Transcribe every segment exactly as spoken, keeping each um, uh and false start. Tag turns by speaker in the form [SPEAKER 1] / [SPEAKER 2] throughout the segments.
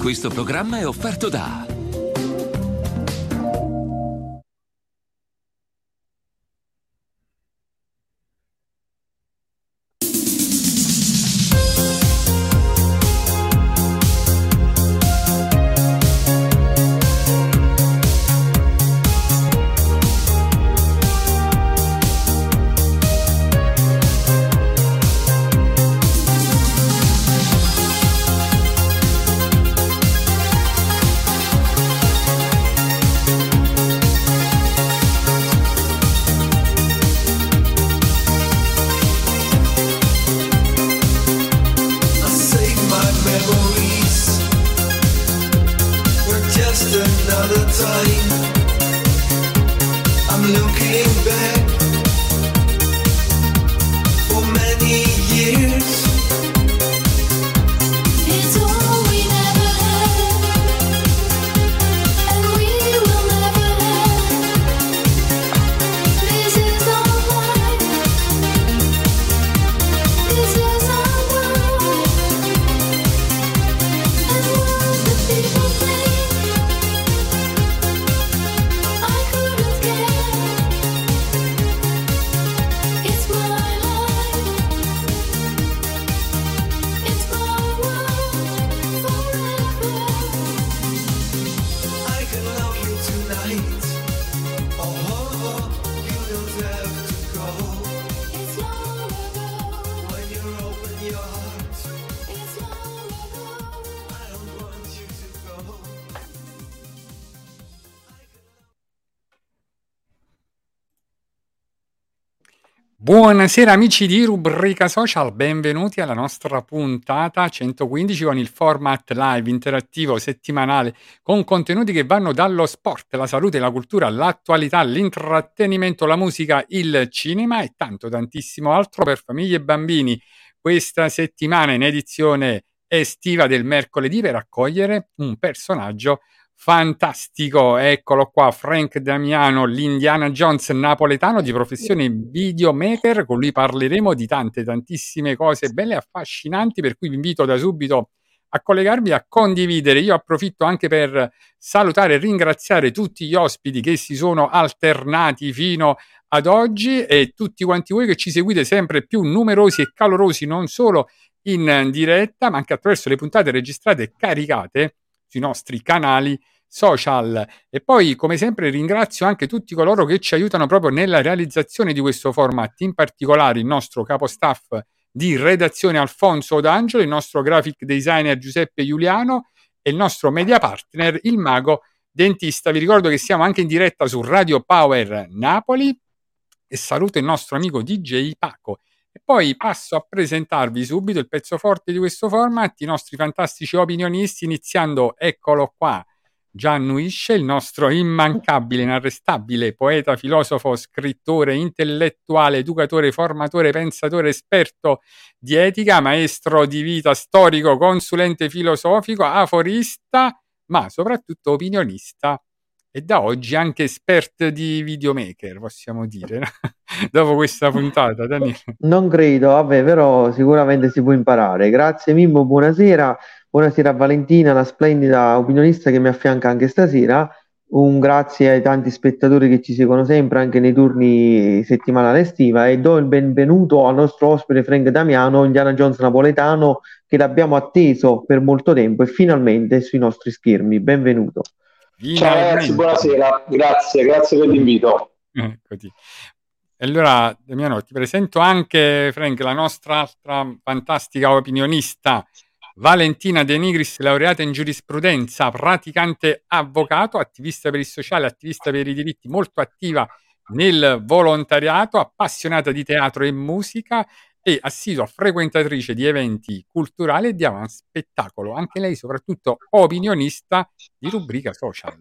[SPEAKER 1] Questo programma è offerto da
[SPEAKER 2] Buonasera amici di Rubrica Social, benvenuti alla nostra puntata centoquindici con il format live interattivo settimanale con contenuti che vanno dallo sport, la salute, la cultura, l'attualità, l'intrattenimento, la musica, il cinema e tanto tantissimo altro per famiglie e bambini. Questa settimana in edizione estiva del mercoledì per accogliere un personaggio fantastico, eccolo qua, Frank Damiano, l'Indiana Jones napoletano di professione videomaker. Con lui parleremo di tante tantissime cose belle e affascinanti, per cui vi invito da subito a collegarvi, a condividere. Io approfitto anche per salutare e ringraziare tutti gli ospiti che si sono alternati fino ad oggi e tutti quanti voi che ci seguite sempre più numerosi e calorosi, non solo in diretta ma anche attraverso le puntate registrate e caricate sui nostri canali social. E poi, come sempre, ringrazio anche tutti coloro che ci aiutano proprio nella realizzazione di questo format, in particolare il nostro capostaff di redazione Alfonso D'Angelo, il nostro graphic designer Giuseppe Giuliano e il nostro media partner il Mago Dentista. Vi ricordo che siamo anche in diretta su Radio Power Napoli e saluto il nostro amico D J Paco. E poi passo a presentarvi subito il pezzo forte di questo format, i nostri fantastici opinionisti, iniziando, eccolo qua, Giannu Isce, il nostro immancabile, inarrestabile poeta, filosofo, scrittore, intellettuale, educatore, formatore, pensatore, esperto di etica, maestro di vita, storico, consulente filosofico, aforista, ma soprattutto opinionista. E da oggi anche esperto di videomaker, possiamo dire, no? Dopo questa puntata, Danilo.
[SPEAKER 3] Non credo, vabbè, però sicuramente si può imparare. Grazie Mimmo, buonasera. Buonasera a Valentina, la splendida opinionista che mi affianca anche stasera. Un grazie ai tanti spettatori che ci seguono sempre anche nei turni settimanale estiva e do il benvenuto al nostro ospite Frank Damiano, Indiana Jones napoletano, che l'abbiamo atteso per molto tempo e finalmente è sui nostri schermi. Benvenuto.
[SPEAKER 4] Ciao ragazzi, buonasera, grazie, grazie per l'invito.
[SPEAKER 2] Eccoti. Allora, Damiano, ti presento anche, Frank, la nostra altra fantastica opinionista, Valentina De Nigris, laureata in giurisprudenza, praticante avvocato, attivista per il sociale, attivista per i diritti, molto attiva nel volontariato, appassionata di teatro e musica e assidua frequentatrice di eventi culturali e di avanti spettacolo. Anche lei soprattutto opinionista di Rubrica Social.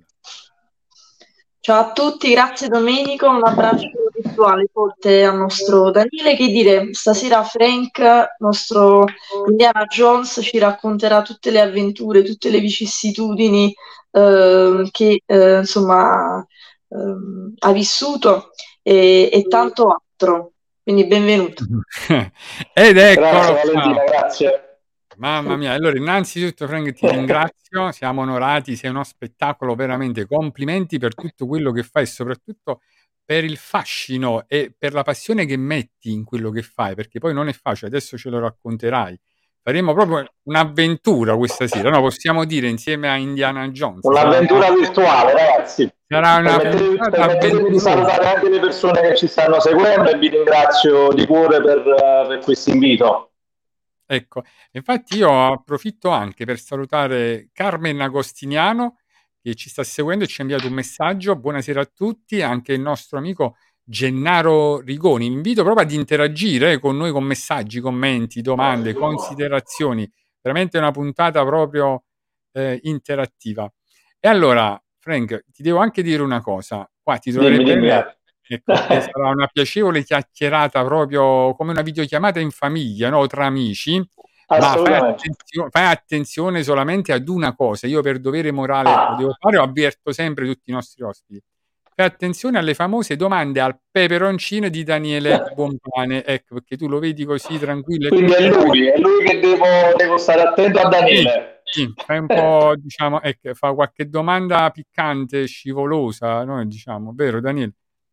[SPEAKER 5] Ciao a tutti, grazie Domenico, un abbraccio virtuale forte al nostro Daniele. Che dire, stasera Frank, nostro Indiana Jones, ci racconterà tutte le avventure, tutte le vicissitudini eh, che eh, insomma eh, ha vissuto e, e tanto altro. Quindi benvenuto.
[SPEAKER 2] Ed eccolo
[SPEAKER 4] grazie Valentina, grazie.
[SPEAKER 2] Mamma mia, allora innanzitutto Frank ti ringrazio, siamo onorati, sei uno spettacolo veramente, complimenti per tutto quello che fai e soprattutto per il fascino e per la passione che metti in quello che fai, perché poi non è facile, adesso ce lo racconterai. Faremo proprio un'avventura questa sera, no? Possiamo dire insieme a Indiana Jones.
[SPEAKER 4] Un'avventura
[SPEAKER 2] sarà...
[SPEAKER 4] virtuale, ragazzi.
[SPEAKER 2] Sarà una
[SPEAKER 4] Permettetemi,
[SPEAKER 2] puntata
[SPEAKER 4] permettetemi di salutare anche le persone che ci stanno seguendo e vi ringrazio di cuore per, per questo invito.
[SPEAKER 2] Ecco, infatti io approfitto anche per salutare Carmen Agostiniano che ci sta seguendo e ci ha inviato un messaggio. Buonasera a tutti, anche il nostro amico Gennaro Rigoni. Vi invito proprio ad interagire con noi con messaggi, commenti, domande, considerazioni. Veramente una puntata proprio eh, interattiva. E allora, Frank, ti devo anche dire una cosa. Qua ti troverai
[SPEAKER 4] Dimmi, dimmi.
[SPEAKER 2] bene. Ecco, e sarà una piacevole chiacchierata proprio come una videochiamata in famiglia, no? Tra amici, ma fai, attenzio- fai attenzione solamente ad una cosa, io per dovere morale
[SPEAKER 4] Ah.
[SPEAKER 2] lo devo fare, lo avverto sempre tutti i nostri ospiti. Fai attenzione alle famose domande al peperoncino di Daniele Buonpane, ecco, perché tu lo vedi così tranquillo.
[SPEAKER 4] Quindi è lui, è lui che devo, devo stare attento a Daniele.
[SPEAKER 2] Sì, sì, fai un po', diciamo, ecco, fa qualche domanda piccante, scivolosa, noi diciamo, vero Daniele?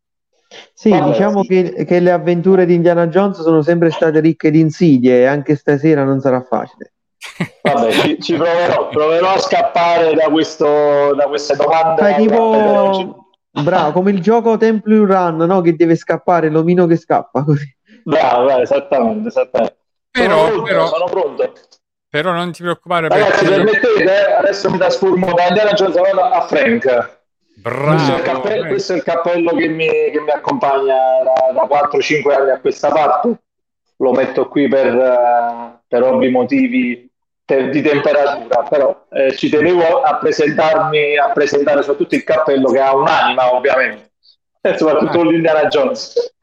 [SPEAKER 3] Sì,
[SPEAKER 4] Vabbè,
[SPEAKER 3] diciamo
[SPEAKER 4] sì.
[SPEAKER 3] Che, che le avventure di Indiana Jones sono sempre state ricche di insidie e anche stasera non sarà facile.
[SPEAKER 4] Vabbè, ci, ci proverò, proverò a scappare da, questo, da queste domande.
[SPEAKER 3] Fai tipo, bravo, come il gioco Temple Run, no? Che deve scappare, l'omino che scappa, così.
[SPEAKER 4] Bravo, bravo, esattamente, esattamente.
[SPEAKER 2] Però,
[SPEAKER 4] sono pronto,
[SPEAKER 2] però,
[SPEAKER 4] sono pronto.
[SPEAKER 2] Però non ti preoccupare,
[SPEAKER 4] Ragazzi,
[SPEAKER 2] perché...
[SPEAKER 4] permettete, adesso mi trasformo da Indiana Jones a Frank.
[SPEAKER 2] Bravo,
[SPEAKER 4] questo, è il cappello, questo è il cappello che mi, che mi accompagna da, da quattro cinque anni a questa parte. Lo metto qui per, uh, per ovvi motivi te, di temperatura, però eh, ci tenevo a presentarmi, a presentare soprattutto il cappello che ha un'anima, ovviamente, e soprattutto ah. l'Indiana Jones.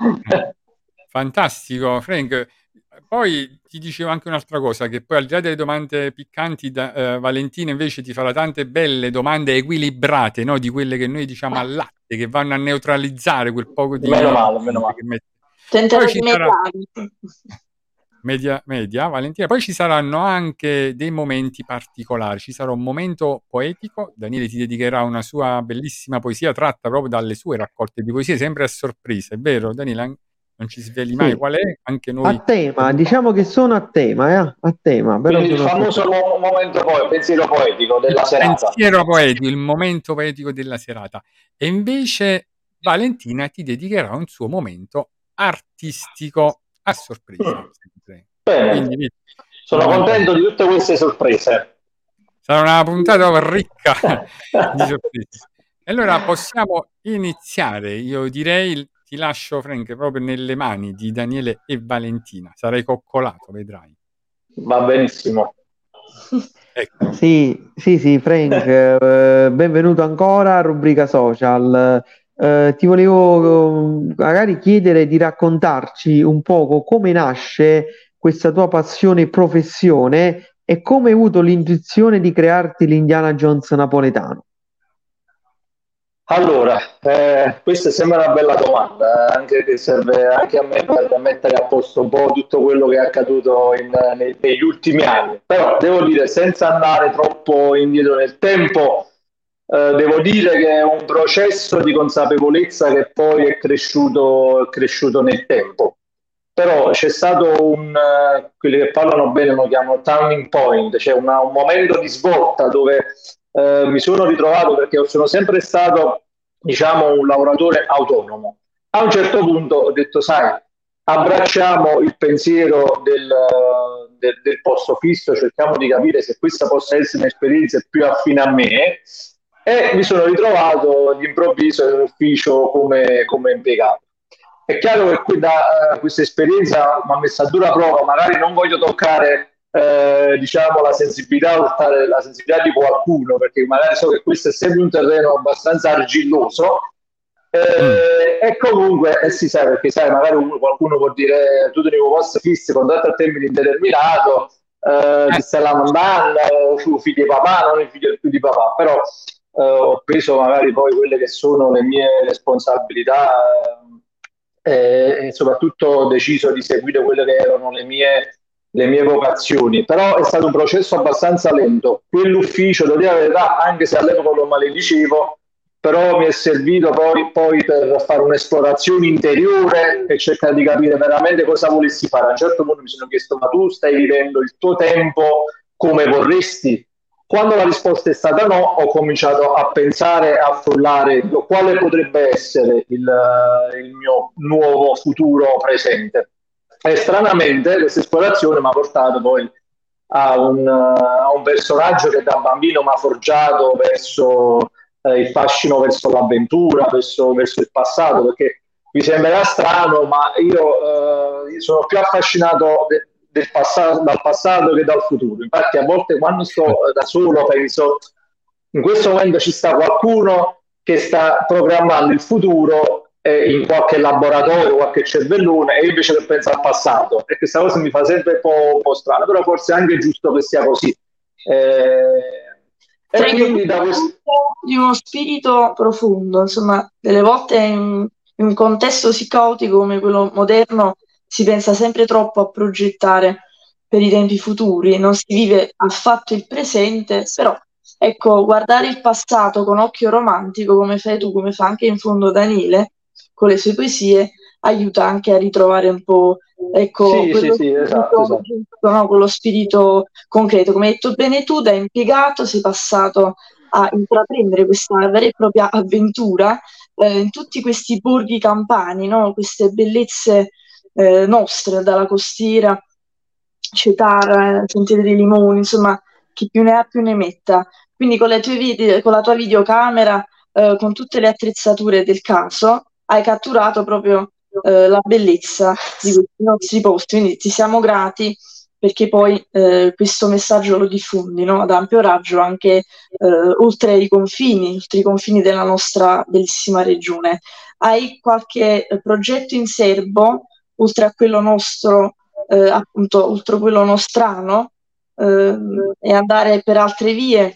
[SPEAKER 2] Fantastico, Frank. Poi ti dicevo anche un'altra cosa, che poi al di là delle domande piccanti, da, eh, Valentina invece ti farà tante belle domande equilibrate, no? Di quelle che noi diciamo al latte, che vanno a neutralizzare quel poco di...
[SPEAKER 4] Meno male, meno male.
[SPEAKER 2] Che mette...
[SPEAKER 5] Tenterò di
[SPEAKER 2] sarà... media, media, Valentina. Poi ci saranno anche dei momenti particolari. Ci sarà un momento poetico. Daniele ti dedicherà una sua bellissima poesia tratta proprio dalle sue raccolte di poesie, sempre a sorpresa, è vero, Daniele? Non ci sveli mai sì. Qual è? Anche noi.
[SPEAKER 3] A tema, diciamo che sono a tema, eh? A tema. Però
[SPEAKER 4] Quindi il famoso mo- momento poi, pensiero poetico della
[SPEAKER 2] il
[SPEAKER 4] serata.
[SPEAKER 2] Pensiero poetico, il momento poetico della serata. E invece Valentina ti dedicherà un suo momento artistico a sorpresa.
[SPEAKER 4] Mm. Bene. Quindi, sono contento di tutte queste sorprese.
[SPEAKER 2] Sarà una puntata ricca di sorprese. Allora possiamo iniziare. Io direi, ti lascio Frank proprio nelle mani di Daniele e Valentina. Sarai coccolato, vedrai.
[SPEAKER 4] Va benissimo.
[SPEAKER 3] Ecco. Sì, sì, sì, Frank, eh, benvenuto ancora a Rubrica Social. Eh, ti volevo eh, magari chiedere di raccontarci un poco come nasce questa tua passione e professione e come hai avuto l'intuizione di crearti l'Indiana Jones napoletano.
[SPEAKER 4] Allora, eh, questa sembra una bella domanda, anche che serve anche a me per mettere a posto un po' tutto quello che è accaduto in, nei, negli ultimi anni. Però devo dire, senza andare troppo indietro nel tempo, eh, devo dire che è un processo di consapevolezza che poi è cresciuto, è cresciuto nel tempo. Però c'è stato un, uh, quelli che parlano bene lo chiamano turning point, cioè una, un momento di svolta dove uh, mi sono ritrovato, perché sono sempre stato, diciamo, un lavoratore autonomo. A un certo punto ho detto, sai, abbracciamo il pensiero del, uh, del, del posto fisso, cerchiamo di capire se questa possa essere un'esperienza più affine a me, e mi sono ritrovato d'improvviso in un ufficio come, come impiegato. È chiaro che qui da uh, questa esperienza mi ha messo a dura prova, magari non voglio toccare eh, diciamo la sensibilità, la sensibilità di qualcuno, perché magari so che questo è sempre un terreno abbastanza argilloso, eh, mm. e comunque eh, si sa, perché sai, magari uno, qualcuno può dire tu tenevo posto fisso, contratto a termine indeterminato, eh, ti stai lamentando, figlio di papà, non il figlio più di papà, però eh, ho preso magari poi quelle che sono le mie responsabilità, eh, e soprattutto ho deciso di seguire quelle che erano le mie le mie vocazioni, però è stato un processo abbastanza lento. Quell'ufficio, devo dire la verità, anche se all'epoca lo maledicevo, però mi è servito poi, poi per fare un'esplorazione interiore e cercare di capire veramente cosa volessi fare. A un certo punto mi sono chiesto: ma tu stai vivendo il tuo tempo come vorresti? Quando la risposta è stata no, ho cominciato a pensare, a frullare quale potrebbe essere il, il mio nuovo futuro presente. E stranamente questa esplorazione mi ha portato poi a un, a un personaggio che da bambino mi ha forgiato verso eh, il fascino, verso l'avventura, verso, verso il passato, perché vi sembrerà strano, ma io eh, sono più affascinato de- del passato, dal passato che dal futuro. Infatti a volte quando sto da solo penso: in questo momento ci sta qualcuno che sta programmando il futuro eh, in qualche laboratorio, qualche cervellone, e io invece che penso al passato, e questa cosa mi fa sempre un po', un po' strano, però forse è anche giusto che sia così. Eh, e quindi da questo...
[SPEAKER 5] di uno spirito profondo, insomma, delle volte in, in un contesto così caotico come quello moderno si pensa sempre troppo a progettare per i tempi futuri, non si vive affatto il presente, però ecco, guardare il passato con occhio romantico, come fai tu, come fa anche in fondo Daniele, con le sue poesie, aiuta anche a ritrovare un po', ecco,
[SPEAKER 4] sì,
[SPEAKER 5] quello
[SPEAKER 4] sì, sì, esatto, esatto.
[SPEAKER 5] No, quello spirito concreto. Come hai detto bene tu, da impiegato sei passato a intraprendere questa vera e propria avventura eh, in tutti questi borghi campani, no? Queste bellezze eh, nostre, dalla costiera, Cetara, Sentieri dei Limoni, insomma, chi più ne ha più ne metta. Quindi con, le tue video, con la tua videocamera, eh, con tutte le attrezzature del caso, hai catturato proprio eh, la bellezza di questi nostri posti. Quindi ti siamo grati perché poi eh, questo messaggio lo diffondi, no? Ad ampio raggio anche eh, oltre i confini, oltre i confini della nostra bellissima regione. Hai qualche eh, progetto in serbo, oltre a quello nostro, eh, appunto, oltre a quello nostrano, eh, e andare per altre vie?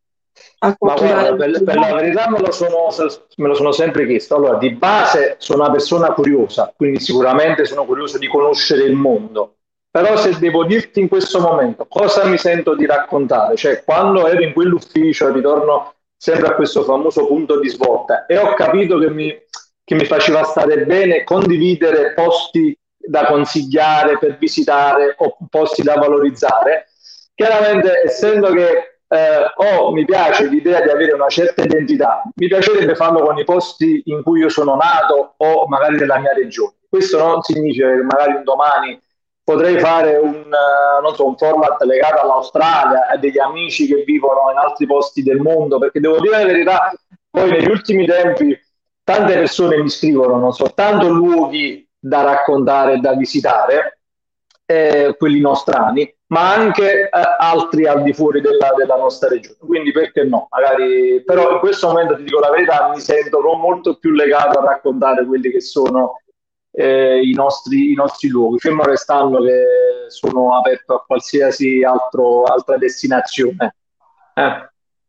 [SPEAKER 4] Ma guarda, per, per la verità me lo, sono, me lo sono sempre chiesto. Allora, di base sono una persona curiosa, quindi sicuramente sono curioso di conoscere il mondo. Però se devo dirti in questo momento cosa mi sento di raccontare, cioè quando ero in quell'ufficio, ritorno sempre a questo famoso punto di svolta, e ho capito che mi, che mi faceva stare bene condividere posti da consigliare per visitare o posti da valorizzare. Chiaramente, essendo che Eh, oh, mi piace l'idea di avere una certa identità, mi piacerebbe farlo con i posti in cui io sono nato o magari nella mia regione. Questo non significa che magari un domani potrei fare un, uh, non so, un format legato all'Australia, a degli amici che vivono in altri posti del mondo, perché devo dire la verità, poi negli ultimi tempi tante persone mi scrivono non soltanto luoghi da raccontare e da visitare, eh, quelli nostrani, ma anche eh, altri al di fuori della, della nostra regione. Quindi perché no? Magari, però in questo momento ti dico la verità, mi sento molto più legato a raccontare quelli che sono eh, i, nostri, i nostri luoghi, fermo restando che sono aperto a qualsiasi altro, altra destinazione. Eh.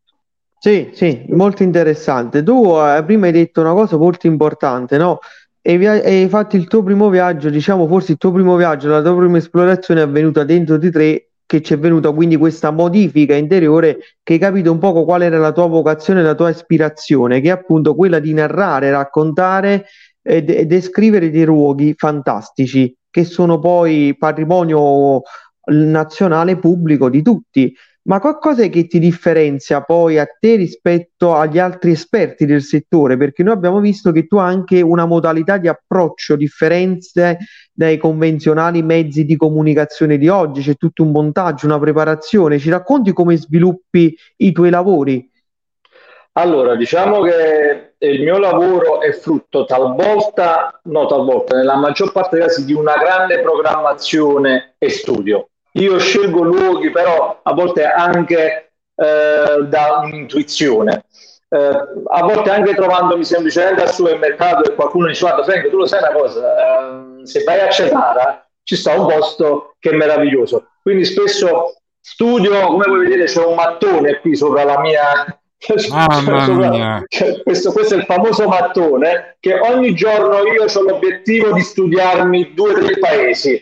[SPEAKER 3] Sì, sì, molto interessante. Tu eh, prima hai detto una cosa molto importante, no? E via- e hai fatto il tuo primo viaggio, diciamo forse il tuo primo viaggio, la tua prima esplorazione è avvenuta dentro di te, che ci è venuta quindi questa modifica interiore, che hai capito un poco qual era la tua vocazione, la tua ispirazione, che è appunto quella di narrare, raccontare e, de- e descrivere dei luoghi fantastici, che sono poi patrimonio nazionale pubblico di tutti. Ma qualcosa che ti differenzia poi a te rispetto agli altri esperti del settore? Perché noi abbiamo visto che tu hai anche una modalità di approccio differente dai convenzionali mezzi di comunicazione di oggi, c'è tutto un montaggio, una preparazione. Ci racconti come sviluppi i tuoi lavori?
[SPEAKER 4] Allora, diciamo che il mio lavoro è frutto talvolta, no talvolta, nella maggior parte dei casi di una grande programmazione e studio. Io scelgo luoghi però a volte anche eh, da un'intuizione, eh, a volte anche trovandomi semplicemente al supermercato e qualcuno dice: guarda Franco, tu lo sai una cosa, eh, se vai a Cetara ci sta un posto che è meraviglioso. Quindi spesso studio, come puoi vedere c'è un mattone qui sopra la mia...
[SPEAKER 2] Mamma mia.
[SPEAKER 4] Questo, questo è il famoso mattone che ogni giorno io ho l'obiettivo di studiarmi due o tre paesi.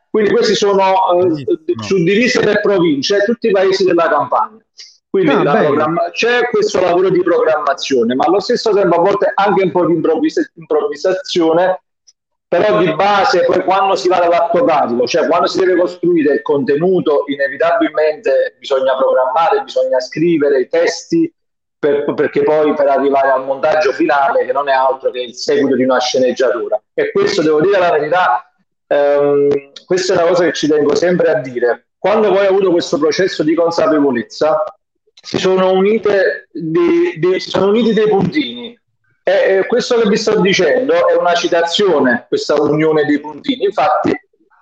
[SPEAKER 4] Quindi questi sono eh, suddivisi per province, tutti i paesi della Campania. Quindi
[SPEAKER 3] Ah,
[SPEAKER 4] la
[SPEAKER 3] bello.
[SPEAKER 4] programma- c'è questo lavoro di programmazione, ma allo stesso tempo a volte anche un po' di improvvis- improvvisazione, però di base poi quando si va dall'atto pratico, cioè quando si deve costruire il contenuto, inevitabilmente bisogna programmare, bisogna scrivere i testi, per- perché poi per arrivare al montaggio finale, che non è altro che il seguito di una sceneggiatura. E questo, devo dire la verità, ehm, questa è una cosa che ci tengo sempre a dire. Quando poi ho avuto questo processo di consapevolezza, si sono unite dei, dei- si sono uniti dei puntini. E, e questo che vi sto dicendo è una citazione, questa unione dei puntini. Infatti,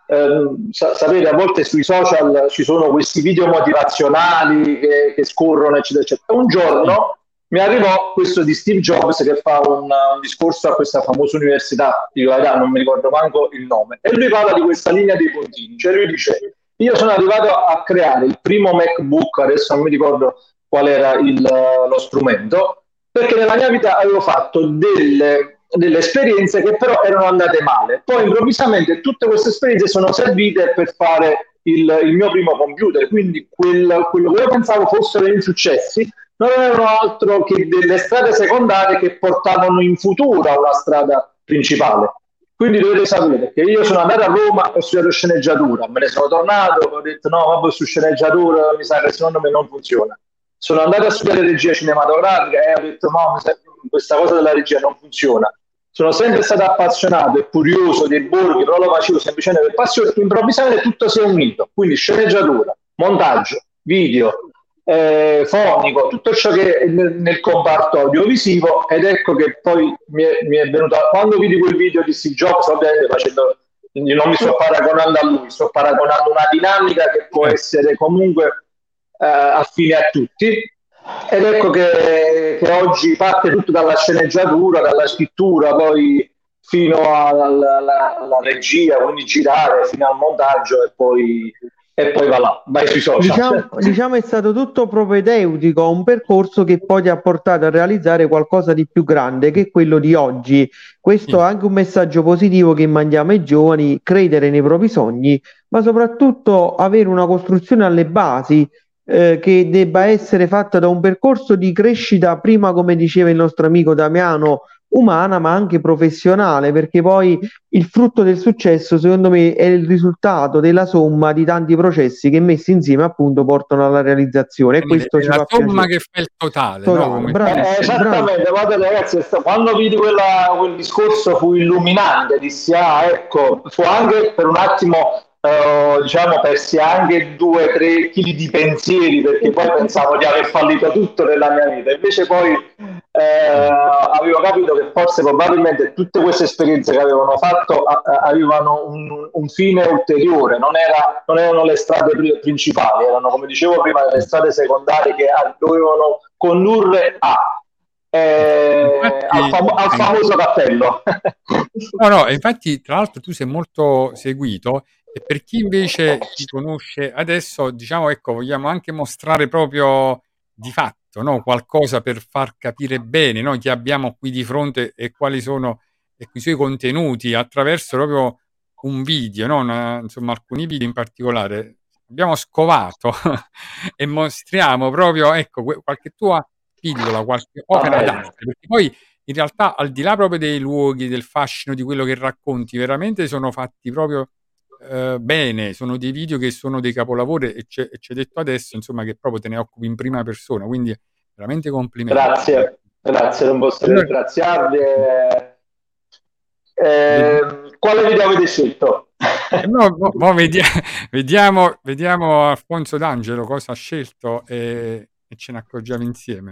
[SPEAKER 4] ehm, sa- sapete, a volte sui social ci sono questi video motivazionali che, che scorrono, eccetera, eccetera. Un giorno mi arrivò questo di Steve Jobs che fa un, un discorso a questa famosa università, di verità non mi ricordo manco il nome, e lui parla di questa linea dei puntini. Cioè lui dice: io sono arrivato a creare il primo MacBook, adesso non mi ricordo qual era il, lo strumento, perché nella mia vita avevo fatto delle, delle esperienze che però erano andate male. Poi improvvisamente tutte queste esperienze sono servite per fare il, il mio primo computer, quindi quel, quello che io pensavo fossero insuccessi non erano altro che delle strade secondarie che portavano in futuro alla strada principale. Quindi dovete sapere che io sono andato a Roma, ho studiato sceneggiatura, me ne sono tornato, ho detto no, vabbè, su sceneggiatura mi sa che secondo me non funziona. Sono andato a studiare regia cinematografica e ho detto no, mi sa che questa cosa della regia non funziona. Sono sempre stato appassionato e curioso dei borghi, però lo facevo semplicemente per passione, improvvisamente tutto si è unito, quindi sceneggiatura, montaggio, video, eh, fonico, tutto ciò che è nel, nel comparto audiovisivo, ed ecco che poi mi è, mi è venuto, quando vidi quel video di Steve Jobs, ovviamente facendo, quindi non mi sto paragonando a lui, sto paragonando una dinamica che può essere comunque eh, affine a tutti, ed ecco che, che oggi parte tutto dalla sceneggiatura, dalla scrittura, poi fino alla, alla, alla regia, quindi girare fino al montaggio e poi e poi va là, vai sui social.
[SPEAKER 3] Diciamo, diciamo è stato tutto propedeutico a un percorso che poi ti ha portato a realizzare qualcosa di più grande, che è quello di oggi. Questo è anche un messaggio positivo che mandiamo ai giovani: credere nei propri sogni, ma soprattutto avere una costruzione alle basi eh, che debba essere fatta da un percorso di crescita, prima, come diceva il nostro amico Damiano, umana ma anche professionale, perché poi il frutto del successo secondo me è il risultato della somma di tanti processi che messi insieme appunto portano alla realizzazione, e questo
[SPEAKER 2] è
[SPEAKER 3] ci
[SPEAKER 2] la
[SPEAKER 3] fa
[SPEAKER 2] somma
[SPEAKER 3] piacere.
[SPEAKER 2] che fa il totale,
[SPEAKER 3] Totale,
[SPEAKER 2] no? Come-
[SPEAKER 3] bravissimo,
[SPEAKER 4] Eh, esattamente,
[SPEAKER 3] bravo.
[SPEAKER 4] guardate ragazzi, sta- quando vidi quella- quel discorso fu illuminante, dissi ah ecco, fu anche per un attimo, eh, diciamo, persi anche due o tre chili di pensieri, perché poi pensavo di aver fallito tutto nella mia vita, invece poi eh, avevo capito che forse probabilmente tutte queste esperienze che avevano fatto a- a- avevano un, un fine ulteriore, non, era, non erano le strade pri- principali, erano, come dicevo prima, le strade secondarie che a- dovevano condurre a, eh, al,
[SPEAKER 2] Infatti-
[SPEAKER 4] famo- al famoso cappello.
[SPEAKER 2] No, no, e infatti tra l'altro tu sei molto seguito, e per chi invece ti conosce adesso, diciamo, ecco, vogliamo anche mostrare proprio di fatto, no, qualcosa per far capire bene, no, chi abbiamo qui di fronte e quali sono ecco, i suoi contenuti, attraverso proprio un video, no, una- insomma alcuni video in particolare. Abbiamo scovato e mostriamo proprio ecco, que- qualche tua pillola, qualche opera
[SPEAKER 4] Vabbè.
[SPEAKER 2] d'arte, perché poi in realtà, al di là proprio dei luoghi, del fascino di quello che racconti, veramente sono fatti proprio eh, bene, sono dei video che sono dei capolavori, e ci hai detto adesso, insomma, che proprio te ne occupi in prima persona, quindi veramente complimenti.
[SPEAKER 4] Grazie, grazie, non posso
[SPEAKER 2] Allora-
[SPEAKER 4] ringraziarvi. Eh, eh, quale video avete scelto?
[SPEAKER 2] Eh, mo- mo- mo vedia- vediamo, vediamo Alfonso D'Angelo cosa ha scelto e, e ce ne accorgiamo insieme.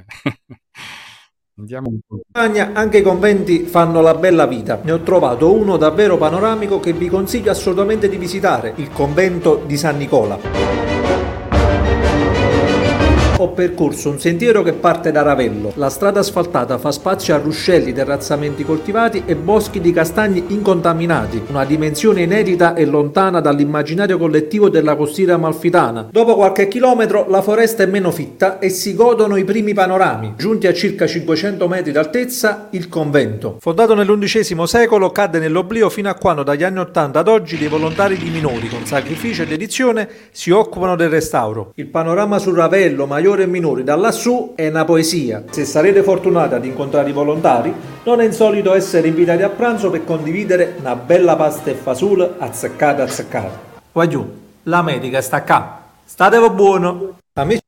[SPEAKER 2] Andiamo un po'.
[SPEAKER 6] In Spagna anche i conventi fanno la bella vita. Ne ho trovato uno davvero panoramico che vi consiglio assolutamente di visitare, il convento di San Nicola. Ho ho percorso un sentiero che parte da Ravello. La strada asfaltata fa spazio a ruscelli, terrazzamenti coltivati e boschi di castagni incontaminati, una dimensione inedita e lontana dall'immaginario collettivo della costiera amalfitana. Dopo qualche chilometro la foresta è meno fitta e si godono i primi panorami. Giunti a circa cinquecento metri d'altezza, il convento. Fondato nell'undicesimo secolo, cadde nell'oblio fino a quando dagli anni ottanta ad oggi dei volontari di minori, con sacrificio e dedizione, si occupano del restauro. Il panorama su Ravello, Maiore e Minori da lassù è una poesia. Se sarete fortunati ad incontrare i volontari, non è insolito essere invitati a pranzo per condividere una bella pasta e fasulă azzeccata azzeccata. Vai giù, la medica sta qua. Statevo buono. Amici.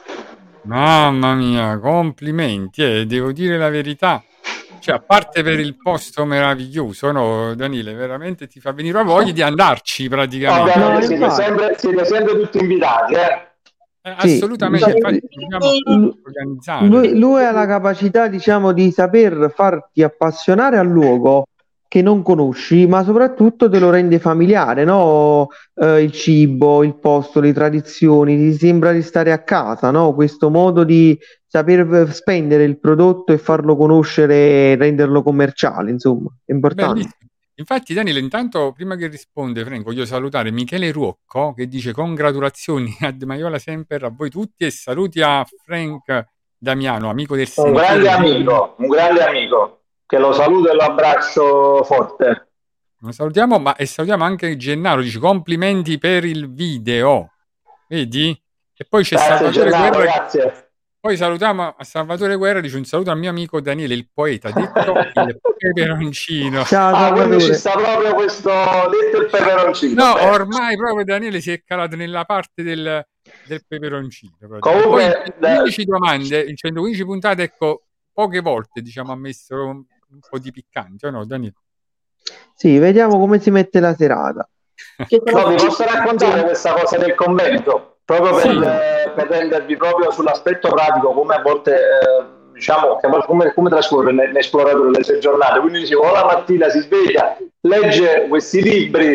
[SPEAKER 2] Mamma mia, complimenti, eh, devo dire la verità. Cioè, a parte per il posto meraviglioso, no, Daniele, veramente ti fa venire voglia di andarci praticamente.
[SPEAKER 4] Oh,
[SPEAKER 3] No,
[SPEAKER 4] siete,
[SPEAKER 3] infatti.
[SPEAKER 4] sempre, siete sempre tutti invitati, eh?
[SPEAKER 2] Eh,
[SPEAKER 3] Sì,
[SPEAKER 2] assolutamente,
[SPEAKER 3] diciamo-
[SPEAKER 2] infatti dobbiamo organizzare.
[SPEAKER 3] Lui, lui ha la capacità, diciamo, di saper farti appassionare al luogo che non conosci, ma soprattutto te lo rende familiare, no? Eh, il cibo, il posto, le tradizioni, ti sembra di stare a casa, no? Questo modo di saper spendere il prodotto e farlo conoscere e renderlo commerciale, insomma, è importante.
[SPEAKER 2] Bellissimo. Infatti, Daniele, intanto prima che risponde, Franco, voglio salutare Michele Ruocco che dice congratulazioni a De Maiola Semper, a voi tutti, e saluti a Frank Damiano, amico del
[SPEAKER 4] Un
[SPEAKER 2] sentiero.
[SPEAKER 4] grande amico, un grande amico, che lo saluto e lo abbraccio forte.
[SPEAKER 2] Lo salutiamo, ma e salutiamo anche Gennaro, dice complimenti per il video. Vedi? E poi c'è
[SPEAKER 4] Grazie
[SPEAKER 2] Salvatore
[SPEAKER 4] Gennaro,
[SPEAKER 2] Guerra.
[SPEAKER 4] grazie.
[SPEAKER 2] Poi salutiamo a Salvatore Guerra, dice un saluto al mio amico Daniele, il poeta, detto il peperoncino.
[SPEAKER 3] Ciao
[SPEAKER 4] Ah, quindi ci
[SPEAKER 3] Salvatore.
[SPEAKER 4] sta proprio questo detto il peperoncino.
[SPEAKER 2] No,
[SPEAKER 4] Beh.
[SPEAKER 2] ormai proprio Daniele si è calato nella parte del, del peperoncino.
[SPEAKER 4] Comunque,
[SPEAKER 2] Poi
[SPEAKER 4] da-
[SPEAKER 2] centoquindici domande, in centoquindici puntate, ecco, poche volte diciamo ha messo un, un po' di piccante, o no, Daniele?
[SPEAKER 3] Sì, vediamo come si mette la serata.
[SPEAKER 5] Che sono
[SPEAKER 4] No, vi posso
[SPEAKER 5] tutti-
[SPEAKER 4] raccontare questa cosa del convento, proprio per,
[SPEAKER 2] Sì.
[SPEAKER 4] eh, per rendervi proprio sull'aspetto pratico, come a volte, eh, diciamo, che come, come trascorre l'esploratore le sue giornate. Quindi dicevo, o la mattina si sveglia, legge questi libri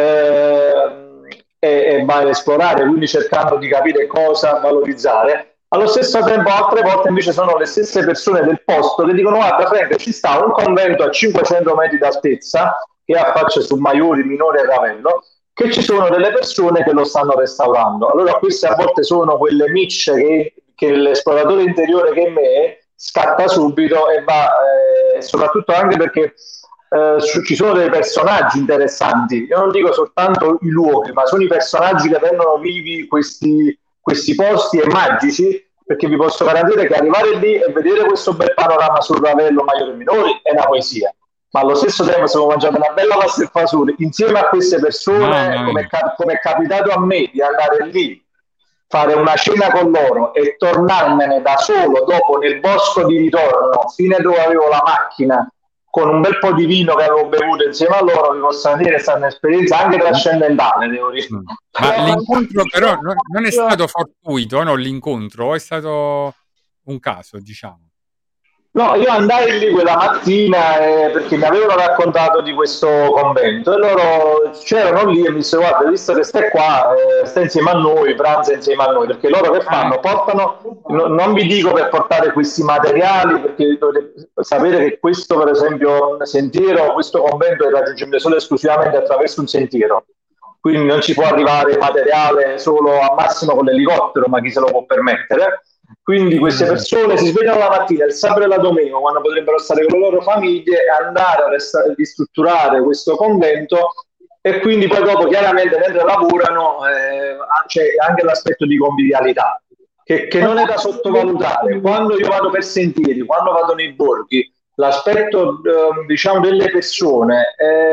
[SPEAKER 4] eh, e, e va ad esplorare, quindi cercando di capire cosa valorizzare. Allo stesso tempo, altre volte invece sono le stesse persone del posto che dicono: guarda Frank, ci sta un convento a cinquecento metri d'altezza che affaccia su Maiori, Minore e Ravello, che ci sono delle persone che lo stanno restaurando. Allora queste a volte sono quelle micce che, che l'esploratore interiore che è me scatta subito e va, eh, soprattutto anche perché eh, ci sono dei personaggi interessanti. Io non dico soltanto i luoghi, ma sono i personaggi che rendono vivi questi, questi posti e magici, perché vi posso garantire che arrivare lì e vedere questo bel panorama sul Ravello, Maiori e Minori è una poesia. Ma allo stesso tempo siamo mangiato una bella pasta e fasulli insieme a queste persone, come è, come è capitato a me di andare lì, fare una cena con loro e tornarmene da solo dopo nel bosco di ritorno, fino a dove avevo la macchina, con un bel po' di vino che avevo bevuto insieme a loro, vi posso dire che è stata un'esperienza anche trascendentale, devo dire.
[SPEAKER 2] Ma l'incontro però non, non è stato fortuito, no? L'incontro è stato un caso, diciamo.
[SPEAKER 4] No, io andai lì quella mattina eh, perché mi avevano raccontato di questo convento e loro c'erano lì e mi dissero: guarda, visto che stai qua, eh, stai insieme a noi, pranza insieme a noi, perché loro che fanno? Portano, no, non vi dico per portare questi materiali, perché dovete sapere che questo, per esempio, un sentiero, questo convento è raggiungibile solo e esclusivamente attraverso un sentiero, quindi non ci può arrivare materiale solo al massimo con l'elicottero, ma chi se lo può permettere. Quindi queste persone si svegliano la mattina, il sabato e la domenica, quando potrebbero stare con le loro famiglie, e andare a resta- ristrutturare questo convento, e quindi poi dopo chiaramente mentre lavorano eh, c'è anche l'aspetto di convivialità che, che non è da sottovalutare. Quando io vado per sentieri, quando vado nei borghi, l'aspetto eh, diciamo delle persone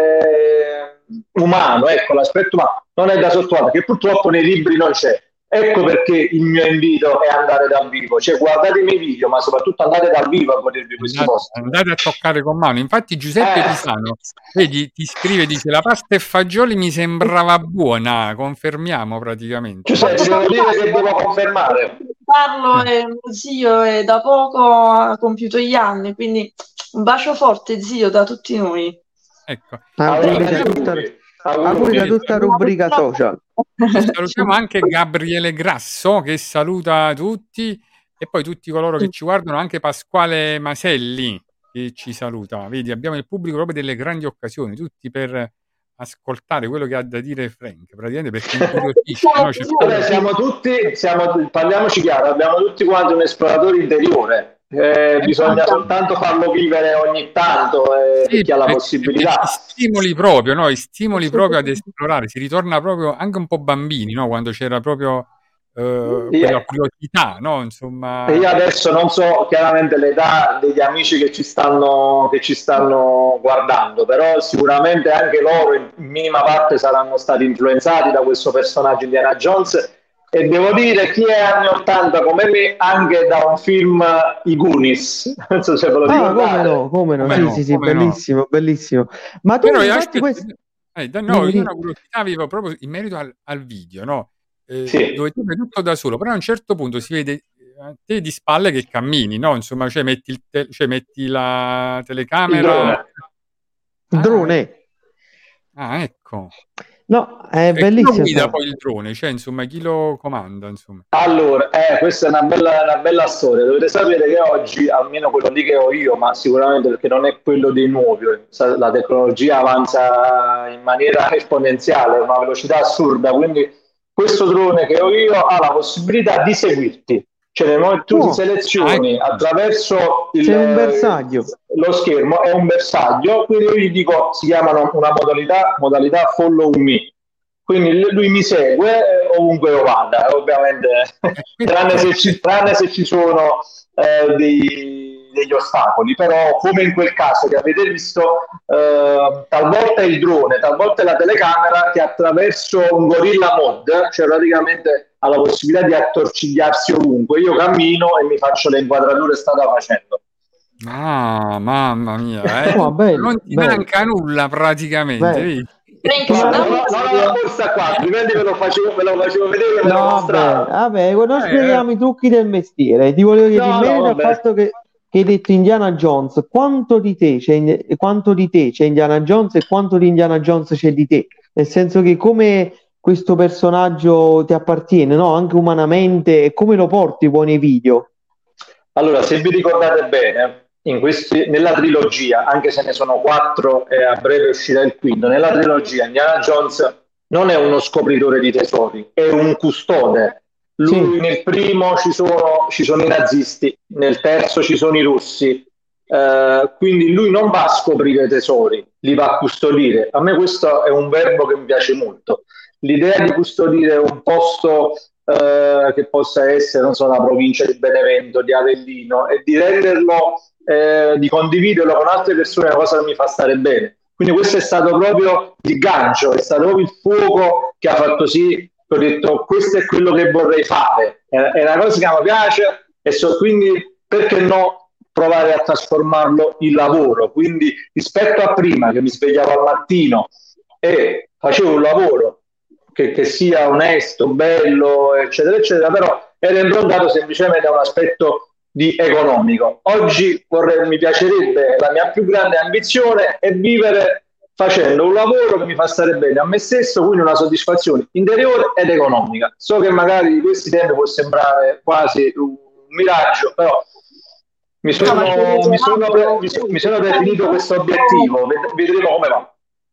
[SPEAKER 4] eh, umano, ecco, l'aspetto umano non è da sottovalutare, che purtroppo nei libri non c'è. Ecco perché il mio invito è andare dal vivo, cioè guardate i miei video, ma soprattutto andate dal vivo a godervi questi
[SPEAKER 2] andate,
[SPEAKER 4] posti.
[SPEAKER 2] Andate a toccare con mano. Infatti Giuseppe
[SPEAKER 4] Eh.
[SPEAKER 2] Pisano, vedi, ti scrive, dice la pasta e fagioli mi sembrava buona, confermiamo praticamente.
[SPEAKER 4] Giuseppe, ti devo dire che devo confermare.
[SPEAKER 5] Parlo è mio zio e da poco ha compiuto gli anni, quindi un bacio forte zio da tutti noi.
[SPEAKER 2] Ecco.
[SPEAKER 3] Ah,
[SPEAKER 4] Allora,
[SPEAKER 3] quindi c'è
[SPEAKER 4] io-
[SPEAKER 3] tutta, Auguri da tutta rubrica social.
[SPEAKER 2] Salutiamo anche Gabriele Grasso che saluta tutti e poi tutti coloro che ci guardano, anche Pasquale Maselli che ci saluta. Vedi, abbiamo il pubblico proprio delle grandi occasioni, tutti per ascoltare quello che ha da dire Frank, praticamente, perché incuriosisce, no?
[SPEAKER 4] Vabbè, siamo tutti, siamo, parliamoci chiaro, abbiamo tutti quanti un esploratore interiore, eh, bisogna
[SPEAKER 2] esatto.
[SPEAKER 4] soltanto farlo vivere ogni tanto, eh,
[SPEAKER 2] sì,
[SPEAKER 4] chi ha la
[SPEAKER 2] perché,
[SPEAKER 4] possibilità.
[SPEAKER 2] Perché stimoli proprio, no? Stimoli proprio ad esplorare, si ritorna proprio anche un po' bambini, no? Quando c'era proprio Uh, quella curiosità, no? Insomma,
[SPEAKER 4] io adesso non so chiaramente l'età degli amici che ci stanno che ci stanno guardando, però sicuramente anche loro in minima parte saranno stati influenzati da questo personaggio Indiana Jones, e devo dire, chi è anni ottanta come me, anche da un film, I Goonies, non so se ve lo
[SPEAKER 3] ah,
[SPEAKER 4] ricordate.
[SPEAKER 3] come no, come no,
[SPEAKER 2] come
[SPEAKER 3] sì,
[SPEAKER 2] no,
[SPEAKER 3] sì, sì,
[SPEAKER 2] come
[SPEAKER 3] bellissimo,
[SPEAKER 2] no.
[SPEAKER 3] bellissimo. Ma tu
[SPEAKER 2] però
[SPEAKER 3] infatti
[SPEAKER 2] aspetta,
[SPEAKER 3] questo...
[SPEAKER 2] eh, no, io una curiosità avevo proprio in merito al, al video, no? Eh,
[SPEAKER 4] sì.
[SPEAKER 2] Dove tu fai tutto da solo, però a un certo punto si vede te di spalle che cammini, no? Insomma, cioè metti, il te- cioè metti la telecamera.
[SPEAKER 4] Il drone.
[SPEAKER 3] Il drone.
[SPEAKER 2] Ah, ah, ecco.
[SPEAKER 3] No, è
[SPEAKER 2] e
[SPEAKER 3] bellissimo.
[SPEAKER 2] Chi lo guida poi il drone? Cioè, insomma, chi lo comanda? Insomma.
[SPEAKER 4] Allora, eh, questa è una bella, una bella storia. Dovete sapere che oggi, almeno quello lì che ho io, ma sicuramente perché non è quello dei nuovi, la tecnologia avanza in maniera esponenziale, a una velocità assurda, quindi questo drone che ho io ha la possibilità di seguirti. Cioè, nel momento tu
[SPEAKER 3] Oh,
[SPEAKER 4] ti selezioni attraverso il,
[SPEAKER 3] un bersaglio.
[SPEAKER 4] lo schermo, è un bersaglio, quindi io gli dico, si chiamano una modalità, modalità follow me. Quindi lui mi segue ovunque io vada, ovviamente, tranne se ci, tranne se ci sono eh, dei, degli ostacoli, però come in quel caso che avete visto, eh, talvolta è il drone, talvolta è la telecamera che attraverso un gorilla mod, cioè praticamente ha la possibilità di attorcigliarsi ovunque, io cammino e mi faccio le inquadrature strada facendo.
[SPEAKER 2] Ah, mamma mia, eh.
[SPEAKER 3] Oh, bello,
[SPEAKER 2] non ti
[SPEAKER 3] bello.
[SPEAKER 2] manca nulla praticamente, vedi?
[SPEAKER 4] Ma non, non ho la borsa qua, altrimenti ve lo facevo, ve lo facevo vedere, ve lo
[SPEAKER 3] No,
[SPEAKER 4] mostravo.
[SPEAKER 3] vabbè, vabbè, non
[SPEAKER 2] Eh,
[SPEAKER 3] spieghiamo
[SPEAKER 2] eh.
[SPEAKER 3] i trucchi del mestiere. Ti volevo dire,
[SPEAKER 4] No,
[SPEAKER 3] in
[SPEAKER 4] no,
[SPEAKER 3] merito al
[SPEAKER 4] vabbè.
[SPEAKER 3] fatto che, che hai detto Indiana Jones, quanto di te c'è in- quanto di te c'è Indiana Jones e quanto di Indiana Jones c'è di te? Nel senso che come questo personaggio ti appartiene, no? Anche umanamente, e come lo porti poi nei video?
[SPEAKER 4] Allora, se vi ricordate bene, in questi, nella trilogia, anche se ne sono quattro e a breve uscirà il quinto, nella trilogia Indiana Jones non è uno scopritore di tesori, è un custode. Lui
[SPEAKER 3] Sì.
[SPEAKER 4] Nel primo ci sono, ci sono i nazisti, nel terzo ci sono i russi, eh, quindi lui non va a scoprire tesori, li va a custodire. A me questo è un verbo che mi piace molto. L'idea di custodire un posto eh, che possa essere, non so, la provincia di Benevento, di Avellino, e di renderlo, eh, di condividerlo con altre persone, è una cosa che mi fa stare bene. Quindi questo è stato proprio il gancio, è stato proprio il fuoco che ha fatto sì che ho detto questo è quello che vorrei fare, è, è una cosa che mi piace e so, quindi perché no provare a trasformarlo in lavoro. Quindi rispetto a prima che mi svegliavo al mattino e facevo un lavoro che, che sia onesto, bello, eccetera, eccetera, però era improntato semplicemente a un aspetto di economico. Oggi vorrei, mi piacerebbe, la mia più grande ambizione è vivere facendo un lavoro che mi fa stare bene a me stesso, quindi una soddisfazione interiore ed economica. So che magari di questi tempi può sembrare quasi un miraggio, però mi sono, mi sono, mi sono, mi sono definito questo obiettivo, vedremo come va.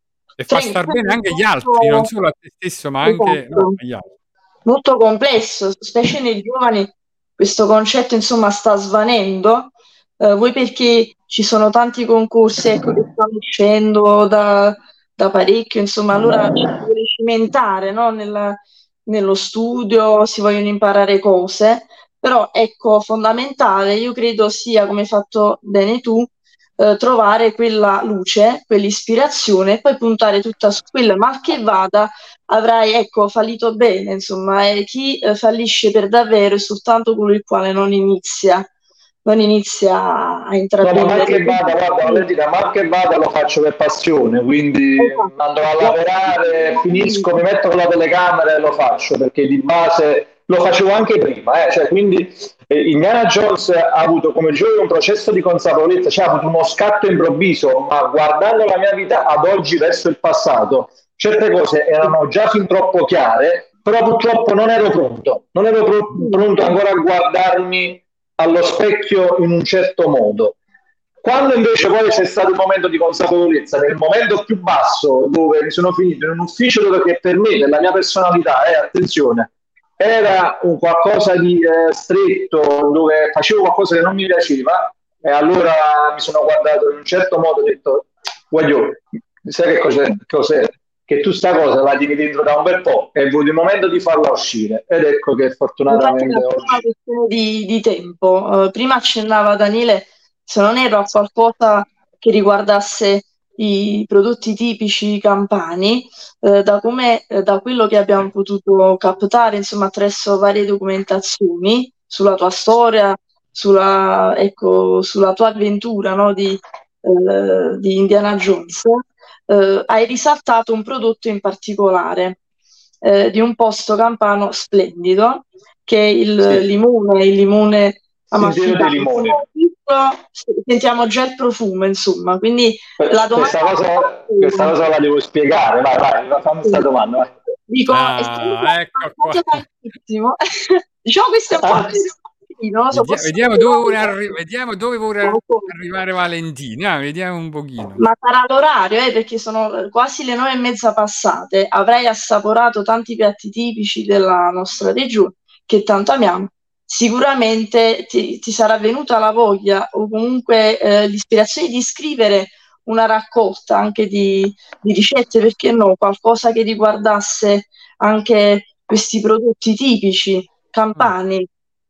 [SPEAKER 2] E fa star bene anche gli altri, non solo a te stesso, ma anche no, agli altri.
[SPEAKER 5] Molto complesso, specie nei giovani questo concetto insomma sta svanendo, eh, voi perché ci sono tanti concorsi, ecco, che stanno uscendo da, da parecchio, insomma, allora ci si vuole cimentare, no? Nella, nello studio, si vogliono imparare cose, però ecco, fondamentale, io credo sia, come hai fatto bene tu, eh, trovare quella luce, quell'ispirazione e poi puntare tutta su quella, mal che vada avrai, ecco, fallito bene, insomma, e chi eh, fallisce per davvero è soltanto colui il quale non inizia, non inizia a intraprendere.
[SPEAKER 4] No, mal che vada, guarda, Valentina, mal che vada lo faccio per passione, quindi
[SPEAKER 5] Esatto.
[SPEAKER 4] andrò a lavorare, finisco, mi metto con la telecamera e lo faccio, perché di base lo facevo anche prima, eh, cioè, quindi eh, Indiana Jones ha avuto come gioia un processo di consapevolezza, cioè ha avuto uno scatto improvviso, ma guardando la mia vita ad oggi verso il passato, certe cose erano già fin troppo chiare, però purtroppo non ero pronto, non ero pro- pronto ancora a guardarmi allo specchio in un certo modo. Quando invece poi c'è stato un momento di consapevolezza, nel momento più basso, dove mi sono finito in un ufficio dove che per me, per la mia personalità, eh, attenzione, era un qualcosa di eh, stretto, dove facevo qualcosa che non mi piaceva, e allora mi sono guardato in un certo modo e ho detto, voglio, sai che cos'è? cos'è? Che tu sta cosa la tieni dentro da un bel po' e è venuto il momento di farla uscire, ed ecco che fortunatamente
[SPEAKER 5] Infatti è una
[SPEAKER 4] oggi...
[SPEAKER 5] questione di, di tempo. Uh, prima accennava Daniele, se non ero a qualcosa che riguardasse i prodotti tipici campani, eh, da come, eh, da quello che abbiamo potuto captare, insomma, attraverso varie documentazioni sulla tua storia, sulla, ecco, sulla tua avventura, no, di, eh, di Indiana Jones, eh, hai risaltato un prodotto in particolare, eh, di un posto campano splendido, che è il
[SPEAKER 4] Sì.
[SPEAKER 5] limone, il limone
[SPEAKER 4] Sentiero dei
[SPEAKER 5] amalfitato.
[SPEAKER 4] limoni.
[SPEAKER 5] Sentiamo già il profumo, insomma, quindi la domanda...
[SPEAKER 4] Questa cosa, questa cosa la devo spiegare, vai, vai, fammi questa domanda. Vai.
[SPEAKER 5] Dico,
[SPEAKER 2] Ah,
[SPEAKER 5] essendo
[SPEAKER 2] ecco qua.
[SPEAKER 5] tantissimo, diciamo questo è un
[SPEAKER 4] Ah.
[SPEAKER 5] po' più non lo so,
[SPEAKER 2] Vediamo,
[SPEAKER 5] posso
[SPEAKER 2] vediamo
[SPEAKER 5] dire-
[SPEAKER 2] dove vuole, arri- vediamo dove vuole
[SPEAKER 5] Non so.
[SPEAKER 2] arrivare Valentina, vediamo un pochino.
[SPEAKER 5] Ma sarà l'orario, eh, perché sono quasi le nove e mezza passate. Avrei assaporato tanti piatti tipici della nostra regione, che tanto amiamo. Sicuramente ti, ti sarà venuta la voglia o comunque eh, l'ispirazione di scrivere una raccolta anche di, di ricette, perché no? Qualcosa che riguardasse anche questi prodotti tipici campani.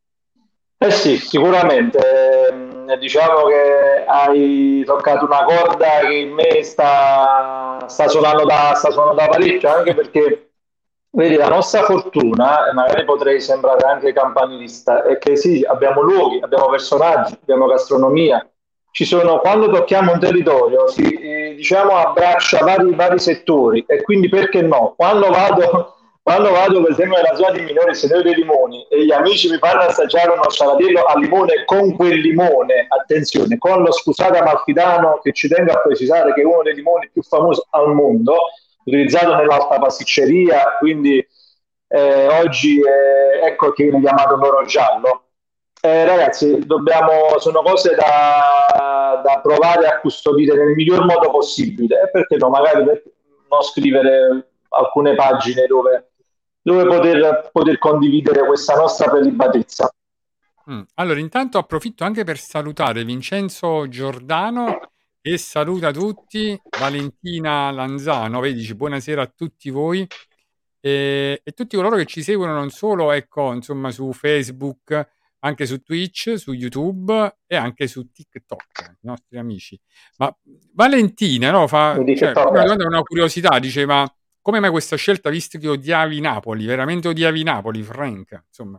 [SPEAKER 4] Eh sì, sicuramente. Eh, Diciamo che hai toccato una corda che in me sta, sta suonando da, sta suonando da parecchio, anche perché, vedi, la nostra fortuna, e magari potrei sembrare anche campanilista, è che sì, abbiamo luoghi, abbiamo personaggi, abbiamo gastronomia. Ci sono, quando tocchiamo un territorio, si, eh, diciamo, abbraccia vari, vari settori, e quindi perché no? Quando vado, quando vado per esempio nella zona di Minore, Sentiero dei Limoni, e gli amici mi fanno assaggiare uno scialatello al limone con quel limone, attenzione, con lo scusate amalfitano, che ci tengo a precisare che è uno dei limoni più famosi al mondo, utilizzato nell'alta pasticceria, quindi eh, oggi eh, ecco che viene chiamato l'oro giallo. Eh, ragazzi, dobbiamo, sono cose da, da provare a custodire nel miglior modo possibile, e perché no, magari per non scrivere alcune pagine dove, dove poter, poter condividere questa nostra prelibatezza.
[SPEAKER 2] Mm. Allora, intanto approfitto anche per salutare Vincenzo Giordano, che saluta tutti, Valentina Lanzano, vedi, dice buonasera a tutti voi e, e tutti coloro che ci seguono non solo, ecco, insomma, su Facebook, anche su Twitch, su YouTube e anche su TikTok, i nostri amici. Ma Valentina, no, fa,
[SPEAKER 4] Mi dice
[SPEAKER 2] cioè,
[SPEAKER 4] proprio.
[SPEAKER 2] una domanda, una curiosità, dice, ma come mai questa scelta, visto che odiavi Napoli? Veramente odiavi Napoli, Frank? Insomma.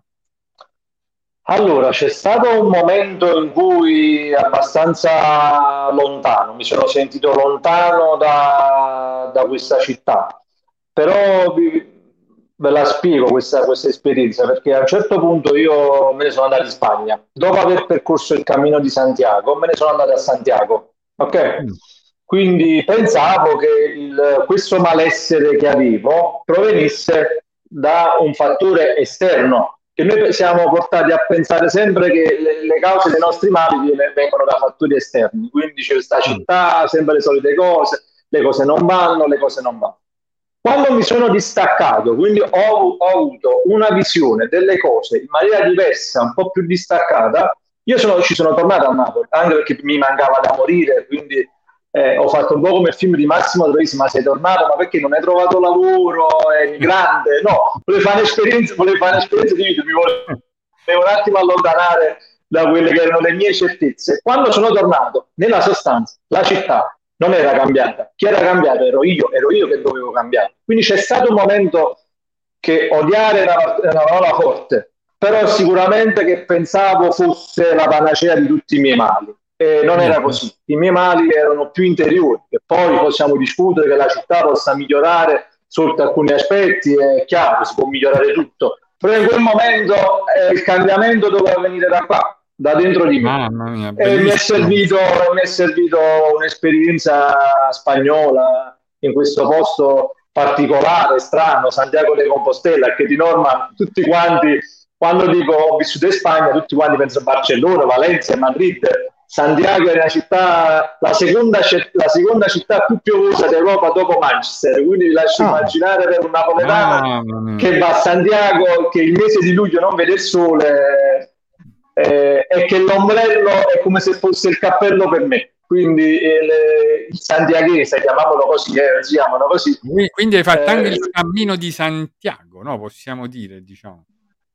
[SPEAKER 4] Allora, c'è stato un momento in cui abbastanza lontano, mi sono sentito lontano da, da questa città, però vi- ve la spiego questa, questa esperienza, perché a un certo punto io me ne sono andato in Spagna, dopo aver percorso il cammino di Santiago, me ne sono andato a Santiago, ok?
[SPEAKER 2] Mm.
[SPEAKER 4] Quindi pensavo che il- questo malessere che avevo provenisse da un fattore esterno, che noi siamo portati a pensare sempre che le, le cause dei nostri mali viene- vengono da fattori esterni, quindi c'è questa città, sempre le solite cose, le cose non vanno, le cose non vanno. Quando mi sono distaccato, quindi ho, ho avuto una visione delle cose in maniera diversa, un po' più distaccata, io sono, ci sono tornato a Napoli, anche perché mi mancava da morire, quindi eh, ho fatto un po' come il film di Massimo Troisi, ma sei tornato, ma perché non hai trovato lavoro, è grande? No, volevo fare un'esperienza, volevo fare un'esperienza di vita, mi volevo, volevo un attimo allontanare da quelle che erano le mie certezze. Quando sono tornato, nella sostanza, la città non era cambiata. Chi era cambiato ero io, ero io che dovevo cambiare. Quindi c'è stato un momento che odiare era una parola forte, però sicuramente che pensavo fosse la panacea di tutti i miei mali. E non era così. I miei mali erano più interiori, e poi possiamo discutere che la città possa migliorare sotto alcuni aspetti, è chiaro che si può migliorare tutto, però in quel momento eh, il cambiamento doveva venire da qua, da dentro di me.
[SPEAKER 2] Mamma mia,
[SPEAKER 4] E mi è
[SPEAKER 2] bellissimo.
[SPEAKER 4] servito, mi è servito un'esperienza spagnola in questo posto particolare, strano, Santiago de Compostela, che di norma tutti quanti, quando dico ho vissuto in Spagna, tutti quanti pensano a Barcellona, Valencia, Madrid. Santiago è una città, la seconda, la seconda città più piovosa d'Europa dopo Manchester, quindi vi lascio oh. immaginare per un napoletano oh. che va a Santiago, che il mese di luglio non vede il sole eh, e che l'ombrello è come se fosse il cappello per me. Quindi il, il santiaghese, chiamiamolo così, eh, si chiamano così.
[SPEAKER 2] Quindi hai fatto eh, anche il cammino di Santiago, no? Possiamo dire, diciamo.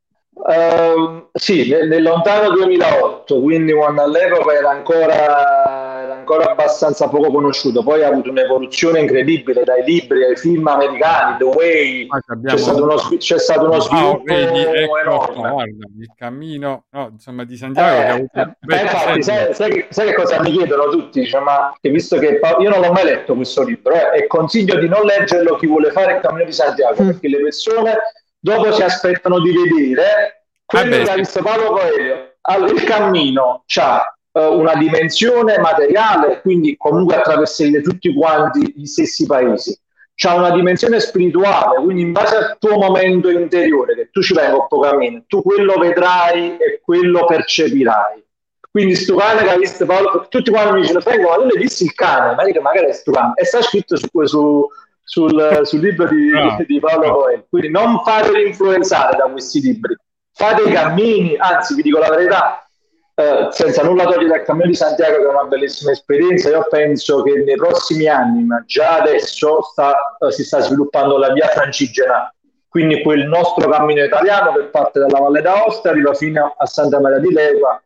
[SPEAKER 4] Uh, sì, nel, nel lontano duemilaotto, quindi quando all'epoca era ancora, era ancora abbastanza poco conosciuto, poi ha avuto un'evoluzione incredibile dai libri ai film americani, The Way, c'è stato uno, c'è stato uno sviluppo oh, vedi, ecco, enorme.
[SPEAKER 2] No, guarda, il cammino no, insomma, di Santiago
[SPEAKER 4] eh,
[SPEAKER 2] che ha avuto
[SPEAKER 4] eh, beh, infatti, sai, sai, che, sai che cosa mi chiedono tutti? Cioè, ma che visto che io non l'ho mai letto questo libro eh, e consiglio di non leggerlo chi vuole fare il cammino di Santiago, mm. perché le persone dopo si aspettano di vedere quello ah, che ha visto Paolo Coelho. Allora, il cammino ha uh, una dimensione materiale, quindi comunque attraverserete tutti quanti gli stessi paesi, c'ha una dimensione spirituale, quindi in base al tuo momento interiore, che tu ci vai con tuo cammino, tu quello vedrai e quello percepirai. Quindi sto cane che ha visto Paolo, tutti quanti mi dicono Franco, ma tu l'hai visto il cane? Ma dico, magari è sto cane, e sta scritto su, su sul, sul libro di, no, di Paolo no. Coelho, quindi non fatevi influenzare da questi libri, fate i cammini, anzi vi dico la verità, eh, senza nulla togliere dal cammino di Santiago che è una bellissima esperienza, io penso che nei prossimi anni, ma già adesso sta, eh, si sta sviluppando la via Francigena, quindi quel nostro cammino italiano che parte dalla Valle d'Aosta arriva fino a Santa Maria di Leuca,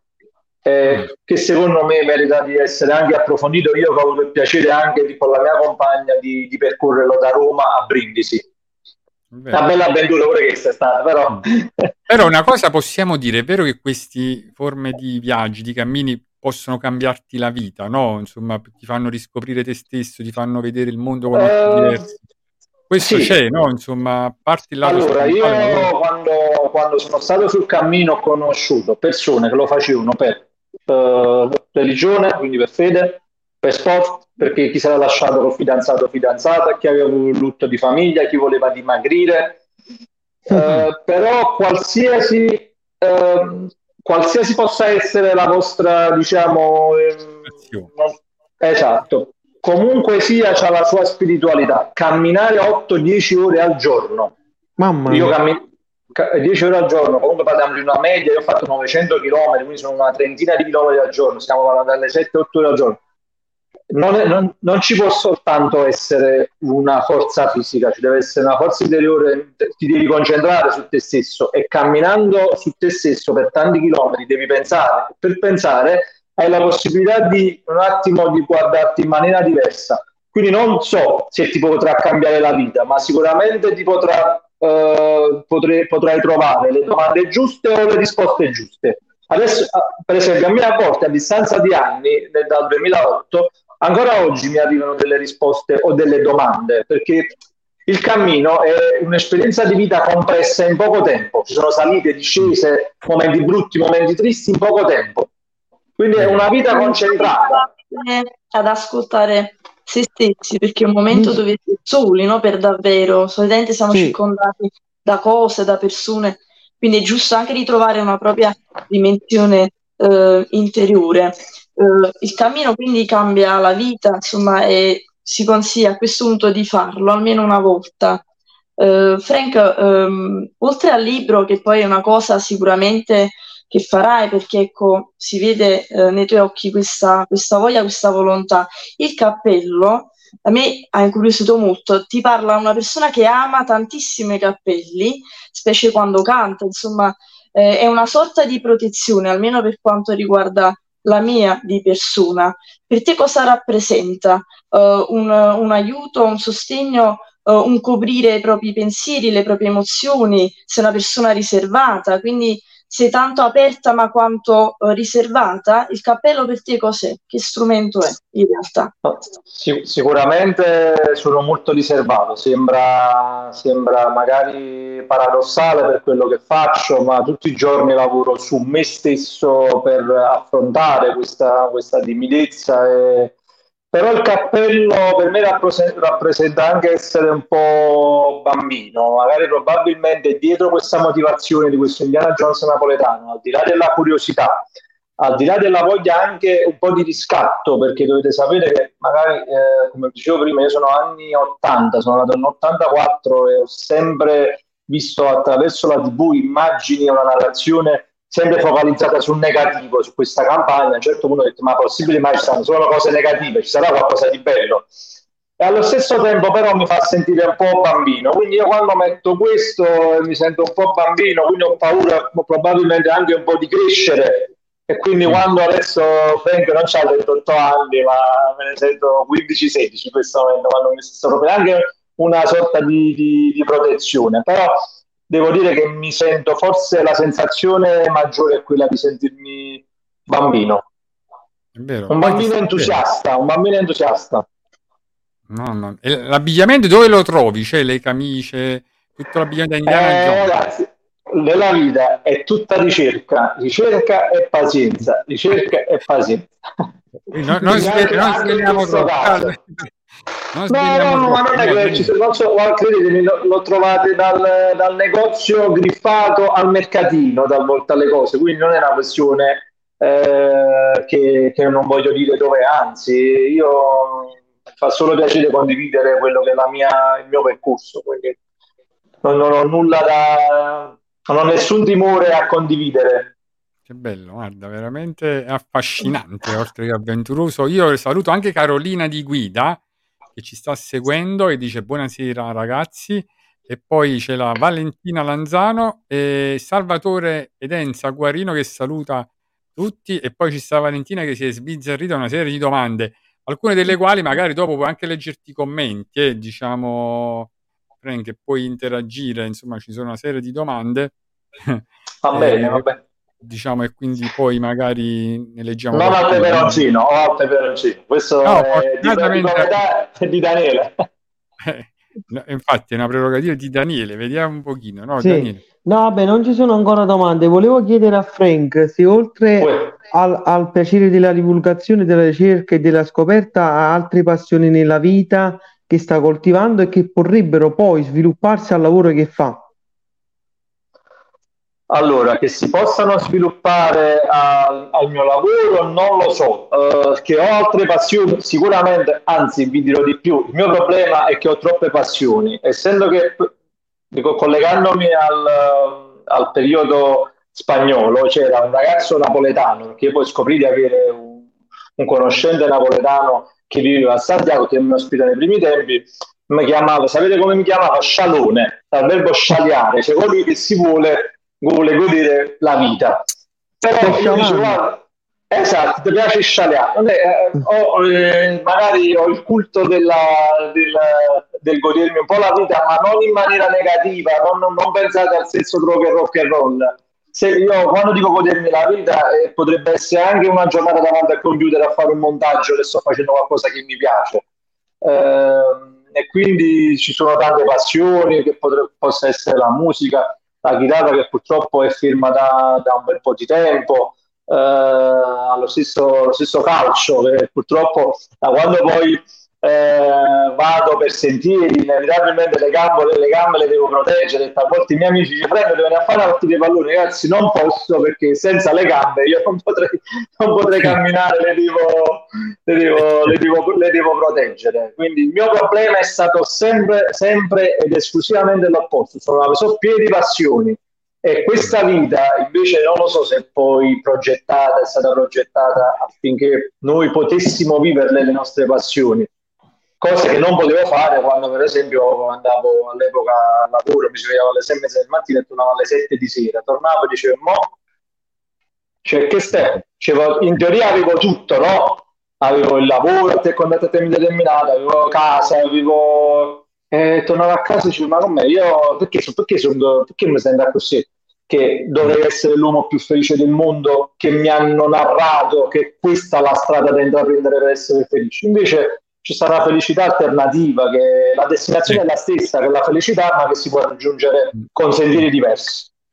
[SPEAKER 4] Eh, che secondo me merita di essere anche approfondito. Io ho avuto il piacere anche di, con la mia compagna di, di percorrerlo da Roma a Brindisi. Beh. Una bella avventura pure che è stata, però.
[SPEAKER 2] Però una cosa possiamo dire, è vero che queste forme di viaggi, di cammini possono cambiarti la vita, no? Insomma, ti fanno riscoprire te stesso, ti fanno vedere il mondo con occhi uh, diversi. Questo sì. C'è, no? Insomma, parti là.
[SPEAKER 4] Allora, io quando, quando sono stato sul cammino ho conosciuto persone che lo facevano per Uh, religione, quindi per fede, per sport, perché chi si era lasciato col fidanzato o fidanzata, chi aveva un lutto di famiglia, chi voleva dimagrire, uh, però qualsiasi uh, qualsiasi possa essere la vostra, diciamo, eh, esatto, comunque sia c'ha la sua spiritualità. Camminare otto dieci ore al giorno, mamma mia. Io cammino dieci ore al giorno, comunque parliamo di una media, io ho fatto novecento chilometri, quindi sono una trentina di chilometri al giorno, stiamo parlando dalle sette otto ore al giorno. Non, è, non, non ci può soltanto essere una forza fisica, ci deve essere una forza interiore, ti devi concentrare su te stesso e camminando su te stesso per tanti chilometri devi pensare, per pensare hai la possibilità di un attimo di guardarti in maniera diversa, quindi non so se ti potrà cambiare la vita, ma sicuramente ti potrà Uh, potrei, potrai trovare le domande giuste o le risposte giuste. Adesso, per esempio, a me a volte a distanza di anni, dal duemilaotto, ancora oggi mi arrivano delle risposte o delle domande, perché il cammino è un'esperienza di vita compressa in poco tempo. Ci sono salite, discese, momenti brutti, momenti tristi in poco tempo. Quindi è una vita concentrata.
[SPEAKER 5] Ad ascoltare se stessi, perché è un momento mm. dove si è soli, no? Per davvero, solitamente siamo sì. circondati da cose, da persone, quindi è giusto anche ritrovare una propria dimensione eh, interiore. Eh, il cammino quindi cambia la vita, insomma, e si consiglia a questo punto di farlo almeno una volta. Eh, Frank, ehm, oltre al libro, che poi è una cosa sicuramente che farai, perché ecco, si vede eh, nei tuoi occhi questa, questa voglia, questa volontà. Il cappello a me ha incuriosito molto, ti parla una persona che ama tantissimo i cappelli, specie quando canta, insomma eh, è una sorta di protezione, almeno per quanto riguarda la mia di persona. Per te cosa rappresenta? Uh, un, un aiuto, un sostegno, uh, un coprire i propri pensieri, le proprie emozioni? Sei una persona riservata, quindi sei tanto aperta ma quanto uh, riservata. Il cappello per te cos'è? Che strumento è in realtà?
[SPEAKER 4] Sic- sicuramente sono molto riservato, sembra, sembra magari paradossale per quello che faccio, ma tutti i giorni lavoro su me stesso per affrontare questa, questa timidezza e, Però il cappello per me rappres- rappresenta anche essere un po' bambino, magari probabilmente dietro questa motivazione di questo Indiana Jones napoletano, al di là della curiosità, al di là della voglia anche un po' di riscatto, perché dovete sapere che magari, eh, come dicevo prima, io sono anni ottanta, sono nato nell'ottantaquattro e ho sempre visto attraverso la tivù immagini e una narrazione sempre focalizzata sul negativo, su questa campagna. A un certo punto ho detto, ma possibile mai ci saranno solo cose negative, ci sarà qualcosa di bello? E allo stesso tempo però mi fa sentire un po' bambino, quindi io quando metto questo mi sento un po' bambino, quindi ho paura probabilmente anche un po' di crescere, e quindi quando adesso Frank non c'ha ventotto anni, ma me ne sento quindici sedici in questo momento, quando mi sto proprio anche una sorta di, di, di protezione, però devo dire che mi sento, forse la sensazione maggiore è quella di sentirmi bambino.
[SPEAKER 2] È vero.
[SPEAKER 4] Un
[SPEAKER 2] Poi ti
[SPEAKER 4] bambino
[SPEAKER 2] sta
[SPEAKER 4] entusiasta,
[SPEAKER 2] bene.
[SPEAKER 4] un bambino entusiasta.
[SPEAKER 2] No, no. E l'abbigliamento dove lo trovi? Cioè le camicie, tutto l'abbigliamento da Indiana
[SPEAKER 4] Eh,
[SPEAKER 2] Jones.
[SPEAKER 4] ragazzi, nella vita è tutta ricerca, ricerca e pazienza, ricerca e pazienza.
[SPEAKER 2] Quindi no- non,
[SPEAKER 4] Quindi
[SPEAKER 2] sve-
[SPEAKER 4] anche,
[SPEAKER 2] non
[SPEAKER 4] anche in
[SPEAKER 2] sveliamo
[SPEAKER 4] questo
[SPEAKER 2] troppo.
[SPEAKER 4] caso.
[SPEAKER 2] Non
[SPEAKER 4] No,
[SPEAKER 2] sveliamo
[SPEAKER 4] no, ma
[SPEAKER 2] troppo.
[SPEAKER 4] non è
[SPEAKER 2] No,
[SPEAKER 4] che
[SPEAKER 2] quindi-
[SPEAKER 4] ci sono, non so, ma credetemi, lo, lo trovate dal, dal negozio griffato al mercatino, talvolta le cose, quindi non è una questione eh, che, che non voglio dire dove, anzi, io fa solo piacere condividere quello che è la mia, il mio percorso, quindi non, non ho nulla da, non ho nessun timore a condividere.
[SPEAKER 2] Che bello, guarda, veramente affascinante, oltre che avventuroso. Io saluto anche Carolina di Guida, che ci sta seguendo e dice buonasera ragazzi. E poi c'è la Valentina Lanzano e Salvatore Edenza Guarino che saluta tutti. E poi ci sta Valentina che si è sbizzarrita una serie di domande, alcune delle quali magari dopo puoi anche leggerti i commenti e diciamo, Frank, che puoi interagire. Insomma, ci sono una serie di domande.
[SPEAKER 4] Va bene, va
[SPEAKER 2] E,
[SPEAKER 4] bene.
[SPEAKER 2] diciamo, e quindi poi magari ne leggiamo
[SPEAKER 4] Non al
[SPEAKER 2] qualcuno.
[SPEAKER 4] peperoncino, o al peperoncino. Questo
[SPEAKER 2] No,
[SPEAKER 4] è di, di
[SPEAKER 2] fortunatamente
[SPEAKER 4] proprietà di Daniele.
[SPEAKER 2] eh, no, infatti è una prerogativa di Daniele, vediamo un pochino, no,
[SPEAKER 3] Sì,
[SPEAKER 2] Daniele?
[SPEAKER 3] no, vabbè, non ci sono ancora domande. Volevo chiedere a Frank se oltre
[SPEAKER 4] Poi,
[SPEAKER 3] al, al piacere della divulgazione, della ricerca e della scoperta ha altre passioni nella vita che sta coltivando e che potrebbero poi svilupparsi al lavoro che fa.
[SPEAKER 4] allora, che si possano sviluppare al, al mio lavoro non lo so, eh, che ho altre passioni sicuramente, anzi vi dirò di più, il mio problema è che ho troppe passioni, essendo che, dico, collegandomi al, al periodo spagnolo, c'era un ragazzo napoletano, perché io poi scoprì di avere un, un conoscente napoletano che viveva a Santiago, che mi ospita nei primi tempi, mi chiamava, sapete come mi chiamava? Scialone, dal verbo scialiare, cioè colui che si vuole vuole godere la vita. Però io dicevo, guarda, esatto, ti piace scialare, non è, eh, ho, eh, magari ho il culto della, del, del godermi un po' la vita, ma non in maniera negativa, non, non, non pensate al senso droga e rock and roll. Se io quando dico godermi la vita eh, potrebbe essere anche una giornata davanti al computer a fare un montaggio che sto facendo qualcosa che mi piace. Eh, e quindi ci sono tante passioni che potrebbe, possa essere la musica, la chitarra che purtroppo è ferma da, da un bel po' di tempo, eh, allo stesso, lo stesso calcio che purtroppo da quando poi eh, vado per sentieri inevitabilmente le gambe, le gambe le devo proteggere, a volte i miei amici ci prendono, devono fare la partita di pallone, ragazzi non posso perché senza le gambe io non potrei, non potrei camminare, le devo, le, devo, le, devo, le devo proteggere, quindi il mio problema è stato sempre, sempre ed esclusivamente l'opposto, sono una sono piena di passioni. E questa vita invece non lo so se poi progettata, è stata progettata affinché noi potessimo viverle le nostre passioni, cose che non potevo fare quando per esempio andavo all'epoca al lavoro, mi svegliavo alle sei e mezza del mattino e tornavo alle sette di sera, tornavo e dicevo mo, cioè che stai? Cioè, in teoria avevo tutto, no? Avevo il lavoro a contratto a tempo determinato, avevo casa, avevo... E tornavo a casa e dicevo ma come io perché, perché, sono, perché mi sento così? Che dovrei essere l'uomo più felice del mondo, che mi hanno narrato che questa è la strada da intraprendere per essere felice. Invece c'è stata una felicità alternativa, che la destinazione è la stessa che la felicità, ma che si può raggiungere con sentieri diversi.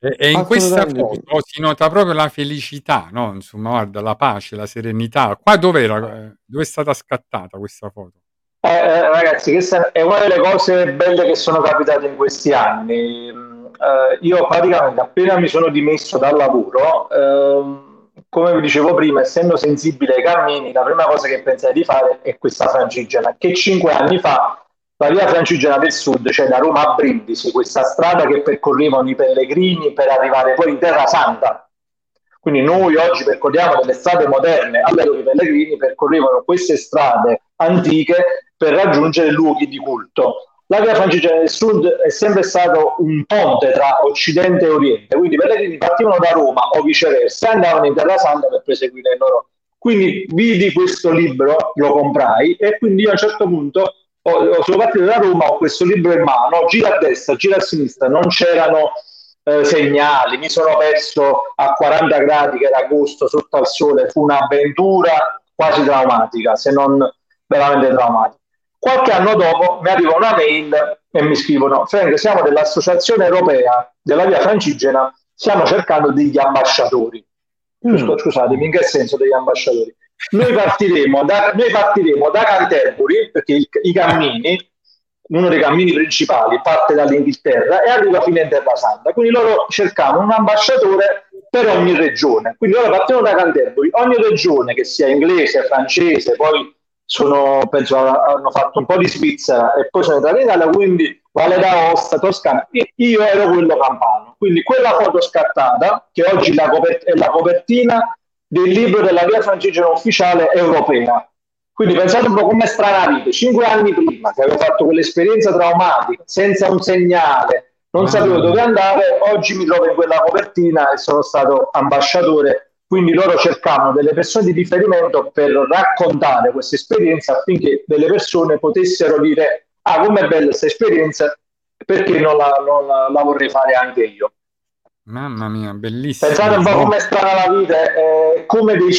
[SPEAKER 2] E, e in questa
[SPEAKER 3] Assolutamente sì.
[SPEAKER 2] foto si nota proprio la felicità, no? Insomma, guarda, la pace, la serenità. Qua dov'era? eh, Dove è stata scattata questa foto?
[SPEAKER 4] Eh, eh, ragazzi, questa è una delle cose belle che sono capitate in questi anni. Mm, eh, io praticamente appena mi sono dimesso dal lavoro, ehm, come vi dicevo prima, essendo sensibile ai cammini, la prima cosa che pensai di fare è questa Francigena, che cinque anni fa la via Francigena del Sud, cioè da Roma a Brindisi, questa strada che percorrevano i pellegrini per arrivare poi in Terra Santa. Quindi noi oggi percorriamo delle strade moderne, all'epoca i pellegrini percorrevano queste strade antiche per raggiungere luoghi di culto. La via Francigena del Sud è sempre stato un ponte tra Occidente e Oriente, quindi i pellegrini partivano da Roma o viceversa e andavano in Terra Santa per proseguire il loro. Quindi vidi questo libro, lo comprai e quindi io a un certo punto ho, ho- sono partito da Roma, ho questo libro in mano, gira a destra, gira a sinistra, non c'erano eh, segnali, mi sono perso a quaranta gradi che era agosto sotto al sole, fu un'avventura quasi traumatica, se non veramente traumatica. Qualche anno dopo mi arriva una mail e mi scrivono: Frank, siamo dell'Associazione Europea della Via Francigena, stiamo cercando degli ambasciatori.
[SPEAKER 3] Mm.
[SPEAKER 4] Scusatemi, in che senso degli ambasciatori? Noi partiremo da, noi partiremo da Canterbury, perché il- i cammini, uno dei cammini principali, parte dall'Inghilterra e arriva fino in Terra Santa. Quindi loro cercavano un ambasciatore per ogni regione. Quindi loro partono da Canterbury, ogni regione, che sia inglese, francese, poi sono, penso, hanno fatto un po' di Svizzera e poi sono entrati in Italia, quindi Valle d'Aosta, Toscana. I- Io ero quello campano. Quindi quella foto scattata, che oggi la coper- è la copertina del libro della Via Francigena ufficiale europea. Quindi pensate un po' come è strana la vita. Cinque anni prima che avevo fatto quell'esperienza traumatica, senza un segnale, non
[SPEAKER 2] Mamma
[SPEAKER 4] sapevo dove
[SPEAKER 2] mia.
[SPEAKER 4] andare, oggi mi trovo in quella copertina e sono stato ambasciatore. Quindi loro cercavano delle persone di riferimento per raccontare questa esperienza affinché delle persone potessero dire: ah, com'è bella questa esperienza, perché non la, non la- la vorrei fare anche io.
[SPEAKER 2] Mamma mia,
[SPEAKER 4] Pensate
[SPEAKER 2] bellissimo.
[SPEAKER 4] un po'
[SPEAKER 2] No?
[SPEAKER 4] come è strana la vita, eh, come dei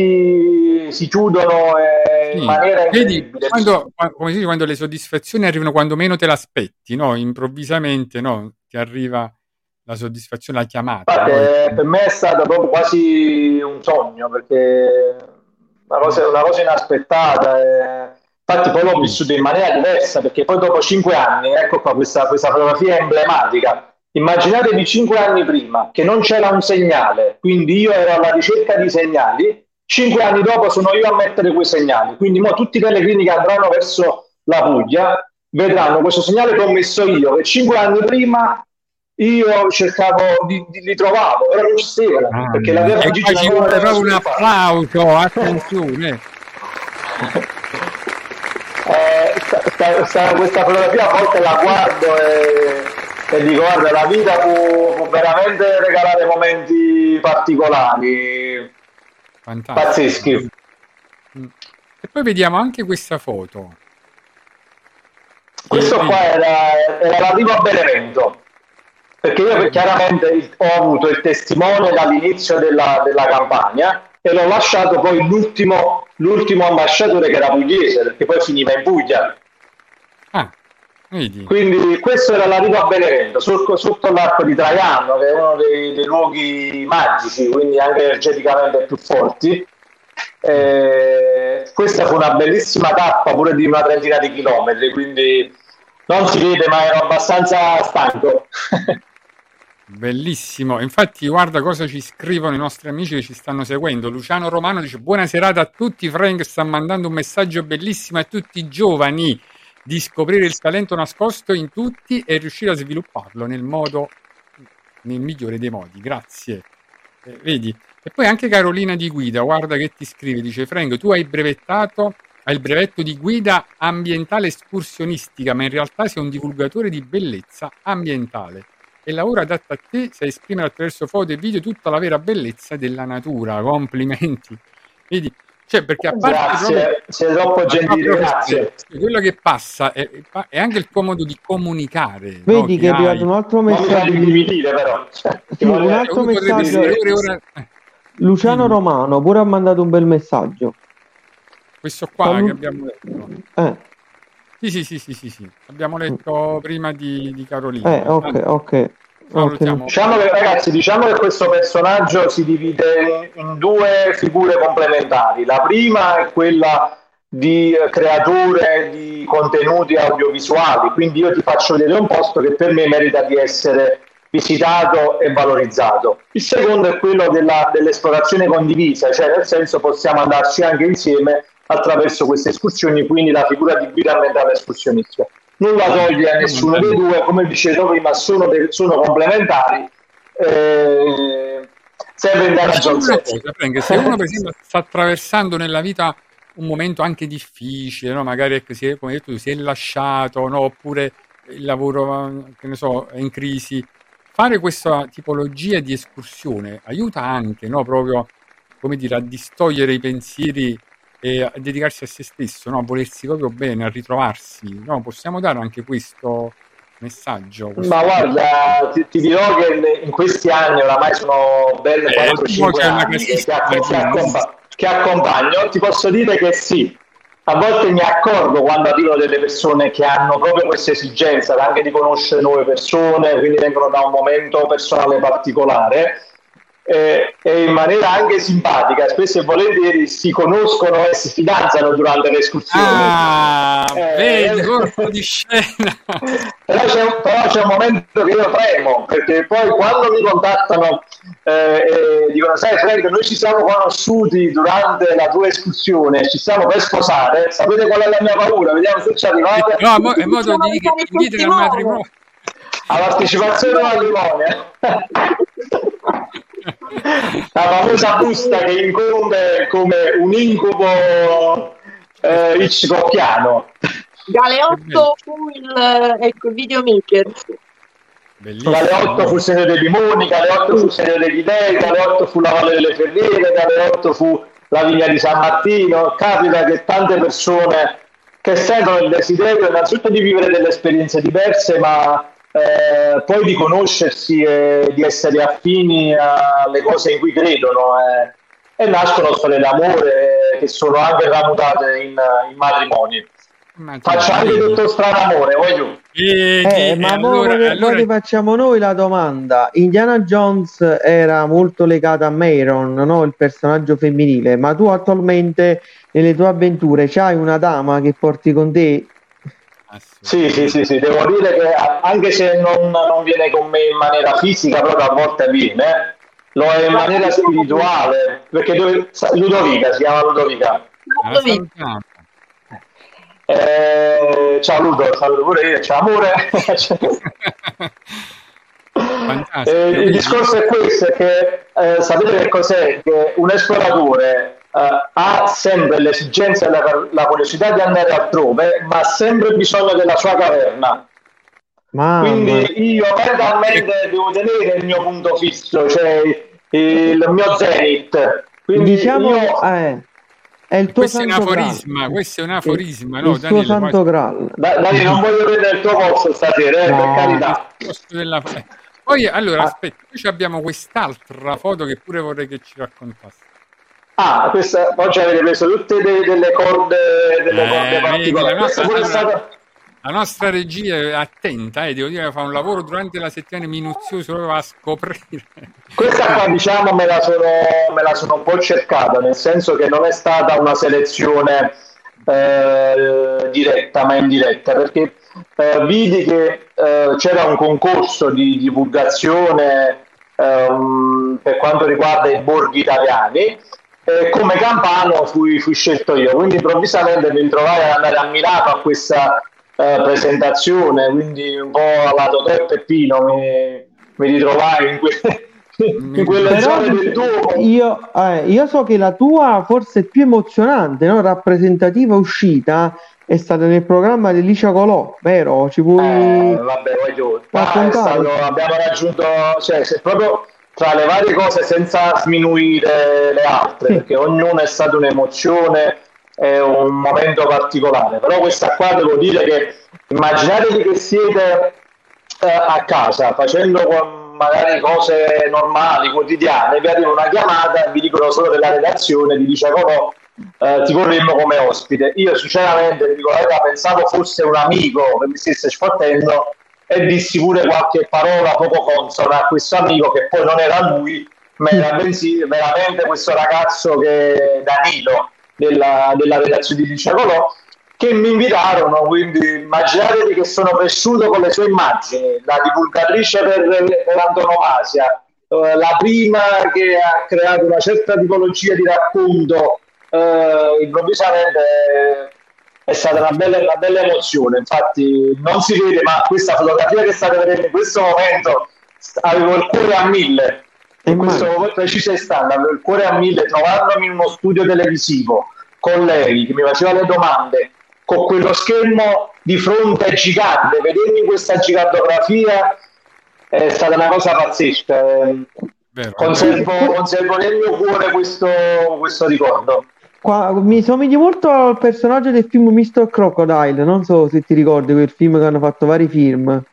[SPEAKER 4] cerchi si chiudono eh, in
[SPEAKER 2] Sì,
[SPEAKER 4] maniera
[SPEAKER 2] vedi,
[SPEAKER 4] incredibile.
[SPEAKER 2] quando, qua- come si dice, quando le soddisfazioni arrivano quando meno te l'aspetti, no? Improvvisamente, no? Ti arriva la soddisfazione, la chiamata,
[SPEAKER 4] Infatti,
[SPEAKER 2] no? E-
[SPEAKER 4] eh, per me è stato proprio quasi un sogno, perché una
[SPEAKER 2] mm,
[SPEAKER 4] cosa, una cosa inaspettata. eh. Infatti poi l'ho
[SPEAKER 2] sì.
[SPEAKER 4] vissuto in maniera diversa, perché poi dopo cinque anni, ecco qua, questa, questa fotografia emblematica. Immaginatevi cinque anni prima che non c'era un segnale, quindi io ero alla ricerca di segnali, cinque anni dopo sono io a mettere quei segnali, quindi mo tutti i pellegrini che andranno verso la Puglia vedranno questo segnale che ho messo io, che cinque anni prima io cercavo di, di, li trovavo, però non ci c'erano,
[SPEAKER 2] Mamma
[SPEAKER 4] perché la
[SPEAKER 2] mia.
[SPEAKER 4] via
[SPEAKER 2] E qua
[SPEAKER 4] Francigena
[SPEAKER 2] ci
[SPEAKER 4] ancora non
[SPEAKER 2] vuole
[SPEAKER 4] era
[SPEAKER 2] proprio un
[SPEAKER 4] sviluppata.
[SPEAKER 2] applauso, attenzione.
[SPEAKER 4] Eh, sta- sta- sta- questa fotografia a volte la guardo e, e dico: guarda, la vita può, può veramente regalare momenti particolari,
[SPEAKER 2] Fantastico.
[SPEAKER 4] pazzeschi.
[SPEAKER 2] Mm. E poi vediamo anche questa foto. Sì,
[SPEAKER 4] Questo
[SPEAKER 2] vedi?
[SPEAKER 4] qua era, era l'arrivo a Benevento, perché io
[SPEAKER 2] Eh,
[SPEAKER 4] chiaramente ho avuto il testimone dall'inizio della, della campagna e l'ho lasciato poi l'ultimo, l'ultimo ambasciatore, che era pugliese, perché poi finiva in Puglia.
[SPEAKER 2] ah, vedi?
[SPEAKER 4] Quindi questo era l'arrivo a Benevento, sotto, sotto l'arco di Traiano, che è uno dei, dei luoghi magici, quindi anche energeticamente più forti.
[SPEAKER 2] Mm.
[SPEAKER 4] Eh, questa fu una bellissima tappa, pure di una trentina di chilometri, quindi non si vede, ma ero abbastanza stanco.
[SPEAKER 2] Bellissimo, infatti guarda cosa ci scrivono i nostri amici che ci stanno seguendo. Luciano Romano dice: buona serata a tutti, Frank sta mandando un messaggio bellissimo a tutti i giovani di scoprire il talento nascosto in tutti e riuscire a svilupparlo nel modo, nel migliore dei modi. Grazie. Eh, vedi? E poi anche Carolina di Guida, guarda che ti scrive, dice: Frank, tu hai brevettato, hai il brevetto di guida ambientale escursionistica, ma in realtà sei un divulgatore di bellezza ambientale. E il lavoro adatto a te sai esprimere attraverso foto e video tutta la vera bellezza della natura. Complimenti. Vedi? Cioè, perché a parte proprio
[SPEAKER 4] Grazie, siete troppo
[SPEAKER 2] ma
[SPEAKER 4] gentili,
[SPEAKER 2] proprio
[SPEAKER 4] grazie.
[SPEAKER 2] quello che passa è, è anche il tuo modo di comunicare, no?
[SPEAKER 3] Vedi
[SPEAKER 2] Che
[SPEAKER 3] che è arrivato
[SPEAKER 2] hai.
[SPEAKER 3] un altro
[SPEAKER 4] Non mi fate
[SPEAKER 3] messaggio di
[SPEAKER 4] intimidire, però. Cioè, che
[SPEAKER 3] sì, un
[SPEAKER 4] volete-
[SPEAKER 3] altro
[SPEAKER 2] Uno potrebbe
[SPEAKER 3] messaggio.
[SPEAKER 2] dire ore e ore. eh,
[SPEAKER 3] Luciano
[SPEAKER 2] Dimmi,
[SPEAKER 3] Romano pure ha mandato un bel messaggio.
[SPEAKER 2] questo qua che
[SPEAKER 3] Salut-
[SPEAKER 2] abbiamo letto.
[SPEAKER 3] eh,
[SPEAKER 2] Sì, sì, sì, sì, sì, sì. Abbiamo letto prima di, di
[SPEAKER 3] eh,
[SPEAKER 2] Carolina.
[SPEAKER 3] ok, ok.
[SPEAKER 2] valutiamo.
[SPEAKER 4] Diciamo che, ragazzi, diciamo che questo personaggio si divide in, in due figure complementari. La prima è quella di creatore di contenuti audiovisuali, quindi io ti faccio vedere un posto che per me merita di essere visitato e valorizzato. Il secondo è quello della, dell'esplorazione condivisa, cioè nel senso possiamo andarci anche insieme attraverso queste escursioni, quindi la figura di guida ambientale escursionistica. Nulla toglie a nessuno dei due, come dicevo prima, sono, sono complementari. Eh, sempre in Indiana Jones.
[SPEAKER 2] Se uno per esempio sta attraversando nella vita un momento anche difficile, no? Magari ecco, si è, come hai detto, si è lasciato, no? Oppure il lavoro, che ne so, è in crisi, fare questa tipologia di escursione aiuta anche, no? Proprio, come dire, a distogliere i pensieri e a dedicarsi a se stesso, no? A volersi proprio bene, a ritrovarsi, no? Possiamo dare anche questo messaggio? Questo
[SPEAKER 4] Ma guarda, ti, ti dirò che in questi anni, oramai sono ben
[SPEAKER 2] Eh,
[SPEAKER 4] quattro cinque
[SPEAKER 2] c'è una
[SPEAKER 4] anni che,
[SPEAKER 2] casistica,
[SPEAKER 4] che,
[SPEAKER 2] sì.
[SPEAKER 4] accompa- che accompagno, ti posso dire che sì, a volte mi accorgo quando arrivano delle persone che hanno proprio questa esigenza anche di conoscere nuove persone, quindi vengono da un momento personale particolare, eh, e in maniera anche simpatica, spesso e volentieri si conoscono e si fidanzano durante le escursioni.
[SPEAKER 2] Ah,
[SPEAKER 4] Eh,
[SPEAKER 2] vedi, colpo di scena.
[SPEAKER 4] Però c'è, un, però c'è un momento che io tremo, perché poi quando mi contattano eh, e dicono: sai Frank, noi ci siamo conosciuti durante la tua escursione, ci stiamo per sposare, sapete qual è la mia paura? Vediamo se ci arrivate.
[SPEAKER 2] No, mo- è modo di che ti invitano al matrimonio.
[SPEAKER 4] La partecipazione al matrimonio. La famosa busta che incombe come un incubo eh, hitchcockiano.
[SPEAKER 5] Galeotto fu il, ecco, il videomaker.
[SPEAKER 2] Bellissimo.
[SPEAKER 4] Galeotto fu il segno dei limoni, Galeotto fu il segno degli dei, Galeotto fu la Valle delle Ferriere, Galeotto fu la vigna di San Martino. Capita che tante persone che sentono il desiderio innanzitutto di vivere delle esperienze diverse, ma eh, poi di conoscersi e di essere affini alle cose in cui credono, eh, e nascono storie d'amore che sono anche tramutate in, in matrimoni. Faccio anche tutto strano amore, voglio.
[SPEAKER 2] E,
[SPEAKER 3] Eh,
[SPEAKER 2] e
[SPEAKER 3] ma mo
[SPEAKER 2] allora,
[SPEAKER 3] poi
[SPEAKER 2] allora
[SPEAKER 3] ti facciamo noi la domanda. Indiana Jones era molto legata a Mayron, no? Il personaggio femminile, ma tu attualmente nelle tue avventure c'hai una dama che porti con te?
[SPEAKER 4] Sì, sì, sì, sì, devo dire che anche se non, non viene con me in maniera fisica, proprio a volte viene, lo è in maniera spirituale, perché dove, Ludovica, si chiama Ludovica.
[SPEAKER 2] alla salutiamo.
[SPEAKER 4] Eh, ciao Ludo, saluto pure io, ciao amore. Eh, il discorso è questo, è che eh, sapete che cos'è? Che un esploratore eh, ha sempre l'esigenza e la, la curiosità di andare altrove, ma ha sempre bisogno della sua caverna.
[SPEAKER 3] Mamma.
[SPEAKER 4] Quindi io mentalmente devo tenere il mio punto fisso, cioè il mio zenith. Quindi
[SPEAKER 3] Diciamo,
[SPEAKER 4] io...
[SPEAKER 3] eh, è il tuo
[SPEAKER 2] Questo è un
[SPEAKER 3] santo
[SPEAKER 2] aforisma,
[SPEAKER 3] graal.
[SPEAKER 2] questo è un aforisma,
[SPEAKER 3] Il
[SPEAKER 2] no,
[SPEAKER 3] tuo
[SPEAKER 2] Daniele,
[SPEAKER 3] santo
[SPEAKER 2] quasi-
[SPEAKER 3] graal.
[SPEAKER 4] Da- Dani, non voglio prendere il tuo posto stasera, eh,
[SPEAKER 3] No.
[SPEAKER 4] per carità.
[SPEAKER 2] posto della- eh. Poi, allora,
[SPEAKER 3] Ah.
[SPEAKER 2] aspetta, noi abbiamo quest'altra foto che pure vorrei che ci raccontassi.
[SPEAKER 4] Ah, questa, oggi avete preso tutte de- delle corde, delle
[SPEAKER 2] Eh,
[SPEAKER 4] corde
[SPEAKER 2] vedi,
[SPEAKER 4] particolari.
[SPEAKER 2] la
[SPEAKER 4] Questa
[SPEAKER 2] nostra-
[SPEAKER 4] pure è
[SPEAKER 2] allora-
[SPEAKER 4] stata...
[SPEAKER 2] La nostra regia è attenta, eh, devo dire, fa un lavoro durante la settimana minuzioso proprio a scoprire.
[SPEAKER 4] Questa qua, diciamo, me la, sono, me la sono un po' cercata, nel senso che non è stata una selezione eh, diretta, ma indiretta, perché eh, vidi che eh, c'era un concorso di divulgazione ehm, per quanto riguarda i borghi italiani, e come campano fui, fui scelto io, quindi improvvisamente mi ritrovai ad andare a Milano a questa eh, presentazione, quindi un po' alla Totò e Peppino mi, mi ritrovai in, que- in quelle
[SPEAKER 3] Però
[SPEAKER 4] zone del Duomo.
[SPEAKER 3] io, eh, io so che la tua forse più emozionante, no? Rappresentativa uscita è stata nel programma di Licia Colò, vero? Ci puoi...
[SPEAKER 4] Eh, vabbè, voglio, qua è
[SPEAKER 3] raccontare?
[SPEAKER 4] stato, abbiamo raggiunto, cioè, se proprio tra le varie cose, senza sminuire le altre,
[SPEAKER 3] Sì.
[SPEAKER 4] perché ognuno è stata un'emozione, è un momento particolare, però questa qua devo dire che immaginatevi che siete eh, a casa facendo con- magari cose normali, quotidiane, vi arriva una chiamata e vi dicono solo della redazione, vi dice "Oh, eh, ti vorremmo come ospite". Io sinceramente vi dico la verità, pensavo fosse un amico che mi stesse sfottendo, e dissi pure qualche parola poco consona a questo amico che poi non era lui, ma era bensì veramente questo ragazzo che Danilo della, della redazione di Licecolò, che mi invitarono. Quindi immaginatevi che sono cresciuto con le sue immagini, la divulgatrice per, per antonomasia, eh, la prima che ha creato una certa tipologia di racconto, eh, improvvisamente è stata una bella, una bella emozione. Infatti non si vede, ma questa fotografia che state vedendo in questo momento, avevo il cuore a mille, in questo preciso istante avevo il cuore a mille, trovandomi in uno studio televisivo con lei che mi faceva le domande, con quello schermo di fronte gigante, vedendo questa gigantografia, è stata una cosa pazzesca. Vero. Conservo, conservo nel mio cuore questo, questo ricordo.
[SPEAKER 3] Qua, mi somigli molto al personaggio del film mister Crocodile, non so se ti ricordi quel film che hanno fatto vari film.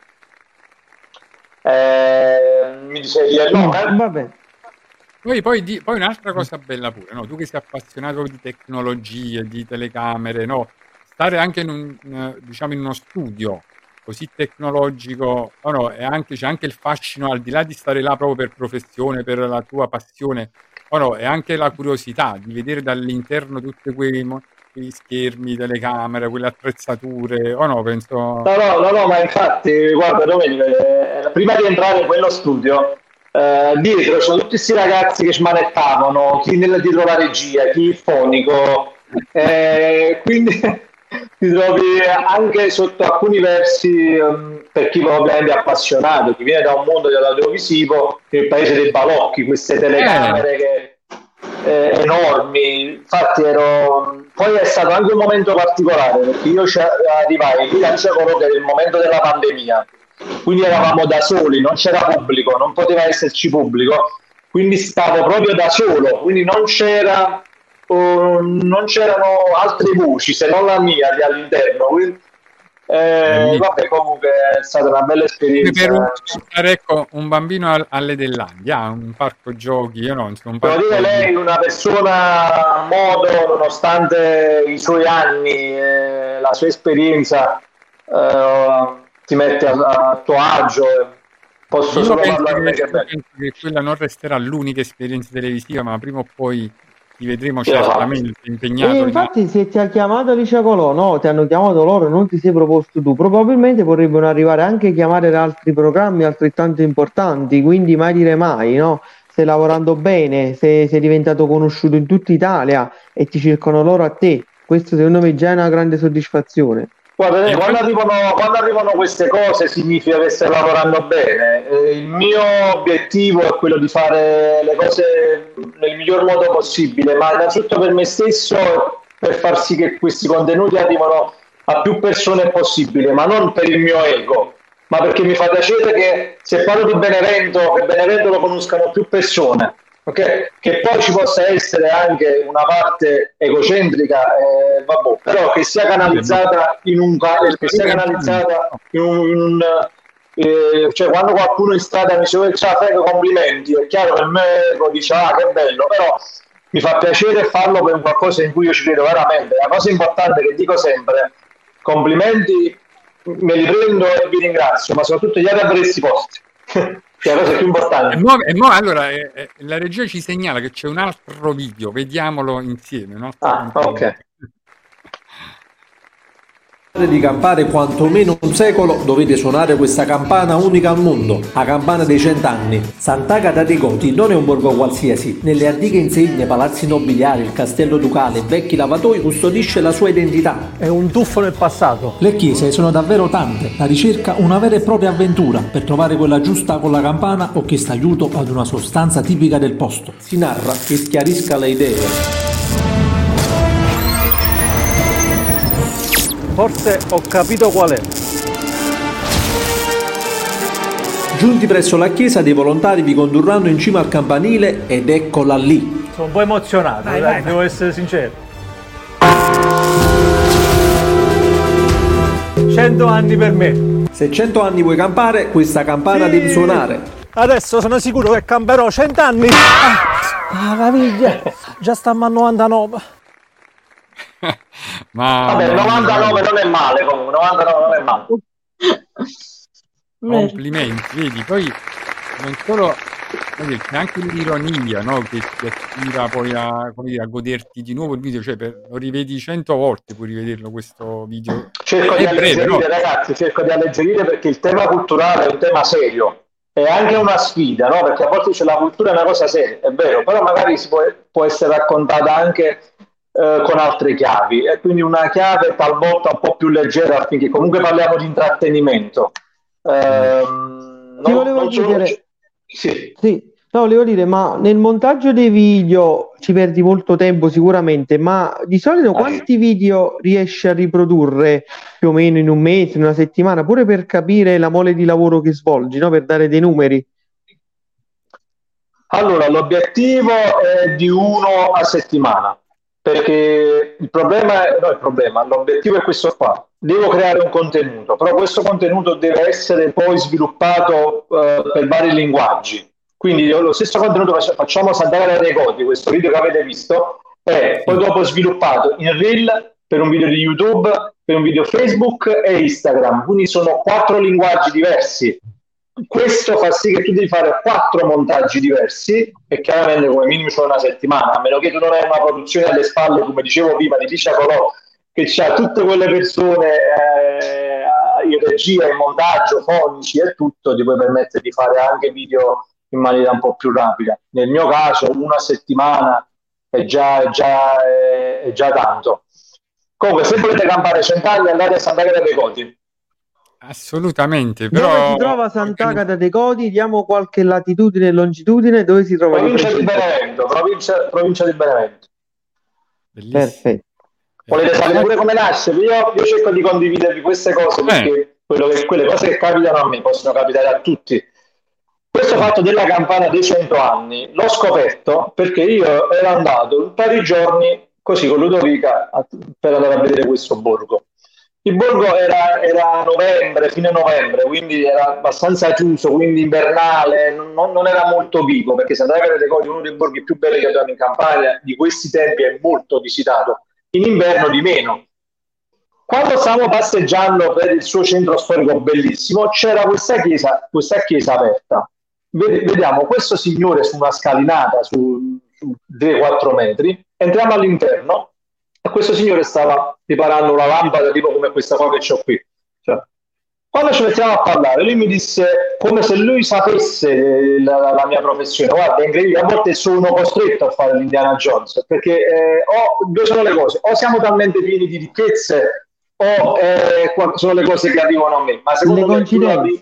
[SPEAKER 4] Eh, mi dicevi il nome?
[SPEAKER 3] No, vabbè.
[SPEAKER 2] Poi, poi, di, poi un'altra cosa bella pure, no? Tu che sei appassionato di tecnologie, di telecamere, no? Stare anche in, un, diciamo, in uno studio così tecnologico, oh no, e anche, c'è anche il fascino, al di là di stare là proprio per professione, per la tua passione, oh no, e anche la curiosità di vedere dall'interno tutti quei, quei schermi, telecamere, quelle attrezzature, oh no, penso...
[SPEAKER 4] No, no, no, no, ma infatti, guarda Domenico, eh, prima di entrare in quello studio, eh, dietro c'erano tutti questi ragazzi che smanettavano, chi nella, dietro la regia, chi il fonico, eh, quindi... ti trovi anche sotto alcuni versi, um, per chi ovviamente è appassionato, chi viene da un mondo dell'audiovisivo, il paese dei balocchi, queste telecamere che, eh, enormi. Infatti ero, poi è stato anche un momento particolare, perché io arrivai lì a Licecolò che era il momento della pandemia, quindi eravamo da soli, non c'era pubblico, non poteva esserci pubblico, quindi stavo proprio da solo, quindi non c'era Uh, non c'erano altre voci se non la mia di all'interno, quindi, eh, vabbè, comunque è stata una bella esperienza.
[SPEAKER 2] Per un, ecco, un bambino alle Dell'Andia, un parco giochi, io no, insomma, un parco...
[SPEAKER 4] Devo dire, lei è una persona a modo, nonostante i suoi anni, eh, la sua esperienza, eh, ti mette a, a tuo agio. Posso
[SPEAKER 2] io
[SPEAKER 4] solo
[SPEAKER 2] penso
[SPEAKER 4] parlarne
[SPEAKER 2] che,
[SPEAKER 4] che bene.
[SPEAKER 2] penso che quella non resterà l'unica esperienza televisiva, ma prima o poi ti vedremo certamente impegnato.
[SPEAKER 3] E infatti se ti ha chiamato Licecolò, no, ti hanno chiamato loro, non ti sei proposto tu, probabilmente vorrebbero arrivare anche a chiamare altri programmi altrettanto importanti, quindi mai dire mai, no? Stai lavorando bene, sei, sei diventato conosciuto in tutta Italia e ti cercano loro a te, questo secondo me già è una grande soddisfazione.
[SPEAKER 4] Guarda, eh, quando, arrivano, quando arrivano queste cose significa che stai lavorando bene. Eh, il mio obiettivo è quello di fare le cose nel miglior modo possibile, ma innanzitutto per me stesso, per far sì che questi contenuti arrivano a più persone possibile, ma non per il mio ego, ma perché mi fa piacere che se parlo di Benevento, che Benevento lo conoscano più persone. Okay? Che poi ci possa essere anche una parte egocentrica, eh, vabbè, però che sia canalizzata in un che sia canalizzata in un, in un eh, cioè quando qualcuno in strada mi dice ciao, prego, complimenti, è chiaro che me lo dice ah che bello, però mi fa piacere farlo per qualcosa in cui io ci credo veramente. La cosa importante che dico sempre, complimenti me li prendo e vi ringrazio, ma soprattutto gli altri avresti posti. Che è la cosa più importante.
[SPEAKER 2] E mo, e mo, allora eh, eh, la regia ci segnala che c'è un altro video, vediamolo insieme. Un altro
[SPEAKER 4] ah, ok.
[SPEAKER 6] Di campare quantomeno un secolo dovete suonare questa campana unica al mondo, la campana dei cent'anni. Sant'Agata dei Goti non è un borgo qualsiasi, nelle antiche insegne, palazzi nobiliari, il castello ducale, vecchi lavatoi custodisce la sua identità.
[SPEAKER 7] È un tuffo nel passato.
[SPEAKER 6] Le chiese sono davvero tante, la ricerca una vera e propria avventura per trovare quella giusta con la campana o chiesta aiuto ad una sostanza tipica del posto. Si narra che schiarisca le idee.
[SPEAKER 7] Forse ho capito qual è.
[SPEAKER 6] Giunti presso la chiesa, dei volontari vi condurranno in cima al campanile ed eccola lì.
[SPEAKER 7] Sono un po' emozionato, vai, dai, vai, devo vai. essere sincero. Cento anni per me.
[SPEAKER 6] Se cento anni vuoi campare, questa campana sì. devi suonare.
[SPEAKER 7] Adesso sono sicuro che camperò cento anni. Ah, caviglia, già stiamo a novantanove.
[SPEAKER 4] Ma vabbè, novantanove non è male, comunque novantanove non è male.
[SPEAKER 5] Vero.
[SPEAKER 2] Complimenti, vedi, poi non solo, come dire, c'è anche l'ironia, no, che ti attira poi a, come dire, a goderti di nuovo il video, cioè per, lo rivedi cento volte, puoi rivederlo questo video.
[SPEAKER 4] Cerco
[SPEAKER 2] È,
[SPEAKER 4] di
[SPEAKER 2] è breve, no?
[SPEAKER 4] alleggerire, ragazzi, cerco di alleggerire perché il tema culturale è un tema serio, è anche una sfida, no? Perché a volte dice la cultura è una cosa seria, è vero, però magari si può, può essere raccontata anche eh, con altre chiavi, e quindi una chiave talvolta un po' più leggera, affinché comunque parliamo di intrattenimento. Ehm,
[SPEAKER 3] Ti
[SPEAKER 4] non,
[SPEAKER 3] volevo
[SPEAKER 4] non solo-
[SPEAKER 3] chiedere,
[SPEAKER 4] sì.
[SPEAKER 3] sì, no, volevo dire, ma nel montaggio dei video ci perdi molto tempo sicuramente, ma di solito quanti video riesci a riprodurre più o meno in un mese, in una settimana, pure per capire la mole di lavoro che svolgi, no? Per dare dei numeri.
[SPEAKER 4] Allora, l'obiettivo è di uno a settimana, perché il problema è, no, il problema, l'obiettivo è questo qua. Devo creare un contenuto, però questo contenuto deve essere poi sviluppato eh, per vari linguaggi. Quindi io lo stesso contenuto che facciamo Sant'Agata dei Goti, questo video che avete visto, è poi dopo sviluppato in Reel, per un video di YouTube, per un video Facebook e Instagram. Quindi sono quattro linguaggi diversi. Questo fa sì che tu devi fare quattro montaggi diversi e chiaramente come minimo c'è una settimana, a meno che tu non hai una produzione alle spalle, come dicevo prima, di Licia Colò, che c'ha tutte quelle persone eh, in regia, in montaggio, fonici e tutto, ti puoi permettere di fare anche video in maniera un po' più rapida. Nel mio caso una settimana è già, è già, è, è già tanto. Comunque, se volete campare cent'anni, andate a Sant'Agata dei Goti.
[SPEAKER 2] Assolutamente,
[SPEAKER 3] Dove
[SPEAKER 2] però
[SPEAKER 3] si trova Sant'Agata dei Goti? Diamo qualche latitudine e longitudine, dove si trova di
[SPEAKER 4] Provincia di
[SPEAKER 3] preciso?
[SPEAKER 4] Benevento, provincia, provincia di Benevento.
[SPEAKER 2] bellissimo.
[SPEAKER 3] Perfetto.
[SPEAKER 4] Volete sapere pure come nasce? Io, io cerco di condividervi queste cose perché quello che, quelle cose che capitano a me possono capitare a tutti. Questo fatto della campana dei cento anni l'ho scoperto perché io ero andato un paio di giorni così con Ludovica a- per andare a vedere questo borgo. Il borgo era, era novembre, fine novembre, quindi era abbastanza chiuso, quindi invernale, non, non era molto vivo, perché Sant'Agata dei Goti è uno dei borghi più belli che abbiamo in Campania, di questi tempi è molto visitato, in inverno di meno. Quando stavamo passeggiando per il suo centro storico bellissimo, c'era questa chiesa, questa chiesa aperta. Ved- Vediamo questo signore su una scalinata su, su tre quattro metri, entriamo all'interno e questo signore stava riparando una lampada tipo come questa qua che ho qui. Cioè, quando ci mettiamo a parlare, lui mi disse come se lui sapesse la, la- la mia professione. Guarda, è incredibile, a volte sono costretto a fare l'Indiana Jones, perché eh, o, due sono le cose, o siamo talmente pieni di ricchezze, o eh, qua- sono le cose che arrivano a me. Ma secondo
[SPEAKER 3] Le
[SPEAKER 4] me, più la-
[SPEAKER 3] coincidenze.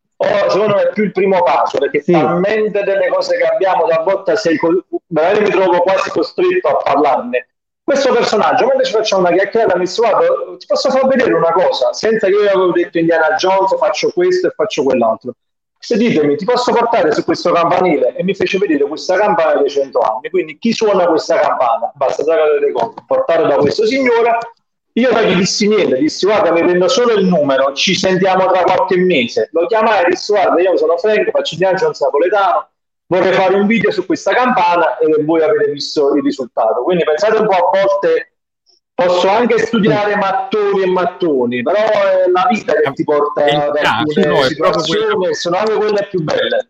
[SPEAKER 4] o secondo me è più il primo caso, perché
[SPEAKER 3] Sì.
[SPEAKER 4] talmente delle cose che abbiamo, talvolta sei co- veramente mi trovo quasi costretto a parlarne. Questo personaggio, mentre ci facciamo una chiacchierata, mi disse: guarda, ti posso far vedere una cosa, senza che io avevo detto Indiana Jones, faccio questo e faccio quell'altro. Se ditemi, ti posso portare su questo campanile? E mi fece vedere questa campana dei cento anni. Quindi chi suona questa campana? Basta dare delle cose, portare da questo signore. Io non gli dissi niente, dissi guarda, mi prendo solo il numero, ci sentiamo tra qualche mese. Lo chiamai e dissi guarda, io sono Frank, faccio Indiana Jones napoletano, vorrei fare un video su questa campana e voi avete visto il risultato. Quindi pensate un po', a volte posso anche studiare mattoni e mattoni, però è la vita che ti porta
[SPEAKER 2] È il
[SPEAKER 4] ad
[SPEAKER 2] caso,
[SPEAKER 4] alcune
[SPEAKER 2] no, è proprio
[SPEAKER 4] situazioni
[SPEAKER 2] quello.
[SPEAKER 4] e sono anche quelle più belle.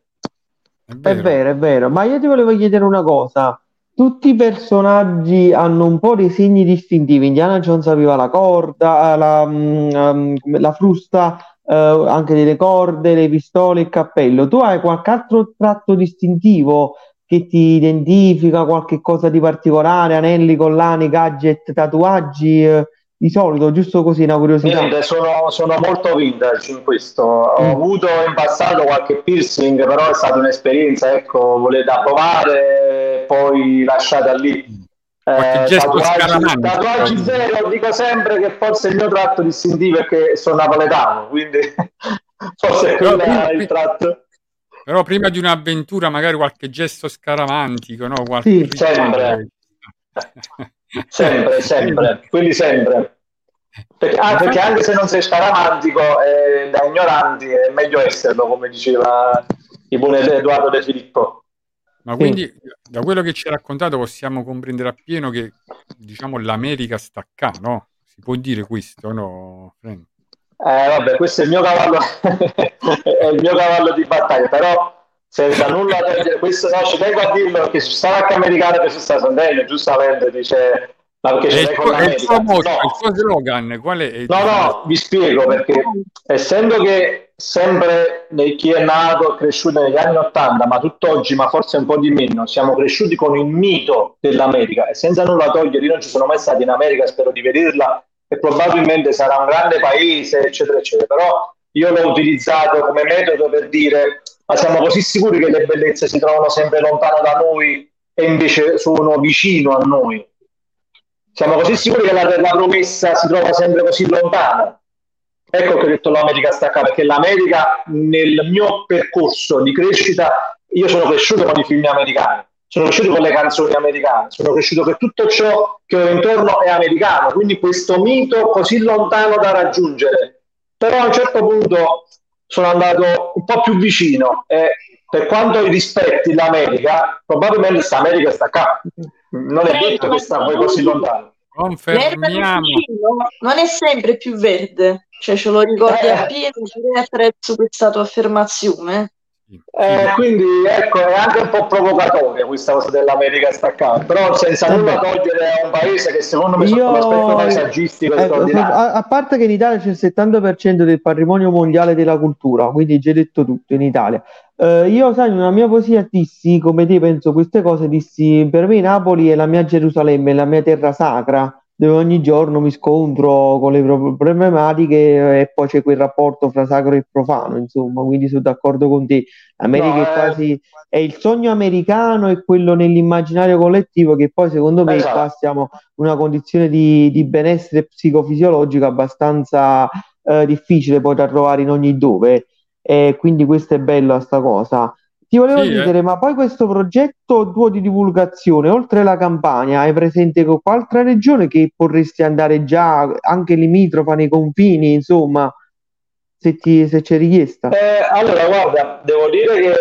[SPEAKER 2] È
[SPEAKER 3] È
[SPEAKER 2] vero.
[SPEAKER 3] vero, è vero, ma io ti volevo chiedere una cosa. Tutti i personaggi hanno un po' dei segni distintivi. Indiana Jones aveva la corda, la, mm, um, la frusta, eh, anche delle corde, le pistole, il cappello. Tu hai qualche altro tratto distintivo che ti identifica, qualche cosa di particolare, anelli, collane, gadget, tatuaggi, eh, di solito, giusto così, una curiosità.
[SPEAKER 4] Niente, sono, sono molto vintage in questo. Ho
[SPEAKER 3] Mm.
[SPEAKER 4] avuto in passato qualche piercing, però è stata un'esperienza, ecco, volete provare, poi lasciata lì.
[SPEAKER 2] Qualche
[SPEAKER 4] Eh,
[SPEAKER 2] gesto
[SPEAKER 4] tatuaggi,
[SPEAKER 2] scaramantico.
[SPEAKER 4] tatuaggi zero, dico sempre che forse il mio tratto distintivo è che sono napoletano, quindi forse
[SPEAKER 2] Però
[SPEAKER 4] quello è
[SPEAKER 2] prima,
[SPEAKER 4] il tratto.
[SPEAKER 2] però prima di un'avventura magari qualche gesto scaramantico, no? Qualche
[SPEAKER 3] Sì.
[SPEAKER 2] rituale.
[SPEAKER 4] Sempre, sempre, quelli sempre. Perché, ah, perché anche se non sei scaramantico, eh, da ignoranti è meglio esserlo, come diceva il buon Edoardo De Filippo.
[SPEAKER 2] Ma
[SPEAKER 3] Sì.
[SPEAKER 2] quindi da quello che ci ha raccontato possiamo comprendere appieno che, diciamo, l'America sta qua, no? Si può dire questo, no, Frank?
[SPEAKER 4] Eh, vabbè, questo è il mio cavallo, è il mio cavallo di battaglia, però senza nulla togliere questo, no, ci tengo a dirlo perché ci sta anche americano che si sta sentendo, giustamente dice, ma perché
[SPEAKER 2] È
[SPEAKER 4] ce
[SPEAKER 2] il
[SPEAKER 4] l'hai con
[SPEAKER 2] tuo, è il tuo
[SPEAKER 4] l'America?
[SPEAKER 2] motto,
[SPEAKER 4] No,
[SPEAKER 2] il tuo slogan, qual è?
[SPEAKER 4] no, no, vi spiego perché essendo che sempre nei- chi è nato e cresciuto negli anni ottanta, ma tutt'oggi, ma forse un po' di meno, siamo cresciuti con il mito dell'America e senza nulla togliere, io non ci sono mai stato in America, spero di vederla e probabilmente sarà un grande paese, eccetera, eccetera, però io l'ho utilizzato come metodo per dire, ma siamo così sicuri che le bellezze si trovano sempre lontano da noi e invece sono vicino a noi? Siamo così sicuri che la, la promessa si trova sempre così lontana? Ecco che ho detto l'America sta qua, perché l'America nel mio percorso di crescita, io sono cresciuto con i film americani, sono cresciuto con le canzoni americane, sono cresciuto che tutto ciò che ho intorno è americano, quindi questo mito così lontano da raggiungere. Però a un certo punto sono andato un po' più vicino e per quanto rispetti l'America, probabilmente questa America sta qua. Non è detto che sta poi così lontano.
[SPEAKER 5] L'erba del
[SPEAKER 2] Confermiamo.
[SPEAKER 5] vicino non è sempre più verde, cioè ce lo ricordi
[SPEAKER 4] Eh.
[SPEAKER 5] appieno pure attraverso questa tua affermazione.
[SPEAKER 2] Sì,
[SPEAKER 4] Eh,
[SPEAKER 2] sì.
[SPEAKER 4] quindi ecco, è anche un po' provocatoria questa cosa dell'America staccata, però senza
[SPEAKER 3] Vabbè.
[SPEAKER 4] nulla togliere a un paese che secondo me sotto
[SPEAKER 3] Io,
[SPEAKER 4] l'aspetto paesaggistico è
[SPEAKER 3] ecco,
[SPEAKER 4] straordinario.
[SPEAKER 3] a, a parte che in Italia c'è il settanta per cento del patrimonio mondiale della cultura, quindi già detto tutto in Italia. Eh, io, sai, in una mia poesia dissi, come te penso queste cose, dissi, per me Napoli è la mia Gerusalemme, è la mia terra sacra, dove ogni giorno mi scontro con le pro- problematiche eh, e poi c'è quel rapporto fra sacro e profano, insomma, quindi sono d'accordo con te. L'America
[SPEAKER 4] No,
[SPEAKER 3] è
[SPEAKER 4] eh,
[SPEAKER 3] quasi è il sogno americano e quello nell'immaginario collettivo che poi secondo me qua
[SPEAKER 4] esatto.
[SPEAKER 3] siamo in una condizione di, di benessere psicofisiologico abbastanza eh, difficile poi da trovare in ogni dove e quindi questo è bello a sta cosa. Ti volevo
[SPEAKER 2] Sì,
[SPEAKER 3] chiedere,
[SPEAKER 2] eh.
[SPEAKER 3] ma poi questo progetto tuo di divulgazione, oltre la Campania, hai presente con qualche altra regione che vorresti andare già anche limitrofa nei confini, insomma, se ti, se c'è richiesta?
[SPEAKER 4] Eh, allora, guarda, devo dire che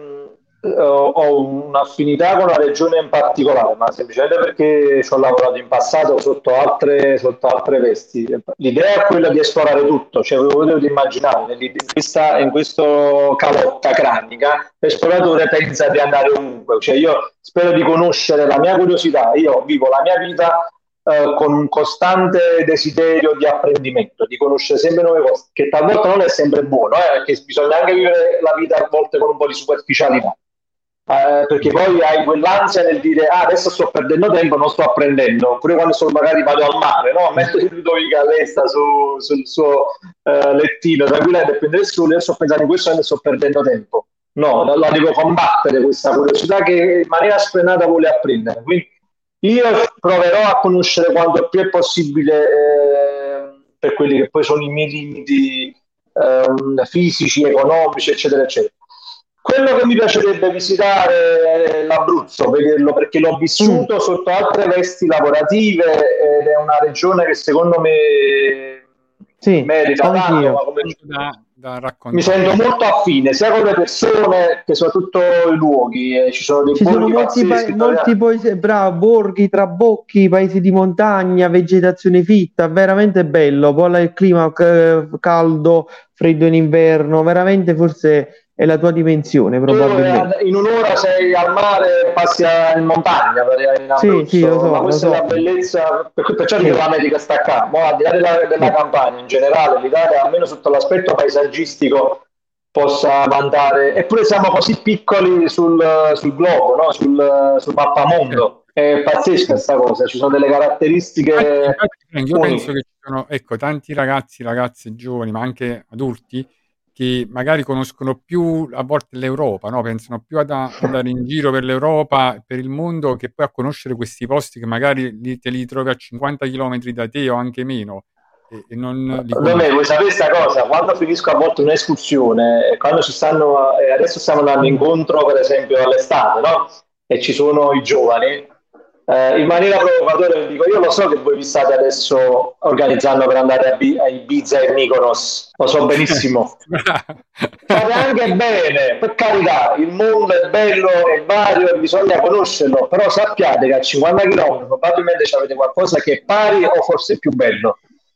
[SPEAKER 4] mh, ho, ho un'affinità con una regione in particolare, ma semplicemente perché ci ho lavorato in passato sotto altre, sotto altre vesti. L'idea è quella di esplorare tutto, cioè voi potete immaginare, in questa, in questo calotta cranica, l'esploratore pensa di andare ovunque, cioè io spero di conoscere la mia curiosità, io vivo la mia vita eh, con un costante desiderio di apprendimento, di conoscere sempre nuove cose, che talvolta non è sempre buono, eh, perché bisogna anche vivere la vita a volte con un po' di superficialità. Eh, perché poi hai quell'ansia nel dire ah, adesso sto perdendo tempo, non sto apprendendo, oppure quando sto magari vado al mare, no? Mentre Ludovica lei sta su, sul suo eh, lettino tranquillamente a prendere il sole, io sto pensando in questo momento sto perdendo tempo. No, la, la devo combattere questa curiosità che in maniera sfrenata vuole apprendere. Quindi io proverò a conoscere quanto più è possibile eh, per quelli che poi sono i miei limiti eh, fisici, economici, eccetera, eccetera. Quello che mi piacerebbe visitare è l'Abruzzo, vederlo perché l'ho vissuto mm. sotto altre vesti lavorative ed è una regione che secondo me
[SPEAKER 3] sì,
[SPEAKER 4] merita tanto, ma come...
[SPEAKER 2] da, da
[SPEAKER 4] mi sento molto affine sia con le persone che soprattutto i luoghi. Eh, ci sono dei
[SPEAKER 3] ci sono molti, pa- molti paesi, bravo, borghi, trabocchi, paesi di montagna, vegetazione fitta, veramente bello. Poi il clima c- caldo, freddo in inverno, veramente forse è la tua dimensione probabilmente.
[SPEAKER 4] In un'ora sei al mare, passi in montagna in Abruzzo,
[SPEAKER 3] sì, sì, lo so,
[SPEAKER 4] ma questa
[SPEAKER 3] lo so.
[SPEAKER 4] è la bellezza, perciò
[SPEAKER 3] sì.
[SPEAKER 4] dico l'America sta qua, ma al di là della, della
[SPEAKER 3] sì.
[SPEAKER 4] campagna in generale, l'Italia almeno sotto l'aspetto paesaggistico possa vantare, eppure siamo così piccoli sul, sul globo, no? sul, sul mappamondo. È pazzesca questa cosa, ci sono delle caratteristiche.
[SPEAKER 2] Infatti, infatti, io penso che ci sono ecco, tanti ragazzi, ragazze giovani, ma anche adulti, che magari conoscono più a volte l'Europa, no? Pensano più ad andare in giro per l'Europa, per il mondo, che poi a conoscere questi posti che magari li, te li trovi a cinquanta chilometri da te o anche meno. E, e non li
[SPEAKER 4] Domenico, vuoi sapere questa cosa? Quando finisco a volte un'escursione, quando ci stanno, eh, adesso stiamo andando incontro per esempio all'estate, no? E ci sono i giovani, eh, in maniera provocatoria dico, io lo so che voi vi state adesso organizzando per andare a, B- a Ibiza e Mykonos, lo so benissimo. Fate anche bene, per carità, il mondo è bello e vario e bisogna conoscerlo, però sappiate che a cinquanta chilometri probabilmente avete qualcosa che è pari o forse più bello.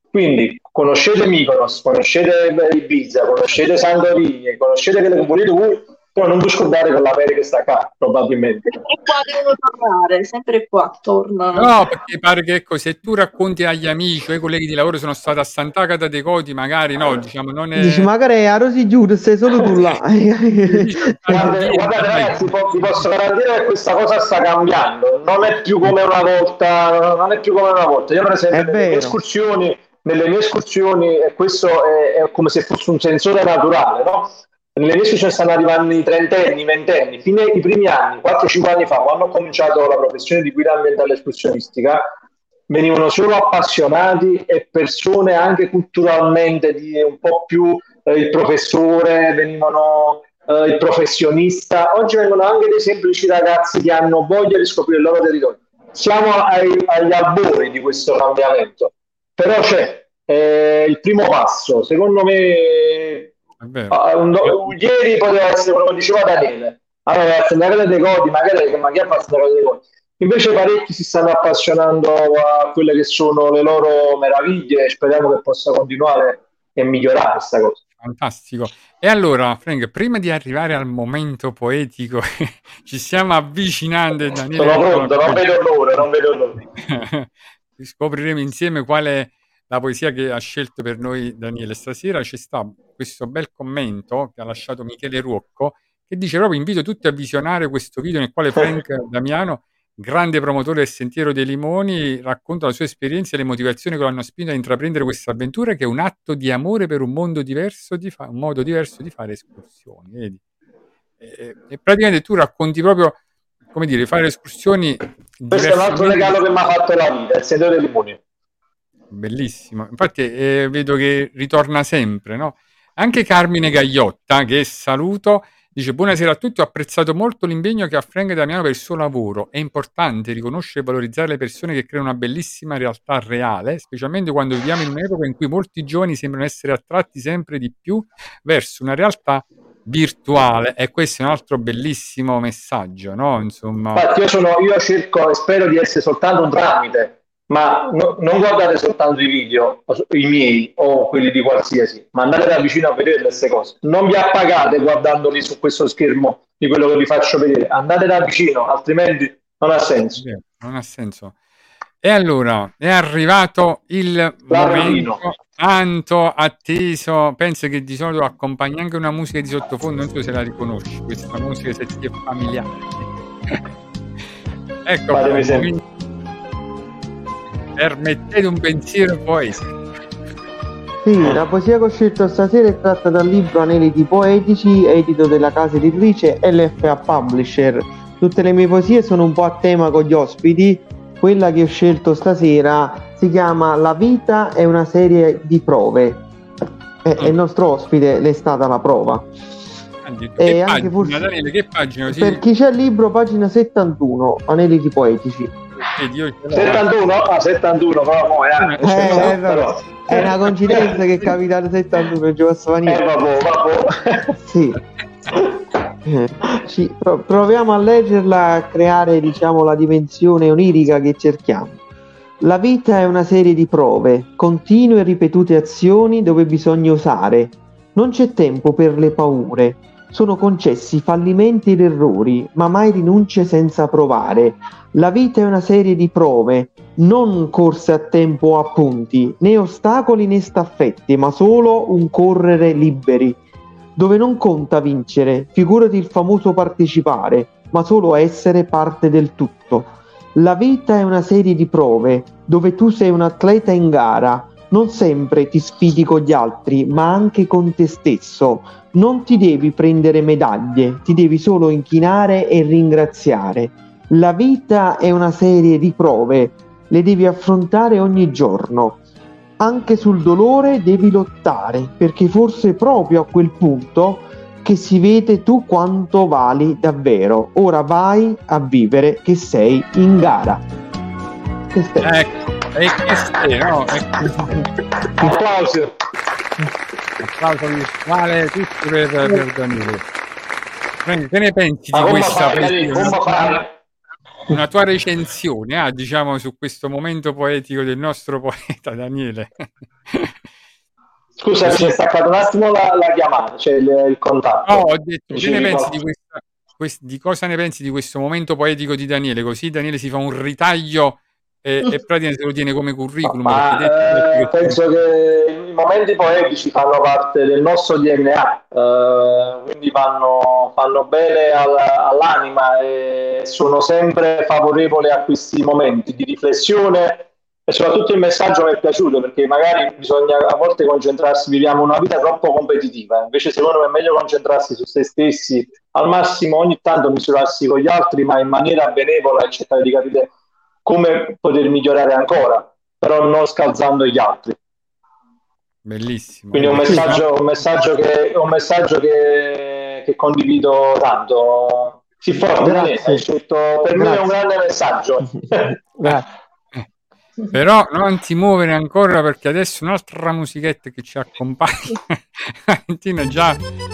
[SPEAKER 4] Quindi conoscete Mykonos, conoscete Ibiza, conoscete Santorini, conoscete quelle che volete voi, però non vi scordate con l'America che sta qua, probabilmente.
[SPEAKER 5] E qua devono tornare, sempre qua tornano.
[SPEAKER 2] No, perché pare che ecco, se tu racconti agli amici o ai colleghi di lavoro sono stato a Sant'Agata dei Goti, magari no, diciamo non è...
[SPEAKER 3] Dici magari a Rosy Giuda sei solo tu là.
[SPEAKER 4] Guardate, guardate ragazzi, vi posso garantire che questa cosa sta cambiando, non è più come una volta, non è più come una volta. Io per esempio nelle mie escursioni, nelle mie escursioni, e questo è, è come se fosse un sensore naturale, no? Nelle mie escursioni stanno arrivando i trentenni, i ventenni, fino ai primi anni, quattro cinque anni fa, quando ho cominciato la professione di guida ambientale escursionistica, venivano solo appassionati e persone anche culturalmente di un po' più eh, il professore, venivano eh, il professionista. Oggi vengono anche dei semplici ragazzi che hanno voglia di scoprire il loro territorio. Siamo ai, agli albori di questo cambiamento, però c'è eh, il primo passo, secondo me. Uh, un, un, ieri poteva essere come diceva Daniele, allora Sant'Agata dei Goti, magari ma chi ha fatto Sant'Agata dei Goti? Invece parecchi si stanno appassionando a quelle che sono le loro meraviglie, e speriamo che possa continuare e migliorare questa cosa.
[SPEAKER 2] Fantastico. E allora Frank, prima di arrivare al momento poetico ci stiamo avvicinando, Daniele,
[SPEAKER 4] sono pronto, non vedo l'ora, non vedo l'ora.
[SPEAKER 2] Scopriremo insieme quale la poesia che ha scelto per noi Daniele. Stasera ci sta questo bel commento che ha lasciato Michele Ruocco, che dice proprio: invito tutti a visionare questo video nel quale Frank Damiano, grande promotore del Sentiero dei Limoni, racconta la sua esperienza e le motivazioni che lo hanno spinto a intraprendere questa avventura, che è un atto di amore per un mondo diverso di fa- un modo diverso di fare escursioni, vedi? E, e praticamente tu racconti proprio, come dire, fare escursioni.
[SPEAKER 4] Questo è un altro regalo che mi ha fatto la vita, il Sentiero dei Limoni.
[SPEAKER 2] Bellissimo, infatti eh, vedo che ritorna sempre, no? Anche Carmine Gagliotta, che saluto, dice: buonasera a tutti, ho apprezzato molto l'impegno che ha Frank Damiano per il suo lavoro. È importante riconoscere e valorizzare le persone che creano una bellissima realtà reale, specialmente quando viviamo in un'epoca in cui molti giovani sembrano essere attratti sempre di più verso una realtà virtuale, e questo è un altro bellissimo messaggio, no? Insomma,
[SPEAKER 4] infatti io, sono, io cerco e spero di essere soltanto un tramite, ma no, non guardate soltanto i video, i miei o quelli di qualsiasi, ma andate da vicino a vedere queste cose. Non vi appagate guardandoli su questo schermo di quello che vi faccio vedere, andate da vicino, altrimenti non ha senso.
[SPEAKER 2] Non ha senso. E allora è arrivato il momento tanto atteso, penso che di solito accompagna anche una musica di sottofondo, non so se la riconosci, questa musica, se ti è familiare. Ecco, permettete un pensiero poetico.
[SPEAKER 3] Sì, la poesia che ho scelto stasera è tratta dal libro Aneliti Poetici, edito della casa editrice L F A Publisher. Tutte le mie poesie sono un po' a tema con gli ospiti. Quella che ho scelto stasera si chiama La vita è una serie di prove. E mm. il nostro ospite l'è stata la prova.
[SPEAKER 2] Che e pagina, anche forse, Daniele, che pagina?
[SPEAKER 3] Per chi c'è il libro, pagina settantuno, Aneliti Poetici.
[SPEAKER 4] settantuno? Ah, settantuno, però, eh,
[SPEAKER 3] eh, eh, però. È una coincidenza che è capitato settantuno, Giovanni.
[SPEAKER 4] Eh, vabbè, vabbè.
[SPEAKER 3] Sì. Eh, ci, pro- proviamo a leggerla, a creare, diciamo, la dimensione onirica che cerchiamo. La vita è una serie di prove, continue e ripetute azioni dove bisogna osare. Non c'è tempo per le paure. Sono concessi fallimenti ed errori, ma mai rinunce senza provare. La vita è una serie di prove, non corse a tempo o a punti, né ostacoli né staffette, ma solo un correre liberi, dove non conta vincere, figurati il famoso partecipare, ma solo essere parte del tutto. La vita è una serie di prove, dove tu sei un atleta in gara, non sempre ti sfidi con gli altri, ma anche con te stesso. Non ti devi prendere medaglie, ti devi solo inchinare e ringraziare. La vita è una serie di prove, le devi affrontare ogni giorno. Anche sul dolore devi lottare, perché forse proprio a quel punto che si vede tu quanto vali davvero. Ora vai a vivere che sei in gara. Che stai?
[SPEAKER 2] Ecco, e che stai, no?
[SPEAKER 4] Applauso.
[SPEAKER 2] Applauso virtuale, tutto per, per Danilo. Che ne pensi di
[SPEAKER 4] ah,
[SPEAKER 2] questa
[SPEAKER 4] fare, come fare?
[SPEAKER 2] una tua recensione, ah, diciamo, su questo momento poetico del nostro poeta Daniele.
[SPEAKER 4] Scusa,
[SPEAKER 2] Così.
[SPEAKER 4] mi è staccato un attimo la, la chiamata, cioè il, il contatto.
[SPEAKER 2] No, ho detto, che ne
[SPEAKER 4] Dicevi
[SPEAKER 2] pensi
[SPEAKER 4] qual-
[SPEAKER 2] di questa, quest- di cosa ne pensi di questo momento poetico di Daniele? Così Daniele si fa un ritaglio e, e praticamente se lo tiene come curriculum, perché
[SPEAKER 4] Ma
[SPEAKER 2] detto, detto
[SPEAKER 4] eh,
[SPEAKER 2] che
[SPEAKER 4] penso che i momenti poetici fanno parte del nostro D N A, eh, quindi fanno, fanno bene al- all'anima e sono sempre favorevole a questi momenti di riflessione e soprattutto il messaggio mi è piaciuto perché magari bisogna a volte concentrarsi, viviamo una vita troppo competitiva, invece secondo me è meglio concentrarsi su se stessi, al massimo ogni tanto misurarsi con gli altri, ma in maniera benevola e cercare di capire come poter migliorare ancora, però non scalzando gli altri.
[SPEAKER 2] bellissimo.
[SPEAKER 4] Quindi è un
[SPEAKER 2] vedi, questo-
[SPEAKER 4] messaggio, un messaggio, che, un messaggio che, che condivido tanto. Si forte, Daniele,
[SPEAKER 3] Grazie.
[SPEAKER 4] hai scelto, per me è un
[SPEAKER 3] Grazie.
[SPEAKER 4] grande messaggio.
[SPEAKER 3] Grazie.
[SPEAKER 2] eh, Però non ti muovere ancora perché adesso un'altra musichetta che ci accompagna. Valentina già.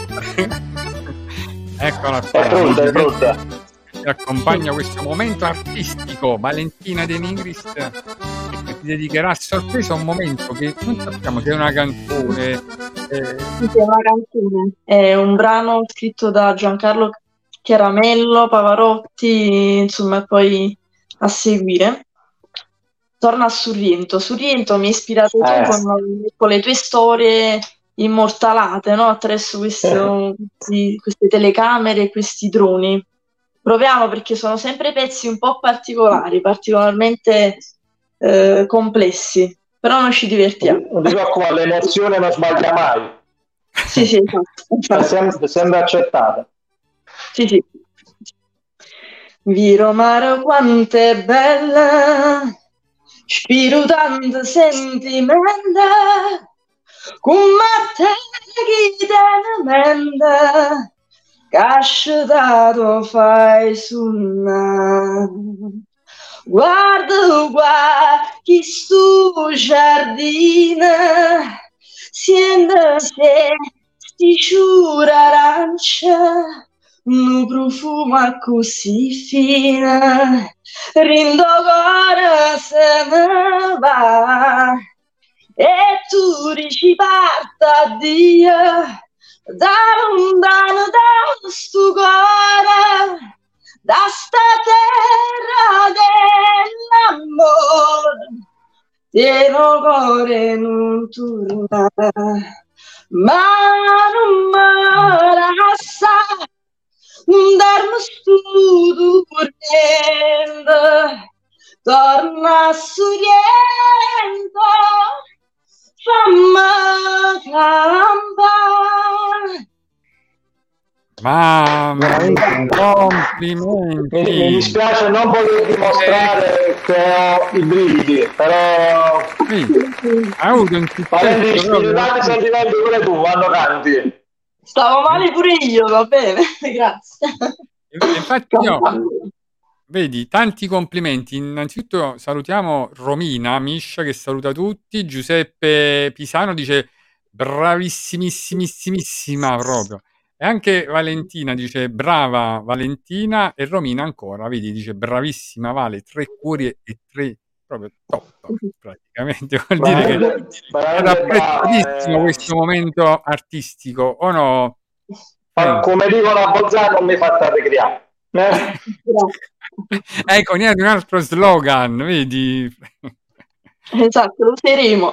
[SPEAKER 2] Eccola qua.
[SPEAKER 4] È
[SPEAKER 2] la
[SPEAKER 4] pronta, è
[SPEAKER 2] musichetta
[SPEAKER 4] pronta.
[SPEAKER 2] che Ci accompagna questo momento artistico. Valentina De Nigris che ti dedicherà a sorpresa un momento che non sappiamo se è una canzone. eh,
[SPEAKER 5] Sì, sì, è una canzone. È un brano scritto da Giancarlo Chiaramello, Pavarotti, insomma, e poi a seguire. Torna a Sorrento. Sorrento mi ha ispirato tu
[SPEAKER 4] Eh.
[SPEAKER 5] con, con le tue storie immortalate, no? Attraverso questo- questi- queste telecamere e questi droni. Proviamo perché sono sempre pezzi un po' particolari, particolarmente eh, complessi, però noi ci divertiamo.
[SPEAKER 4] Non ti preoccupare, l'emozione non sbaglia mai.
[SPEAKER 5] Sì, sì, esatto.
[SPEAKER 4] È
[SPEAKER 5] Infatti.
[SPEAKER 4] sempre, sempre accettata.
[SPEAKER 5] Sì, sì. Viro mare quanto è bella, spiro tanto sentimento, con Matteo chi te ne mente, che asciutato fai suonare. Guarda qua, chi sto giardino, siendo se sti ciura arancia, un profumo così fine, rindo cuore se ne va, e tu dici parta addio, da lontano da sto cuore, da sta terra dell'amore, tieno cuore non torna, ma non me lascia, darmi stu tormento, torna a Sorrento, fammi campare.
[SPEAKER 2] Mamma mia,
[SPEAKER 3] Bravissimo.
[SPEAKER 2] complimenti.
[SPEAKER 4] Mi, mi dispiace non poter dimostrare che ho i brividi, però
[SPEAKER 2] Sì, ha avuto un
[SPEAKER 4] Valenti,
[SPEAKER 2] successo proprio.
[SPEAKER 4] tanti sentimenti pure tu, quando canti.
[SPEAKER 5] Stavo male pure io, va bene, grazie.
[SPEAKER 2] E- Infatti io, vedi, tanti complimenti. Innanzitutto salutiamo Romina Miscia che saluta tutti. Giuseppe Pisano dice bravissimissimissima proprio. E anche Valentina dice brava Valentina e Romina ancora, vedi, dice bravissima Vale, tre cuori e, e tre proprio top praticamente. Vuol dire che
[SPEAKER 4] Veramente,
[SPEAKER 2] è
[SPEAKER 4] veramente
[SPEAKER 2] apprezzatissimo
[SPEAKER 4] brava, eh.
[SPEAKER 2] questo momento artistico, o no?
[SPEAKER 4] Ma come dicono a Bolzano, non mi fate ricreare. Eh?
[SPEAKER 2] Ecco, niente, un altro slogan, vedi?
[SPEAKER 5] Esatto, lo useremo.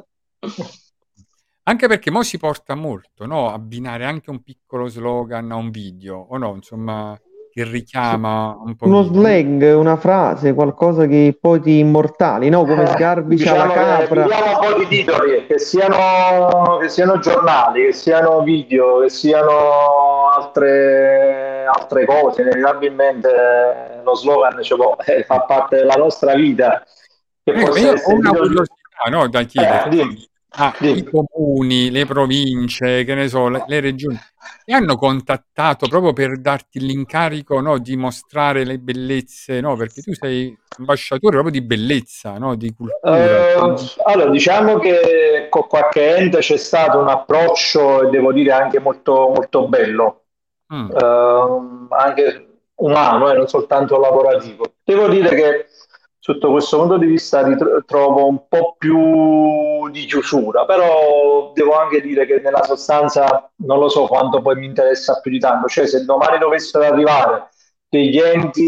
[SPEAKER 2] Anche perché mo si porta molto, no? Abbinare anche un piccolo slogan a un video, o no? Insomma, che richiama un po'.
[SPEAKER 3] Uno slang, una frase, qualcosa che poi ti immortali, no? Come
[SPEAKER 4] Eh,
[SPEAKER 3] sgarbicia
[SPEAKER 4] diciamo
[SPEAKER 3] la
[SPEAKER 4] che
[SPEAKER 3] capra.
[SPEAKER 4] viviamo un po' di titoli, che siano, che siano giornali, che siano video, che siano altre, altre cose. Inevitabilmente lo slogan ce può, eh, fa parte della nostra vita. Che
[SPEAKER 2] Ecco,
[SPEAKER 4] possa
[SPEAKER 2] io ho
[SPEAKER 4] essere
[SPEAKER 2] una
[SPEAKER 4] titolo-
[SPEAKER 2] curiosità, no, da chiedere.
[SPEAKER 4] Eh, dimmi,
[SPEAKER 2] Ah, i
[SPEAKER 4] dimmi.
[SPEAKER 2] comuni, le province, che ne so, le, le regioni, ti hanno contattato proprio per darti l'incarico, no, di mostrare le bellezze, no? Perché tu sei ambasciatore proprio di bellezza, no? Di cultura.
[SPEAKER 4] Eh, allora, diciamo che con qualche ente c'è stato un approccio, e devo dire anche molto, molto bello.
[SPEAKER 2] Mm.
[SPEAKER 4] Eh, anche umano, eh, non soltanto lavorativo. Devo dire che sotto questo punto di vista ritro- trovo un po' più di chiusura, però devo anche dire che nella sostanza non lo so quanto poi mi interessa più di tanto, cioè se domani dovessero arrivare degli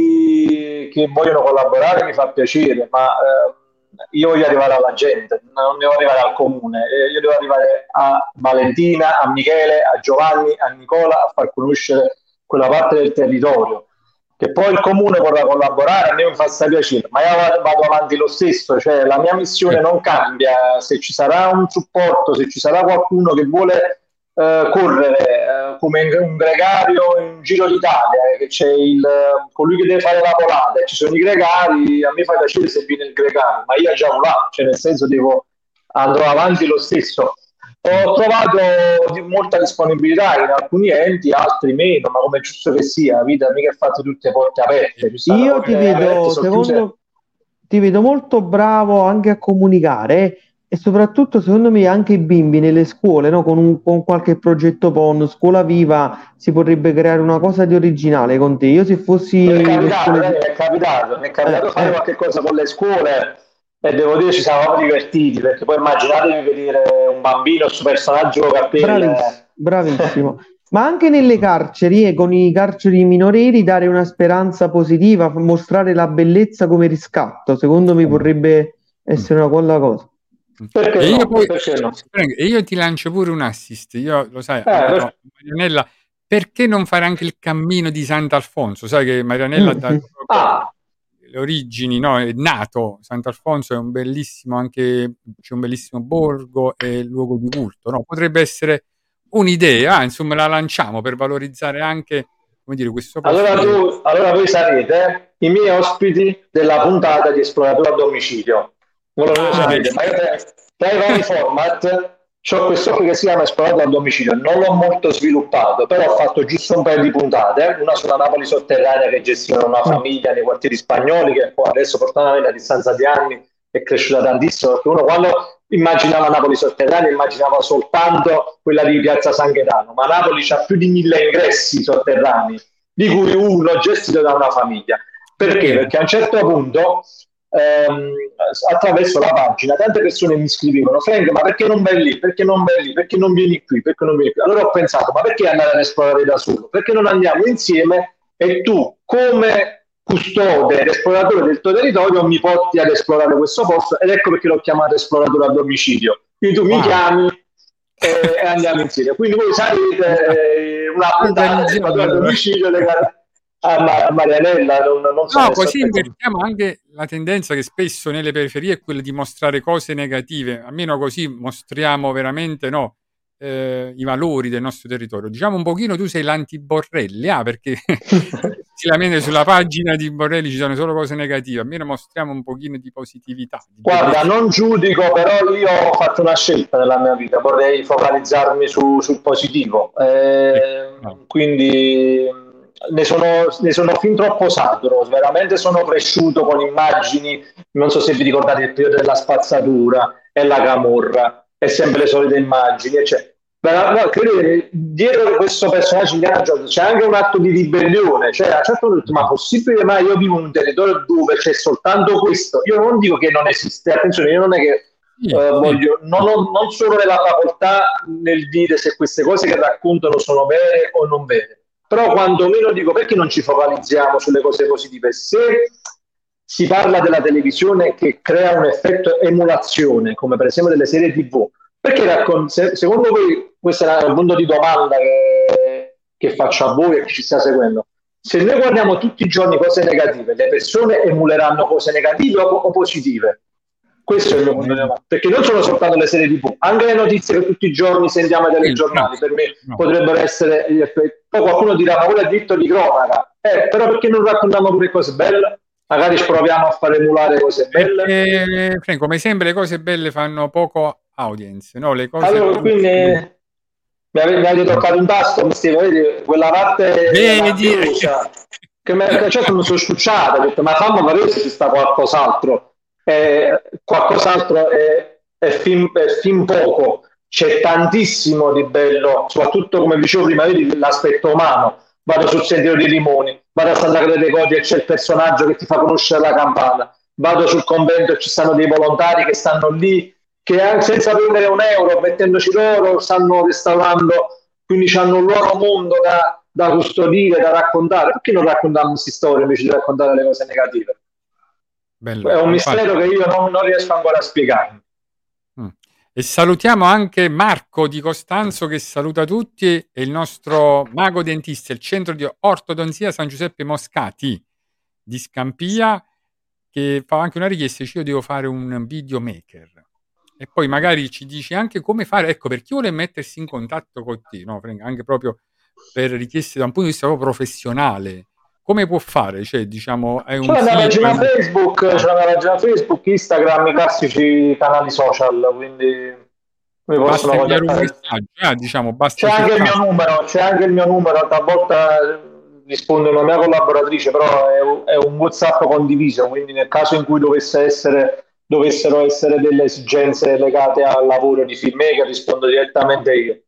[SPEAKER 4] enti che vogliono collaborare mi fa piacere, ma eh, io voglio arrivare alla gente, non devo arrivare al comune, eh, io devo arrivare a Valentina, a Michele, a Giovanni, a Nicola, a far conoscere quella parte del territorio. Che poi il comune vorrà collaborare, a me mi fa sta piacere, ma io vado avanti lo stesso, cioè la mia missione non cambia, se ci sarà un supporto, se ci sarà qualcuno che vuole eh, correre eh, come un gregario in Giro d'Italia, eh, che c'è il, colui che deve fare la volata, e ci sono i gregari, a me fa piacere se viene il gregario, ma io già là, cioè nel senso devo andrò avanti lo stesso. Ho trovato di- molta disponibilità in alcuni enti, altri meno, ma come è giusto che sia, la vita mica è fatta tutte porte aperte, ci stanno
[SPEAKER 3] Io ti
[SPEAKER 4] porte aperte,
[SPEAKER 3] vedo,
[SPEAKER 4] sono chiuse.
[SPEAKER 3] secondo, ti vedo molto bravo anche a comunicare eh, e soprattutto secondo me anche i bimbi nelle scuole, no? Con, un- con qualche progetto P O N, Scuola Viva, si potrebbe creare una cosa di originale con te. Io se fossi
[SPEAKER 4] Mi è
[SPEAKER 3] le
[SPEAKER 4] capitato,
[SPEAKER 3] scuole...
[SPEAKER 4] eh, mi è capitato, mi è capitato
[SPEAKER 3] Eh,
[SPEAKER 4] fare
[SPEAKER 3] eh,
[SPEAKER 4] qualche cosa con le scuole e devo dire ci siamo proprio divertiti, perché poi immaginatevi vedere un bambino, questo personaggio con capelli.
[SPEAKER 3] braviss- bravissimo. Ma anche nelle carceri e con i carceri minorenni dare una speranza positiva, f- mostrare la bellezza come riscatto, secondo me potrebbe essere una bella cosa.
[SPEAKER 4] Perché
[SPEAKER 2] E io
[SPEAKER 4] no?
[SPEAKER 2] poi,
[SPEAKER 4] Perché no?
[SPEAKER 2] Frank, e io ti lancio pure un assist. Io lo sai,
[SPEAKER 4] Eh,
[SPEAKER 2] abito a
[SPEAKER 4] per-
[SPEAKER 2] Marianella. Perché non fare anche il cammino di Sant'Alfonso? Sai che Marianella,
[SPEAKER 3] Mm,
[SPEAKER 2] da
[SPEAKER 3] mm.
[SPEAKER 2] dove
[SPEAKER 4] Ah,
[SPEAKER 2] le origini, no? È nato Sant'Alfonso, è un bellissimo anche, c'è un bellissimo borgo e luogo di culto, no? Potrebbe essere un'idea, insomma, la lanciamo per valorizzare anche, come dire, questo posto
[SPEAKER 4] allora
[SPEAKER 2] che...
[SPEAKER 4] tu, allora voi sarete i miei ospiti della puntata di Esploratore a domicilio. Voi non lo
[SPEAKER 2] Ah,
[SPEAKER 4] sapete, ma io tra, tra i vari format c'ho questo qui che si chiama Esploratore a domicilio. Non l'ho molto sviluppato, però ho fatto giusto un paio di puntate, una sulla Napoli sotterranea che gestivano una
[SPEAKER 3] Mm.
[SPEAKER 4] famiglia nei quartieri spagnoli, che poi adesso fortunatamente a distanza di anni è cresciuta tantissimo, perché uno quando immaginava Napoli sotterranea immaginava soltanto quella di Piazza San Gaetano, ma Napoli ha più di mille ingressi sotterranei, di cui uno gestito da una famiglia. Perché? Perché a un certo punto, ehm, attraverso la pagina, tante persone mi scrivevano: Frank, ma perché non vai lì? Perché non vai lì? Perché non vieni qui? Perché non vieni qui? Allora ho pensato: ma perché andare ad esplorare da solo? Perché non andiamo insieme e tu, come custode ed esploratore del tuo territorio, mi porti ad esplorare questo posto, ed ecco perché l'ho chiamato esploratore a domicilio. Quindi tu mi
[SPEAKER 2] Wow.
[SPEAKER 4] chiami e, e andiamo insieme. Quindi voi sarete eh, una puntata di esploratore a
[SPEAKER 2] Organizziamo.
[SPEAKER 4] domicilio legata a, Ma- a Marianella, non, non so
[SPEAKER 2] No,
[SPEAKER 4] adesso,
[SPEAKER 2] così
[SPEAKER 4] aspetta.
[SPEAKER 2] invertiamo anche la tendenza che spesso nelle periferie è quella di mostrare cose negative, almeno così mostriamo veramente, no, eh, i valori del nostro territorio. Diciamo un pochino tu sei l'anti-Borrelli, ah, perché si lamenta sulla pagina di Borrelli ci sono solo cose negative, almeno mostriamo un pochino di positività, di
[SPEAKER 4] Guarda,
[SPEAKER 2] bellezza.
[SPEAKER 4] non giudico, però io ho fatto una scelta nella mia vita, vorrei focalizzarmi su- sul positivo. Eh,
[SPEAKER 2] No.
[SPEAKER 4] quindi mh, ne sono, ne sono fin troppo saturo, veramente sono cresciuto con immagini, non so se vi ricordate il periodo della spazzatura e la camorra, e sempre le solite immagini, eccetera. Ma no, credo che dietro questo personaggio di Indiana Jones c'è anche un atto di ribellione, cioè a un certo punto, ma possibile mai io vivo in un territorio dove c'è soltanto questo? Io non dico che non esiste, attenzione, io non è che
[SPEAKER 2] Sì,
[SPEAKER 4] eh,
[SPEAKER 2] sì.
[SPEAKER 4] voglio, non, ho, non sono nella facoltà nel dire se queste cose che raccontano sono vere o non vere, però quantomeno dico perché non ci focalizziamo sulle cose positive. Se si parla della televisione che crea un effetto emulazione, come per esempio delle serie tivù, perché raccon- se- secondo voi, questo è un punto di domanda che, che faccio a voi e che ci sta seguendo, se noi guardiamo tutti i giorni cose negative, le persone emuleranno cose negative o, o positive? Questo è il mio punto di domanda, perché non sono soltanto le serie tivù, anche le notizie che tutti i giorni sentiamo ai telegiornali, per me
[SPEAKER 2] No.
[SPEAKER 4] potrebbero essere gli effetti. Poi qualcuno dirà, ma quello è diritto di cronaca, eh, però perché non raccontiamo pure cose belle? Magari proviamo a far emulare cose belle.
[SPEAKER 2] Perché, Frank, come sempre le cose belle fanno poco audience, no? Le cose
[SPEAKER 4] Allora,
[SPEAKER 2] brutte...
[SPEAKER 4] quindi mi avete, mi avete toccato un tasto, mi stai, vedi, quella parte
[SPEAKER 2] Vedi?
[SPEAKER 4] rabbiosa, che mi certo mi sono scucciato, ho detto, ma fammi vedere se ci sta qualcos'altro. Eh, qualcos'altro è, è, fin, è fin poco, c'è tantissimo di bello, soprattutto come dicevo prima, vedi l'aspetto umano, vado sul Sentiero dei Limoni, vado a Santa Croce dei Coti e c'è il personaggio che ti fa conoscere la campana, vado sul convento e ci stanno dei volontari che stanno lì, che anche senza prendere un euro, mettendoci loro, stanno restaurando, quindi hanno un loro mondo da, da custodire, da raccontare. Perché non raccontiamo queste storie invece di raccontare le cose negative?
[SPEAKER 2] Bello.
[SPEAKER 4] È un
[SPEAKER 2] Infatti...
[SPEAKER 4] mistero che io non, non riesco ancora a spiegare.
[SPEAKER 2] Mm. E salutiamo anche Marco Di Costanzo che saluta tutti e il nostro mago dentista, il centro di ortodonzia San Giuseppe Moscati di Scampia, che fa anche una richiesta, dice io devo fare un videomaker e poi magari ci dici anche come fare, ecco, per chi vuole mettersi in contatto con te, no? Anche proprio per richieste da un punto di vista proprio professionale, come può fare? Cioè, diciamo, è un
[SPEAKER 4] c'è una
[SPEAKER 2] sito,
[SPEAKER 4] pagina
[SPEAKER 2] un...
[SPEAKER 4] Facebook, c'è una pagina Facebook, Instagram, i classici canali social, quindi mi
[SPEAKER 2] basta
[SPEAKER 4] possono
[SPEAKER 2] inviare un
[SPEAKER 4] contattare.
[SPEAKER 2] messaggio, eh, diciamo, basta
[SPEAKER 4] C'è anche il
[SPEAKER 2] cercare.
[SPEAKER 4] mio numero, c'è anche il mio numero, talvolta risponde una mia collaboratrice, però è un, è un WhatsApp condiviso, quindi nel caso in cui dovesse essere, dovessero essere delle esigenze legate al lavoro di filmmaker, rispondo direttamente io.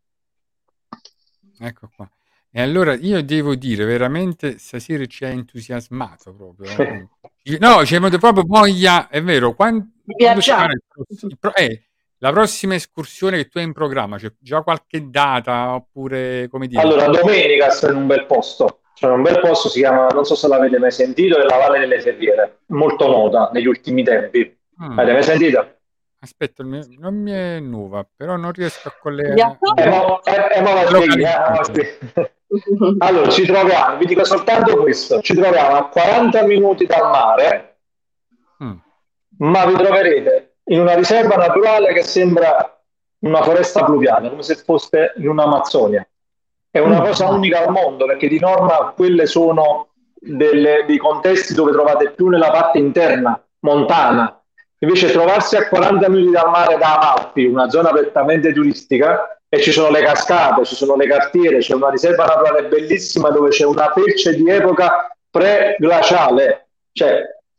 [SPEAKER 2] Ecco qua. E allora io devo dire, veramente stasera ci ha entusiasmato proprio. Eh? No, c'è proprio voglia, è vero, quando, quando si farà il prossimo, pro, eh, la prossima escursione che tu hai in programma, c'è già qualche data oppure come dire?
[SPEAKER 4] Allora, domenica sto in un bel posto, cioè un bel posto, si chiama, non so se l'avete mai sentito, è la Valle delle Ferriere, molto nota negli ultimi tempi. Mm. L'avete mai sentita?
[SPEAKER 2] Aspetta, non mi è nuova, però non riesco a collegare.
[SPEAKER 4] Eh, ma, eh, ma la spieghi, eh, allora, ci troviamo, vi dico soltanto questo, ci troviamo a quaranta minuti dal mare, mm. ma vi troverete in una riserva naturale che sembra una foresta pluviale, come se foste in un'Amazzonia. È una mm. cosa unica al mondo, perché di norma quelle sono delle, dei contesti dove trovate più nella parte interna, montana. Invece trovarsi a quaranta minuti dal mare da Amalfi, una zona prettamente turistica, e ci sono le cascate, ci sono le cartiere, c'è una riserva naturale bellissima dove c'è una pece di epoca pre-glaciale. Cioè,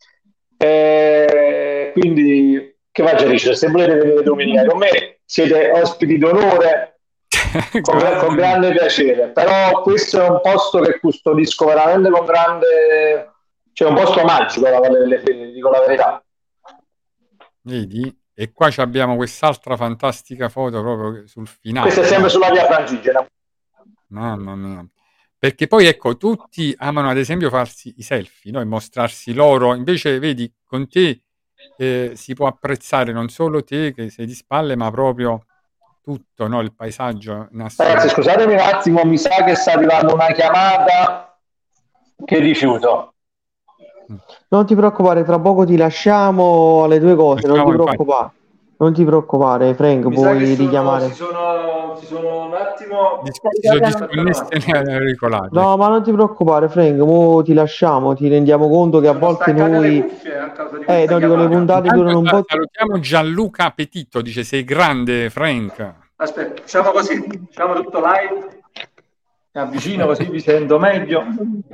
[SPEAKER 4] eh, quindi, che faccio dice? Se volete venire domenica con me, siete ospiti d'onore, con, con grande piacere. Però questo è un posto che custodisco veramente con grande... Cioè, un posto magico, la Valle delle Ferriere, dico la verità.
[SPEAKER 2] Vedi? E qua abbiamo quest'altra fantastica foto proprio sul finale.
[SPEAKER 4] Questa è sempre sulla via Francigena.
[SPEAKER 2] Mamma mia. Perché poi ecco, tutti amano ad esempio farsi i selfie, no? E mostrarsi loro. Invece vedi, con te eh, si può apprezzare non solo te che sei di spalle, ma proprio tutto, no? Il paesaggio.
[SPEAKER 4] Ragazzi, scusatemi un attimo, mi sa che sta arrivando una chiamata che rifiuto.
[SPEAKER 3] Non ti preoccupare, tra poco ti lasciamo alle tue cose, non ti preoccupare. Non ti preoccupare, Frank, mi puoi sono, richiamare.
[SPEAKER 4] Si sono, si sono un attimo
[SPEAKER 2] disconnesse.
[SPEAKER 3] No, ma non ti preoccupare, Frank, mo ti lasciamo, ti rendiamo conto che sono a volte noi a eh, no, dico, le puntate durano un po'.
[SPEAKER 2] Salutiamo Gianluca Petitto, dice sei grande, Frank.
[SPEAKER 4] Aspetta, facciamo così, facciamo tutto live. Mi avvicino così vi sento meglio.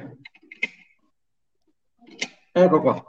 [SPEAKER 4] Ecco qua.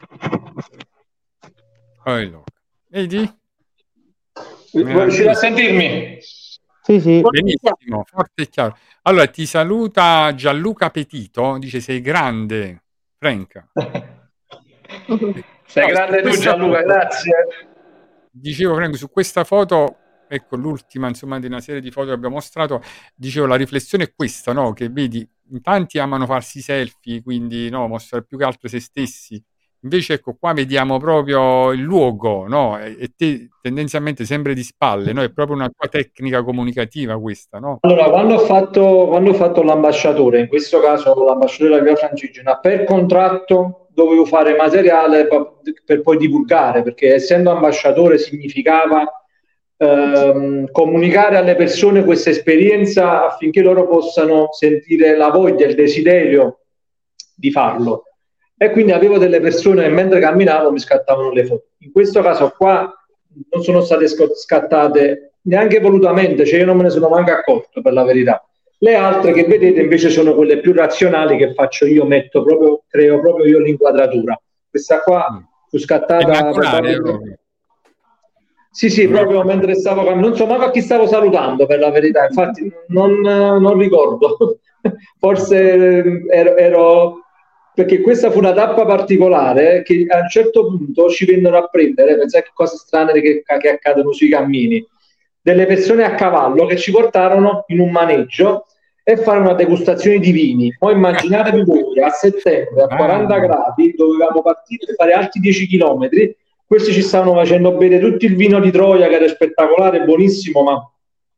[SPEAKER 2] Allora, vedi?
[SPEAKER 4] Riuscite a sentirmi?
[SPEAKER 3] Sì, sì.
[SPEAKER 2] Benissimo, forte e chiaro. Allora, ti saluta Gianluca Petito, dice sei grande, Frank.
[SPEAKER 4] Sei no, grande tu Gianluca, foto, grazie.
[SPEAKER 2] Dicevo, Frank, su questa foto, ecco l'ultima, insomma, di una serie di foto che abbiamo mostrato, dicevo, la riflessione è questa, no? Che vedi, in tanti amano farsi selfie, quindi no, mostrare più che altro se stessi. Invece ecco qua vediamo proprio il luogo, no? E, e te tendenzialmente sempre di spalle, no? È proprio una tua tecnica comunicativa questa, no?
[SPEAKER 4] Allora, quando ho fatto, quando ho fatto l'ambasciatore, in questo caso l'ambasciatore della Via Francigena, per contratto dovevo fare materiale per, per poi divulgare, perché essendo ambasciatore significava ehm, comunicare alle persone questa esperienza affinché loro possano sentire la voglia, il desiderio di farlo. E quindi avevo delle persone che mentre camminavo mi scattavano le foto. In questo caso qua non sono state scattate neanche volutamente, cioè io non me ne sono neanche accorto, per la verità. Le altre che vedete invece sono quelle più razionali che faccio io, metto proprio, creo proprio io l'inquadratura. Questa qua fu scattata... Sì, sì, proprio mentre stavo camminando, non so mai a chi stavo salutando per la verità, infatti non, non ricordo, forse ero, ero, perché questa fu una tappa particolare che a un certo punto ci vennero a prendere, pensate che cose strane che, che accadono sui cammini, delle persone a cavallo che ci portarono in un maneggio e fare una degustazione di vini. Poi immaginatevi voi, a settembre, a quaranta gradi, dovevamo partire e fare altri dieci chilometri. Questi ci stavano facendo bere tutto il vino di Troia, che era spettacolare, buonissimo, ma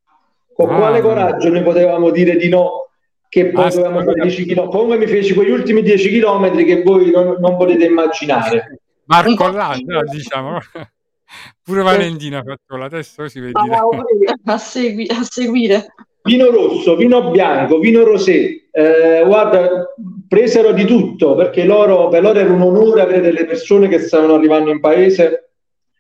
[SPEAKER 4] con ah, quale coraggio noi potevamo dire di no, che poi dovevamo fare dieci chilometri. Come mi feci quegli ultimi dieci chilometri che voi non, non potete immaginare.
[SPEAKER 2] Marco Landa, diciamo. Pure Valentina ha fatto la testa, si vede
[SPEAKER 5] a, segui- a seguire.
[SPEAKER 4] Vino rosso, vino bianco, vino rosé, eh, guarda, presero di tutto, perché loro, per loro era un onore avere delle persone che stavano arrivando in paese.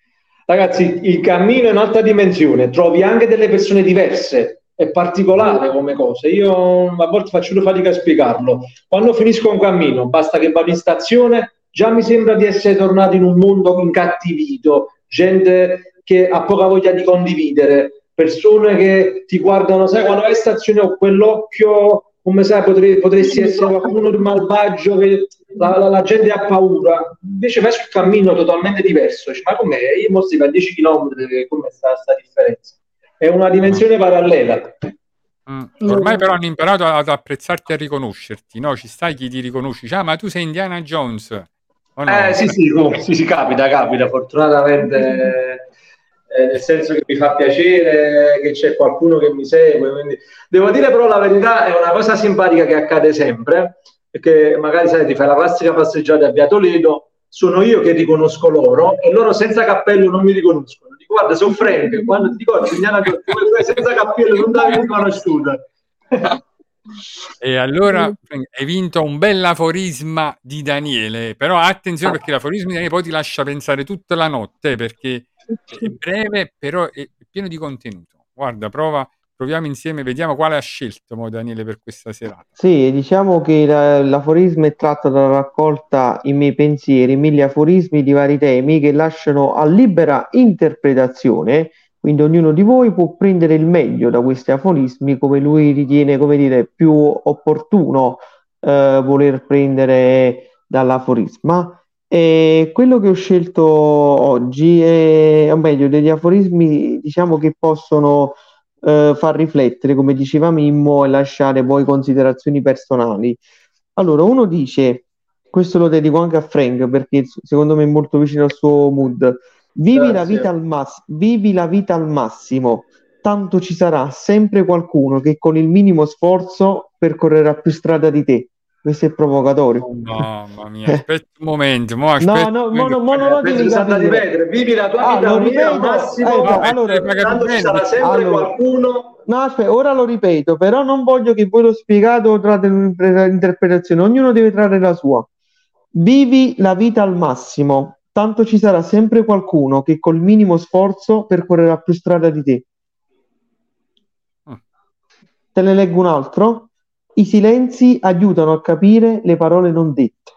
[SPEAKER 4] Ragazzi, il cammino è un'altra dimensione, trovi anche delle persone diverse, è particolare come cosa. Io a volte faccio fatica a spiegarlo. Quando finisco un cammino, basta che vado in stazione, già mi sembra di essere tornato in un mondo incattivito, gente che ha poca voglia di condividere, persone che ti guardano, sai, quando vai in stazione ho quell'occhio, come sai, potrei, potresti essere qualcuno di malvagio, che la, la, la gente ha paura. Invece vai sul cammino totalmente diverso. Dici, ma com'è? Io mo stai a dieci chilometri, com'è sta, sta differenza? È una dimensione parallela.
[SPEAKER 2] Mm. Ormai però hanno imparato ad apprezzarti e a riconoscerti, no? Ci stai chi ti riconosci, ah, ma tu sei Indiana Jones.
[SPEAKER 4] O no? Eh sì, sì, oh, sì, sì, capita, capita, fortunatamente... Eh, nel senso che mi fa piacere che c'è qualcuno che mi segue, quindi... devo dire però la verità, è una cosa simpatica che accade sempre, perché magari sai, ti fai la classica passeggiata a Via Toledo, sono io che riconosco loro e loro senza cappello non mi riconoscono, dico guarda sono Frank, quando ti ricordi senza cappello non ti avevi riconosciuta.
[SPEAKER 2] E allora hai vinto un bel aforisma di Daniele, però attenzione perché l'aforisma di Daniele poi ti lascia pensare tutta la notte, perché è breve però è pieno di contenuto. Guarda, prova, proviamo insieme, vediamo quale ha scelto mo Daniele per questa serata.
[SPEAKER 3] Sì, diciamo che la, l'aforisma è tratto dalla raccolta I miei pensieri, mille aforismi di vari temi che lasciano a libera interpretazione, quindi ognuno di voi può prendere il meglio da questi aforismi come lui ritiene, come dire, più opportuno eh, voler prendere dall'aforisma. E quello che ho scelto oggi è, o meglio, degli aforismi, diciamo, che possono eh, far riflettere, come diceva Mimmo, e lasciare poi considerazioni personali. Allora, uno dice, questo lo dedico anche a Frank perché secondo me è molto vicino al suo mood: vivi la vita al mass- vivi la vita al massimo, tanto ci sarà sempre qualcuno che con il minimo sforzo percorrerà più strada di te. Questo è provocatorio.
[SPEAKER 2] Oh, mamma mia, aspetta un momento. Mo aspetta
[SPEAKER 3] no, no,
[SPEAKER 2] un
[SPEAKER 3] mo, no, mo non lo devi
[SPEAKER 4] capire. Vivi la tua
[SPEAKER 3] ah,
[SPEAKER 4] vita
[SPEAKER 3] lo ripeto,
[SPEAKER 4] al massimo,
[SPEAKER 3] eh,
[SPEAKER 4] no,
[SPEAKER 3] allora,
[SPEAKER 4] tanto ci sarà sempre allora, qualcuno.
[SPEAKER 3] No, aspetta, ora lo ripeto, però non voglio che voi lo spiegate o trate un'interpretazione, ognuno deve trarre la sua. Vivi la vita al massimo, tanto ci sarà sempre qualcuno che col minimo sforzo percorrerà più strada di te. Te ne leggo un altro. I silenzi aiutano a capire le parole non dette.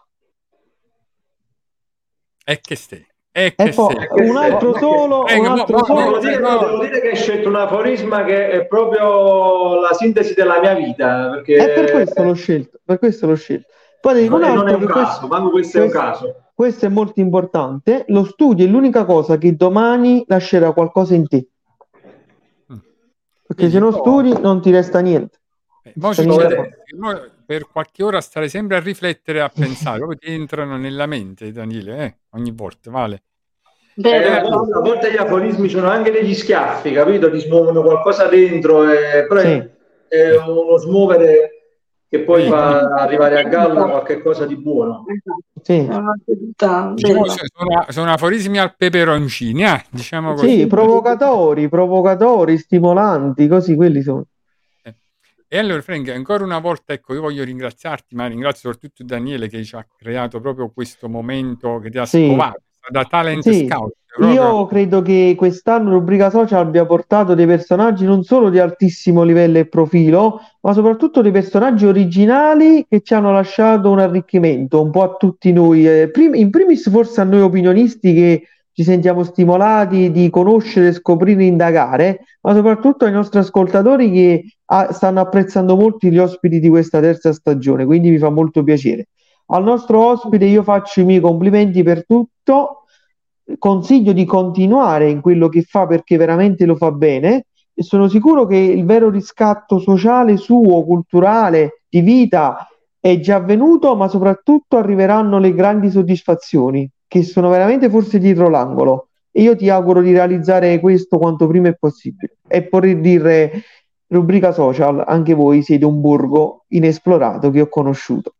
[SPEAKER 2] E che stai? E che
[SPEAKER 3] e poi
[SPEAKER 2] stai?
[SPEAKER 3] un altro solo,
[SPEAKER 2] Prego,
[SPEAKER 3] un altro
[SPEAKER 2] no,
[SPEAKER 3] solo.
[SPEAKER 4] Devo dire, devo dire che hai scelto un aforisma che è proprio la sintesi della mia vita. Perché...
[SPEAKER 3] E per questo l'ho scelto, per questo l'ho scelto. Poi dico un altro,
[SPEAKER 4] non è un
[SPEAKER 3] che
[SPEAKER 4] caso,
[SPEAKER 3] questo,
[SPEAKER 4] questo è un caso.
[SPEAKER 3] Questo è molto importante. Lo studio è l'unica cosa che domani lascerà qualcosa in te. Perché Quindi, se non studi non ti resta niente.
[SPEAKER 2] Eh, mo succede, mo per qualche ora stare sempre a riflettere, a pensare, proprio ti entrano nella mente, Daniele, eh? Ogni volta, vale.
[SPEAKER 4] Eh, a, volte, a volte gli aforismi sono anche degli schiaffi, capito? Ti smuovono qualcosa dentro, e, però sì. È uno smuovere che poi sì. fa arrivare a galla qualche cosa di buono.
[SPEAKER 3] Sì.
[SPEAKER 2] Diciamo, sono, sono aforismi al peperoncini, eh? Diciamo così.
[SPEAKER 3] Sì, provocatori, provocatori, stimolanti, così quelli sono.
[SPEAKER 2] E allora Frank, ancora una volta, ecco, io voglio ringraziarti, ma ringrazio soprattutto Daniele che ci ha creato proprio questo momento, che ti ha sì. scovato da talent
[SPEAKER 3] sì.
[SPEAKER 2] scout. Proprio.
[SPEAKER 3] Io credo che quest'anno Rubrica Social abbia portato dei personaggi non solo di altissimo livello e profilo, ma soprattutto dei personaggi originali che ci hanno lasciato un arricchimento un po' a tutti noi. Eh, prim- in primis forse a noi opinionisti che ci ci sentiamo stimolati di conoscere, scoprire, indagare, ma soprattutto ai nostri ascoltatori che ah, stanno apprezzando molto gli ospiti di questa terza stagione, quindi mi fa molto piacere. Al nostro ospite io faccio i miei complimenti per tutto, consiglio di continuare in quello che fa perché veramente lo fa bene e sono sicuro che il vero riscatto sociale suo, culturale, di vita è già avvenuto, ma soprattutto arriveranno le grandi soddisfazioni che sono veramente forse dietro l'angolo e io ti auguro di realizzare questo quanto prima è possibile. E vorrei dire, rubrica social, anche voi siete un borgo inesplorato che ho conosciuto.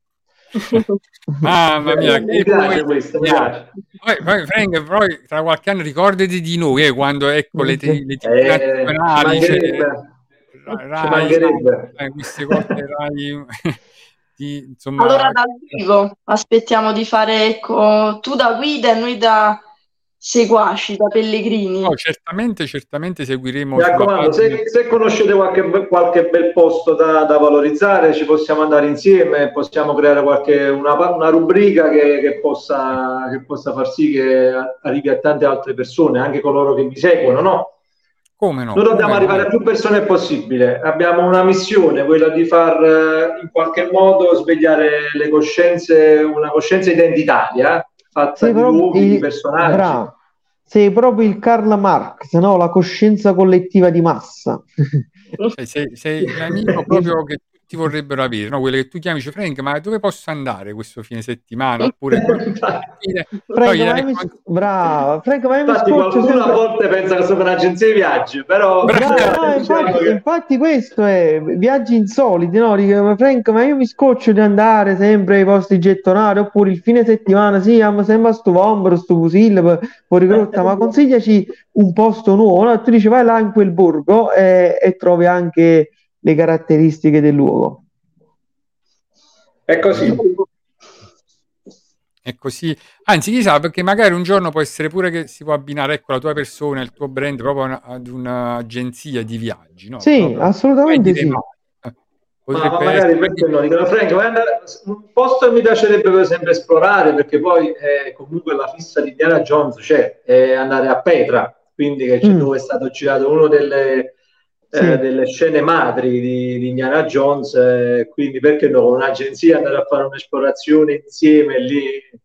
[SPEAKER 2] Mamma mia,
[SPEAKER 4] mi
[SPEAKER 2] che
[SPEAKER 4] piace
[SPEAKER 2] poi,
[SPEAKER 4] questo, mi piace.
[SPEAKER 2] poi, poi, Frank, poi tra qualche anno ricordati di noi, eh, quando ecco le, te, le tv
[SPEAKER 4] Eh, ci
[SPEAKER 2] nazionali, cioè,
[SPEAKER 4] mancherebbe, ci
[SPEAKER 2] Rai,
[SPEAKER 4] mancherebbe.
[SPEAKER 2] eh, queste cose Rai, di, insomma,
[SPEAKER 5] Allora dal vivo aspettiamo di fare, ecco, tu da guida e noi da seguaci, da pellegrini.
[SPEAKER 2] no, certamente, certamente seguiremo.
[SPEAKER 4] Mi
[SPEAKER 2] sulla
[SPEAKER 4] raccomando,
[SPEAKER 2] pagina.
[SPEAKER 4] se, se conoscete qualche, qualche bel posto da, da valorizzare, ci possiamo andare insieme, possiamo creare qualche, una, una rubrica che, che, possa, che possa far sì che arrivi a tante altre persone, anche coloro che vi seguono, no?
[SPEAKER 2] Come no?
[SPEAKER 4] Noi dobbiamo
[SPEAKER 2] Come
[SPEAKER 4] arrivare
[SPEAKER 2] no?
[SPEAKER 4] a più persone possibile. Abbiamo una missione, quella di far eh, in qualche modo svegliare le coscienze, una coscienza identitaria, fatta
[SPEAKER 3] Sei
[SPEAKER 4] di
[SPEAKER 3] proprio
[SPEAKER 4] luoghi, di
[SPEAKER 3] il,
[SPEAKER 4] personaggi.
[SPEAKER 3] bravo. Sei proprio il Karl Marx, no? La coscienza collettiva di massa.
[SPEAKER 2] Cioè, sei, sei l'amico proprio che tutti vorrebbero avere, no? Quello che tu chiami, dice, Frank, ma dove posso andare questo fine settimana? Oppure
[SPEAKER 3] Frank, ma io mi... bravo, Frank, ma io mi
[SPEAKER 4] Infatti
[SPEAKER 3] scoccio
[SPEAKER 4] qualcuno
[SPEAKER 3] sempre...
[SPEAKER 4] a volte pensa che sono un'agenzia di viaggi, però
[SPEAKER 3] Bravo, no,
[SPEAKER 4] diciamo
[SPEAKER 3] infatti,
[SPEAKER 4] che...
[SPEAKER 3] infatti questo è viaggi insoliti, no? Dico, Frank, ma io mi scoccio di andare sempre ai posti gettonati oppure il fine settimana, sì, amo sempre a sto Vombro, sto Fusil, fuori grotta, ma consigliaci un posto nuovo, no? Tu dici vai là in quel borgo e, e trovi anche le caratteristiche del luogo.
[SPEAKER 4] È così.
[SPEAKER 2] È così, anzi chissà, perché magari un giorno può essere pure che si può abbinare, ecco, la tua persona, il tuo brand proprio una- ad un'agenzia di viaggi, no?
[SPEAKER 3] Sì,
[SPEAKER 2] Proprio,
[SPEAKER 3] assolutamente
[SPEAKER 2] mai dire
[SPEAKER 3] sì.
[SPEAKER 2] mai. Eh,
[SPEAKER 4] Ma,
[SPEAKER 2] Potrebbe
[SPEAKER 4] ma magari
[SPEAKER 2] essere,
[SPEAKER 4] perché no? Dicono, Frank, vai andare... un posto che mi piacerebbe per esempio esplorare, perché poi eh, comunque la fissa di Indiana Jones c'è, è andare a Petra, quindi che c'è
[SPEAKER 3] Mm.
[SPEAKER 4] dove è stato girato uno delle,
[SPEAKER 3] Sì.
[SPEAKER 4] eh, delle scene madri di, di Indiana Jones, eh, quindi perché no, con un'agenzia andare a fare un'esplorazione insieme lì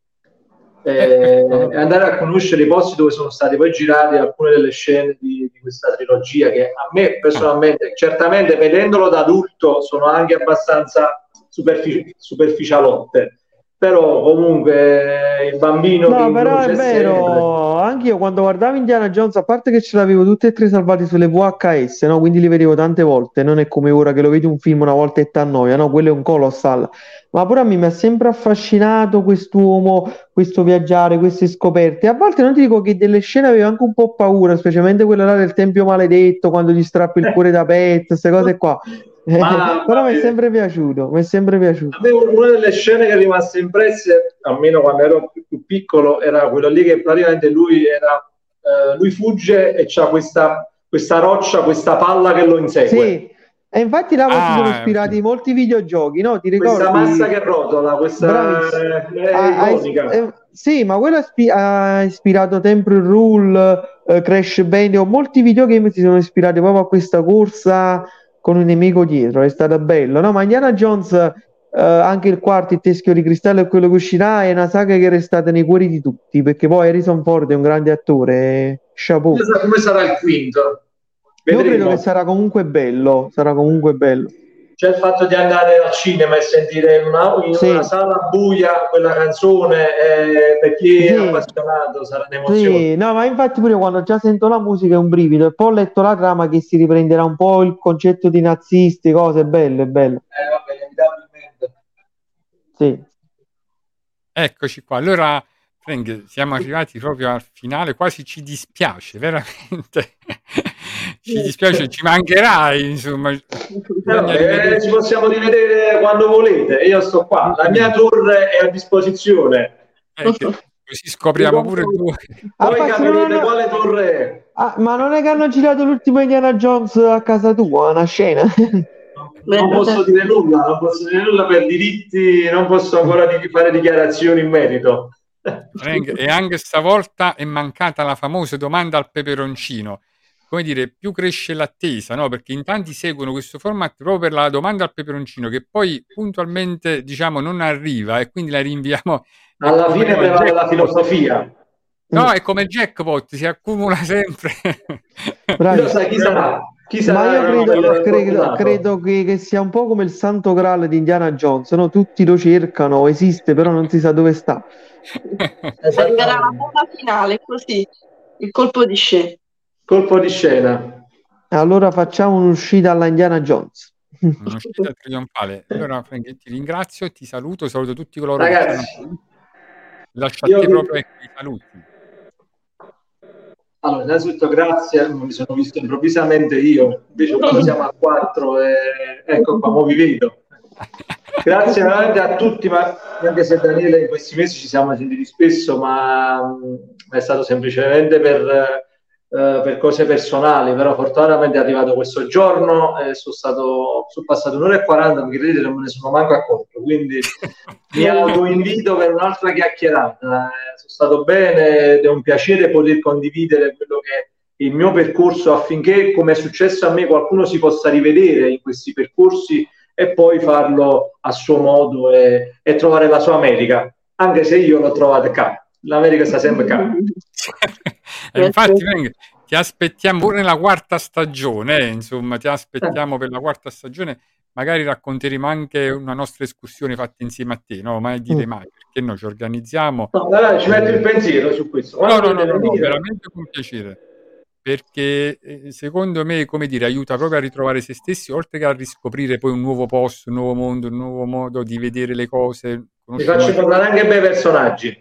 [SPEAKER 4] eh, e andare a conoscere i posti dove sono state poi girate alcune delle scene di, di questa trilogia che a me personalmente, certamente vedendolo da adulto, sono anche abbastanza superfici- superficialotte, però comunque il bambino che
[SPEAKER 3] No,
[SPEAKER 4] in
[SPEAKER 3] però è
[SPEAKER 4] c'è sempre.
[SPEAKER 3] vero, anche io quando guardavo Indiana Jones, a parte che ce l'avevo tutte e tre salvati sulle V H S, no? Quindi li vedevo tante volte, non è come ora che lo vedi un film una volta e t'annoia, no? Quello è un colossal, ma pure a me mi ha sempre affascinato quest'uomo, questo viaggiare, queste scoperte. A volte non ti dico che delle scene avevo anche un po' paura, specialmente quella là del Tempio Maledetto, quando gli strappi il cuore da petto, queste cose qua.
[SPEAKER 4] Ma-
[SPEAKER 3] Però
[SPEAKER 4] ma-
[SPEAKER 3] mi è sempre piaciuto, mi è sempre piaciuto.
[SPEAKER 4] A me una delle scene che è rimasta impresse, almeno quando ero più, più piccolo, era quello lì che praticamente lui era eh, lui fugge e c'ha questa, questa roccia, questa palla che lo insegue.
[SPEAKER 3] Sì, e infatti là
[SPEAKER 2] Ah,
[SPEAKER 3] si sono ispirati
[SPEAKER 2] sì.
[SPEAKER 3] molti videogiochi, no? Ti ricordi?
[SPEAKER 4] Questa massa che rotola, questa
[SPEAKER 3] Bravissimo.
[SPEAKER 4] è
[SPEAKER 3] Ha- ha is-
[SPEAKER 4] iconica.
[SPEAKER 3] eh, sì, ma quello ha, ispi- ha ispirato Temple Rule, eh, Crash Bandicoot, molti videogame si sono ispirati proprio a questa corsa con un nemico dietro, è stato bello, no? Ma Indiana Jones, eh, anche il quarto, il Teschio di Cristallo e quello che uscirà, è una saga che è restata nei cuori di tutti, perché poi Harrison Ford è un grande attore, chapeau.
[SPEAKER 4] Chissà come sarà il quinto.
[SPEAKER 3] Io
[SPEAKER 4] Vedremo.
[SPEAKER 3] credo che sarà comunque bello, sarà comunque bello.
[SPEAKER 4] C'è il fatto di andare al cinema e sentire in una, in
[SPEAKER 3] Sì.
[SPEAKER 4] una sala buia quella canzone, eh, per chi
[SPEAKER 3] Sì.
[SPEAKER 4] è appassionato sarà un'emozione.
[SPEAKER 3] Sì, no, ma infatti pure quando già sento la musica è un brivido, e poi ho letto la trama che si riprenderà un po' il concetto di nazisti, cose belle, bello.
[SPEAKER 4] Eh, vabbè, inevitabilmente.
[SPEAKER 3] Sì.
[SPEAKER 2] Eccoci qua. Allora, Frank, siamo arrivati proprio al finale, quasi ci dispiace, veramente. Ci dispiace, ci mancherai, insomma.
[SPEAKER 4] Eh,
[SPEAKER 2] Bisogna
[SPEAKER 4] vabbè,
[SPEAKER 2] rivedere-
[SPEAKER 4] ci possiamo rivedere quando volete, io sto qua, la mia torre è a disposizione,
[SPEAKER 2] eh, che- così scopriamo pure due.
[SPEAKER 3] Ah,
[SPEAKER 4] poi
[SPEAKER 3] poi se
[SPEAKER 4] capirete
[SPEAKER 3] non-
[SPEAKER 4] quale torre è.
[SPEAKER 3] Ah, ma non è che hanno girato l'ultimo Indiana Jones a casa tua, una scena?
[SPEAKER 4] Non posso dire nulla, non posso dire nulla per diritti, non posso ancora di- fare dichiarazioni in merito.
[SPEAKER 2] Frank, e anche stavolta è mancata la famosa domanda al peperoncino. Come dire, più cresce l'attesa, no? Perché in tanti seguono questo format proprio per la domanda al peperoncino, che poi puntualmente, diciamo, non arriva e quindi la rinviamo.
[SPEAKER 4] Alla fine prevale la filosofia.
[SPEAKER 2] No, è come jackpot, si accumula sempre.
[SPEAKER 3] Bravi.
[SPEAKER 4] Sai chi sarà? Chi sarà?
[SPEAKER 3] Ma io credo,
[SPEAKER 4] il
[SPEAKER 3] credo,
[SPEAKER 4] fortunato?
[SPEAKER 3] credo che, che sia un po' come il santo graal di Indiana Jones, no? Tutti lo cercano, esiste, però non si sa dove sta.
[SPEAKER 5] Arriverà la buona finale, così, il colpo di scena.
[SPEAKER 4] Colpo di scena.
[SPEAKER 3] Allora facciamo un'uscita alla Indiana Jones.
[SPEAKER 2] Un'uscita trionfale. Allora, Frank, ti ringrazio, ti saluto, saluto tutti coloro
[SPEAKER 4] Ragazzi,
[SPEAKER 2] che sono. Lascio a te
[SPEAKER 4] io vi-
[SPEAKER 2] proprio i saluti.
[SPEAKER 4] Allora, innanzitutto grazie, mi sono visto improvvisamente io, invece quando siamo a quattro e ecco qua, mo vi vedo. Grazie veramente a tutti, ma anche se Daniele in questi mesi ci siamo sentiti spesso, ma mh, è stato semplicemente per, eh, per cose personali, però fortunatamente è arrivato questo giorno e sono stato, sono passato un'ora e quaranta, mi credete, non me ne sono manco accorto, quindi mi autoinvito per un'altra chiacchierata. Eh, sono stato bene ed è un piacere poter condividere quello che è il mio percorso affinché, come è successo a me, qualcuno si possa rivedere in questi percorsi e poi farlo a suo modo e, e trovare la sua America, anche se io l'ho trovata qua. L'America sta sempre qua.
[SPEAKER 2] E infatti, Frank, ti aspettiamo pure nella quarta stagione, eh, insomma, ti aspettiamo per la quarta stagione. Magari racconteremo anche una nostra escursione fatta insieme a te, no? Mai dire mai, perché noi ci organizziamo.
[SPEAKER 4] No, allora, ci metto il pensiero su questo.
[SPEAKER 2] No,
[SPEAKER 4] Quando
[SPEAKER 2] no, no, no, no,
[SPEAKER 4] venire-
[SPEAKER 2] veramente con piacere. Perché eh, secondo me, come dire, aiuta proprio a ritrovare se stessi, oltre che a riscoprire poi un nuovo posto, un nuovo mondo, un nuovo modo di vedere le cose.
[SPEAKER 4] Vi
[SPEAKER 2] conoscere
[SPEAKER 4] faccio
[SPEAKER 2] nuovi-
[SPEAKER 4] parlare anche bei personaggi.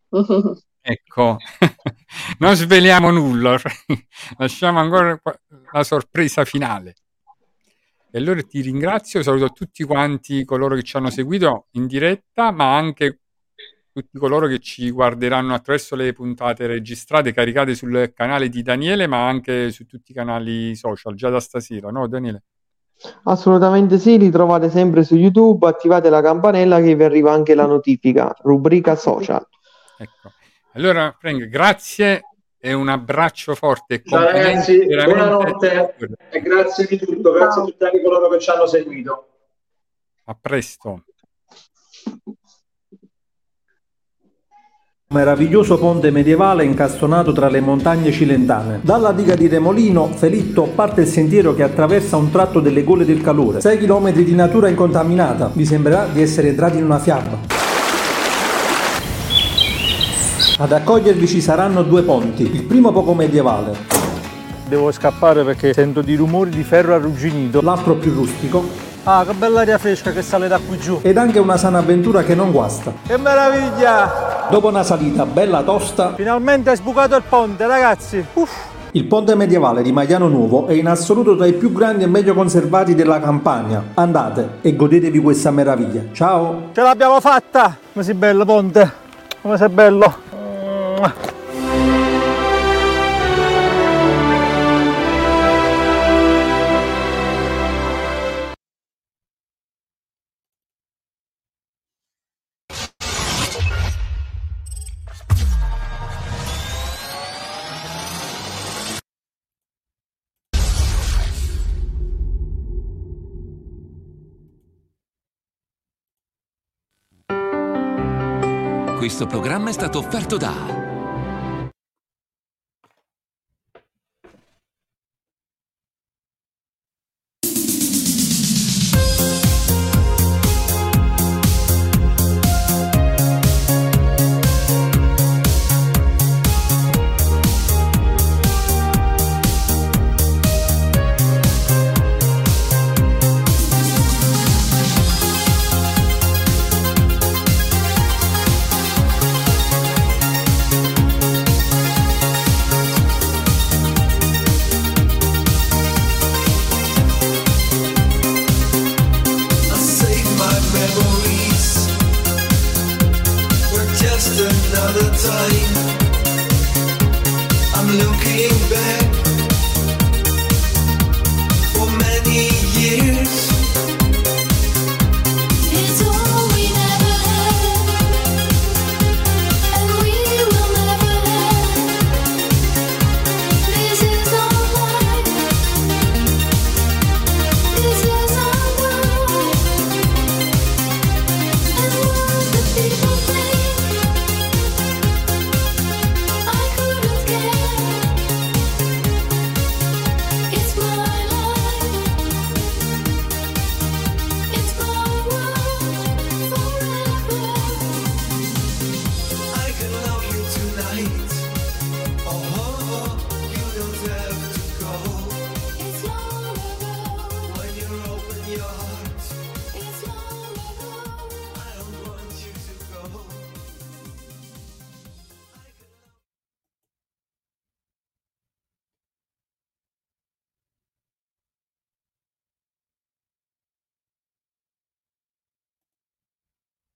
[SPEAKER 2] Ecco, non sveliamo nulla, lasciamo ancora qua- la sorpresa finale. E allora ti ringrazio, saluto tutti quanti coloro che ci hanno seguito in diretta, ma anche tutti coloro che ci guarderanno attraverso le puntate registrate, caricate sul canale di Daniele, ma anche su tutti i canali social, già da stasera, no Daniele?
[SPEAKER 3] Assolutamente sì, li trovate sempre su YouTube, attivate la campanella che vi arriva anche la notifica, rubrica social.
[SPEAKER 2] Ecco. Allora, Frank, grazie e un abbraccio forte. e
[SPEAKER 4] Ciao
[SPEAKER 2] complimenti
[SPEAKER 4] ragazzi,
[SPEAKER 2] veramente.
[SPEAKER 4] buonanotte e grazie di tutto, grazie a tutti anche coloro che ci hanno seguito.
[SPEAKER 2] A presto.
[SPEAKER 6] Un meraviglioso ponte medievale incastonato tra le montagne cilentane. Dalla diga di Remolino, Felitto, parte il sentiero che attraversa un tratto delle Gole del Calore. sei chilometri di natura incontaminata. Vi sembrerà di essere entrati in una fiaba. Ad accogliervi ci saranno due ponti. Il primo poco medievale,
[SPEAKER 7] Devo scappare perché sento di rumori di ferro arrugginito.
[SPEAKER 6] l'altro più rustico,
[SPEAKER 7] Ah, che bella aria fresca che sale da qui giù.
[SPEAKER 6] ed anche una sana avventura che non guasta.
[SPEAKER 7] Che meraviglia!
[SPEAKER 6] Dopo una salita bella tosta,
[SPEAKER 7] Finalmente hai sbucato il ponte, ragazzi. Uff.
[SPEAKER 6] il ponte medievale di Magliano Nuovo è in assoluto tra i più grandi e meglio conservati della Campania. Andate e godetevi questa meraviglia. Ciao!
[SPEAKER 7] Ce l'abbiamo fatta! Come sei bello, ponte! Come sei bello!
[SPEAKER 1] Questo programma è stato offerto da
[SPEAKER 8] I save my memories. We're just another time. I'm looking back.